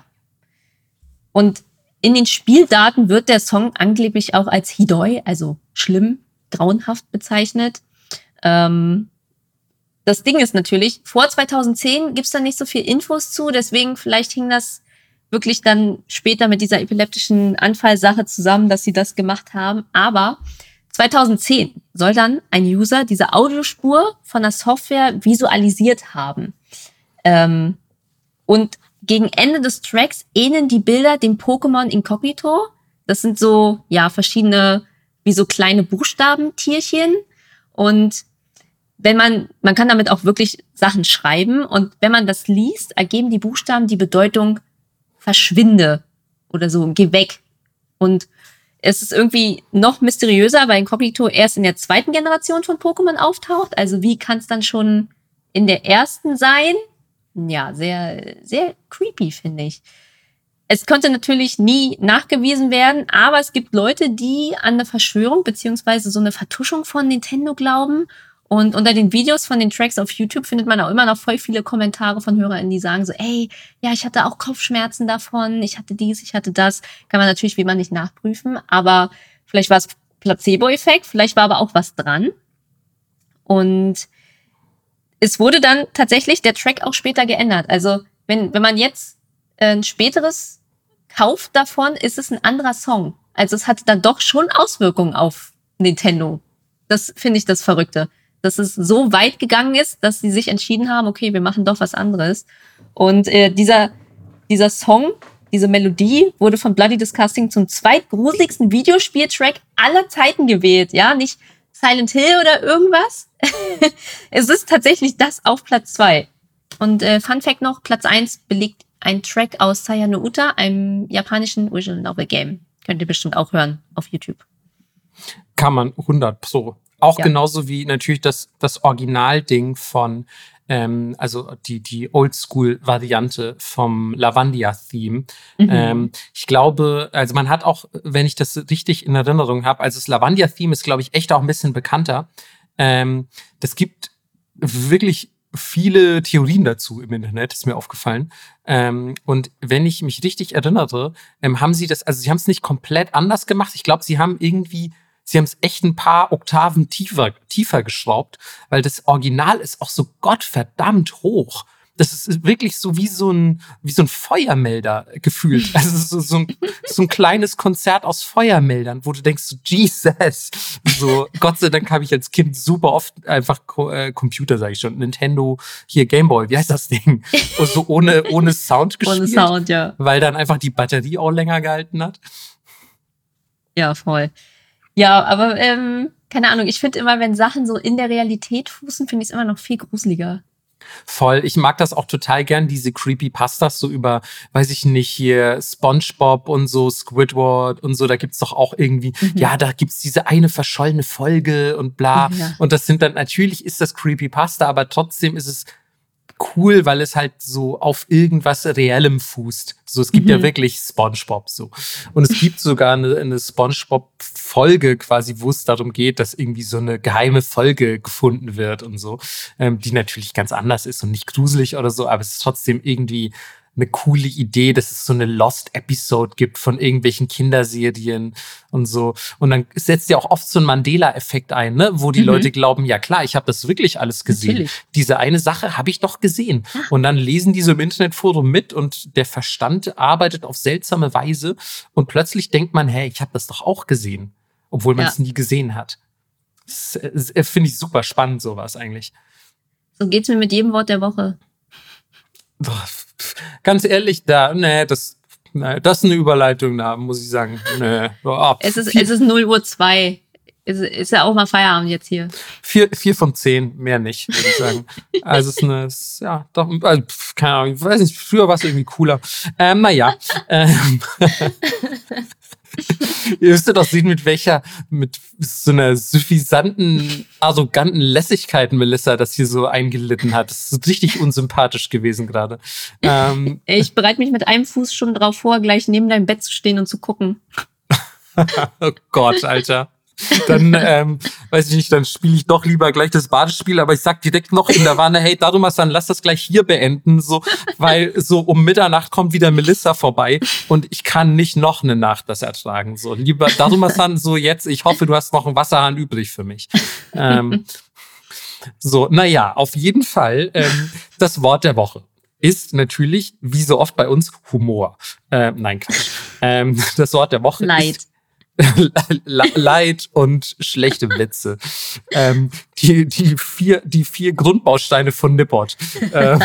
Und in den Spieldaten wird der Song angeblich auch als Hidoi, also schlimm, grauenhaft bezeichnet. Ähm, das Ding ist natürlich, vor zweitausendzehn gibt's da nicht so viel Infos zu, deswegen vielleicht hing das wirklich dann später mit dieser epileptischen Anfallsache zusammen, dass sie das gemacht haben. Aber zweitausendzehn soll dann ein User diese Audiospur von der Software visualisiert haben. Ähm, und gegen Ende des Tracks ähneln die Bilder dem Pokémon Incognito. Das sind so, ja, verschiedene, wie so kleine Buchstabentierchen. Und wenn man, man kann damit auch wirklich Sachen schreiben. Und wenn man das liest, ergeben die Buchstaben die Bedeutung verschwinde oder so, geh weg. Und es ist irgendwie noch mysteriöser, weil Incognito erst in der zweiten Generation von Pokémon auftaucht. Also wie kann es dann schon in der ersten sein? Ja, sehr, sehr creepy, finde ich. Es konnte natürlich nie nachgewiesen werden, aber es gibt Leute, die an eine Verschwörung beziehungsweise so eine Vertuschung von Nintendo glauben. Und unter den Videos von den Tracks auf YouTube findet man auch immer noch voll viele Kommentare von HörerInnen, die sagen so, ey, ja, ich hatte auch Kopfschmerzen davon, ich hatte dies, ich hatte das. Kann man natürlich wie man nicht nachprüfen, aber vielleicht war es Placebo-Effekt, vielleicht war aber auch was dran. Und es wurde dann tatsächlich der Track auch später geändert. Also wenn, wenn man jetzt ein späteres kauft davon, ist es ein anderer Song. Also es hatte dann doch schon Auswirkungen auf Nintendo. Das finde ich das Verrückte. Dass es so weit gegangen ist, dass sie sich entschieden haben, okay, wir machen doch was anderes. Und äh, dieser, dieser Song, diese Melodie wurde von Bloody Disgusting zum zweitgruseligsten Videospieltrack aller Zeiten gewählt. Ja, nicht Silent Hill oder irgendwas. Es ist tatsächlich das auf Platz zwei. Und äh, Fun Fact noch, Platz eins belegt ein Track aus Saya no Uta, einem japanischen Visual Novel Game. Könnt ihr bestimmt auch hören auf YouTube. Kann man hundert Pro. Auch Ja. genauso wie natürlich das, das Originalding von, ähm, also die, die Oldschool-Variante vom Lavandia-Theme. Mhm. Ähm, ich glaube, also man hat auch, wenn ich das richtig in Erinnerung habe, also das Lavandia-Theme ist, glaube ich, echt auch ein bisschen bekannter. Ähm, das gibt wirklich viele Theorien dazu im Internet, ist mir aufgefallen. Ähm, und wenn ich mich richtig erinnere, ähm, haben sie das, also sie haben es nicht komplett anders gemacht. Ich glaube, sie haben irgendwie sie haben es echt ein paar Oktaven tiefer, tiefer geschraubt, weil das Original ist auch so gottverdammt hoch. Das ist wirklich so wie so ein, wie so ein Feuermelder gefühlt. Also so, so, ein, so ein kleines Konzert aus Feuermeldern, wo du denkst, so, Jesus. So, Gott sei Dank habe ich als Kind super oft einfach äh, Computer, sage ich schon, Nintendo, hier Gameboy, wie heißt das Ding? Und so ohne, ohne Sound gespielt. Ohne Sound, ja. Weil dann einfach die Batterie auch länger gehalten hat. Ja, voll. Ja, aber ähm, keine Ahnung, ich finde immer, wenn Sachen so in der Realität fußen, finde ich es immer noch viel gruseliger. Voll. Ich mag das auch total gern, diese Creepypastas so über, weiß ich nicht, hier SpongeBob und so, Squidward und so. Da gibt's doch auch irgendwie, mhm. ja, da gibt's diese eine verschollene Folge und bla. Ja. Und das sind dann, natürlich ist das Creepypasta, aber trotzdem ist es cool, weil es halt so auf irgendwas Reellem fußt. So, es gibt mhm. ja wirklich SpongeBob so. Und es gibt sogar eine, eine SpongeBob-Folge quasi, wo es darum geht, dass irgendwie so eine geheime Folge gefunden wird und so, ähm, die natürlich ganz anders ist und nicht gruselig oder so, aber es ist trotzdem irgendwie eine coole Idee, dass es so eine Lost-Episode gibt von irgendwelchen Kinderserien und so. Und dann setzt ja auch oft so ein Mandela-Effekt ein, ne? Wo die mhm. Leute glauben, ja klar, ich habe das wirklich alles gesehen. Natürlich. Diese eine Sache habe ich doch gesehen. Ja. Und dann lesen die so im Internetforum mit und der Verstand arbeitet auf seltsame Weise und plötzlich denkt man, hey, ich habe das doch auch gesehen, obwohl man es ja. nie gesehen hat. Das, das finde ich super spannend, sowas eigentlich. So geht's mir mit jedem Wort der Woche. Ganz ehrlich, da, nee, das, nee, das ist eine Überleitung, da muss ich sagen. Nee, ab. Es ist, es ist null Uhr zwei. Ist, ist ja auch mal Feierabend jetzt hier. Vier, vier von zehn, mehr nicht, würde ich sagen. Also es ist eine, es, ja, doch, also, keine Ahnung, ich weiß nicht, früher war es irgendwie cooler. Ähm, naja. Ähm, ihr müsstet doch sehen, mit welcher, mit so einer suffisanten, arroganten Lässigkeit Melissa das hier so eingelitten hat. Das ist richtig unsympathisch gewesen gerade. Ähm, ich bereite mich mit einem Fuß schon drauf vor, gleich neben deinem Bett zu stehen und zu gucken. Oh Gott, Alter. Dann, ähm, weiß ich nicht, dann spiele ich doch lieber gleich das Badespiel, aber ich sag direkt noch in der Wanne, hey, Darumasan, lass das gleich hier beenden, so, weil so um Mitternacht kommt wieder Melissa vorbei und ich kann nicht noch eine Nacht das ertragen, so. Lieber Darumasan, so jetzt, ich hoffe, du hast noch einen Wasserhahn übrig für mich. Ähm, so, naja, auf jeden Fall, ähm, das Wort der Woche ist natürlich, wie so oft bei uns, Humor. Äh, nein, Quatsch. Ähm, das Wort der Woche Leid. ist Leid und schlechte Witze. ähm, die, die, vier, die vier Grundbausteine von Nippot. Ähm,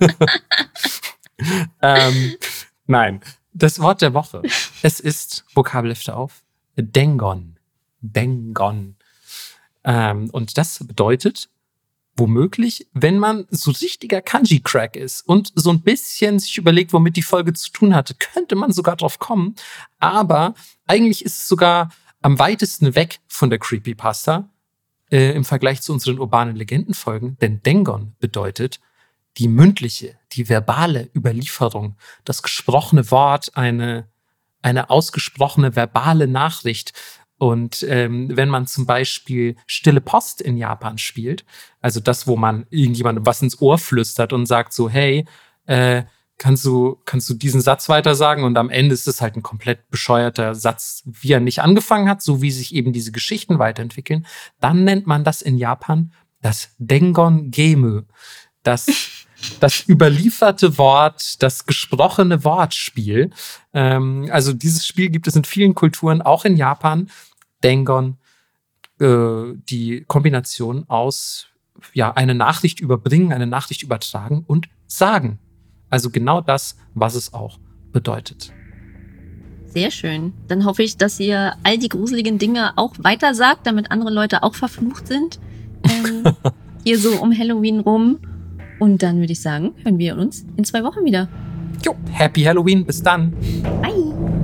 ähm, nein, das Wort der Woche. Es ist, Vokabelhefte auf, Dengon. Dengon. Ähm, und das bedeutet, womöglich, wenn man so richtiger Kanji-Crack ist und so ein bisschen sich überlegt, womit die Folge zu tun hatte, könnte man sogar drauf kommen. Aber eigentlich ist es sogar am weitesten weg von der Creepypasta äh, im Vergleich zu unseren urbanen Legendenfolgen. Denn Dengon bedeutet die mündliche, die verbale Überlieferung, das gesprochene Wort, eine, eine ausgesprochene verbale Nachricht. Und ähm, wenn man zum Beispiel Stille Post in Japan spielt, also das, wo man irgendjemandem was ins Ohr flüstert und sagt so, hey, äh, kannst du, kannst du diesen Satz weiter sagen? Und am Ende ist es halt ein komplett bescheuerter Satz, wie er nicht angefangen hat, so wie sich eben diese Geschichten weiterentwickeln. Dann nennt man das in Japan das Dengon Gemu. Das Das überlieferte Wort, das gesprochene Wortspiel. Ähm, also dieses Spiel gibt es in vielen Kulturen, auch in Japan. Dengon, äh, die Kombination aus ja eine Nachricht überbringen, eine Nachricht übertragen und sagen. Also genau das, was es auch bedeutet. Sehr schön. Dann hoffe ich, dass ihr all die gruseligen Dinge auch weiter sagt, damit andere Leute auch verflucht sind. Ähm, hier so um Halloween rum. Und dann würde ich sagen, hören wir uns in zwei Wochen wieder. Jo, Happy Halloween, bis dann. Bye.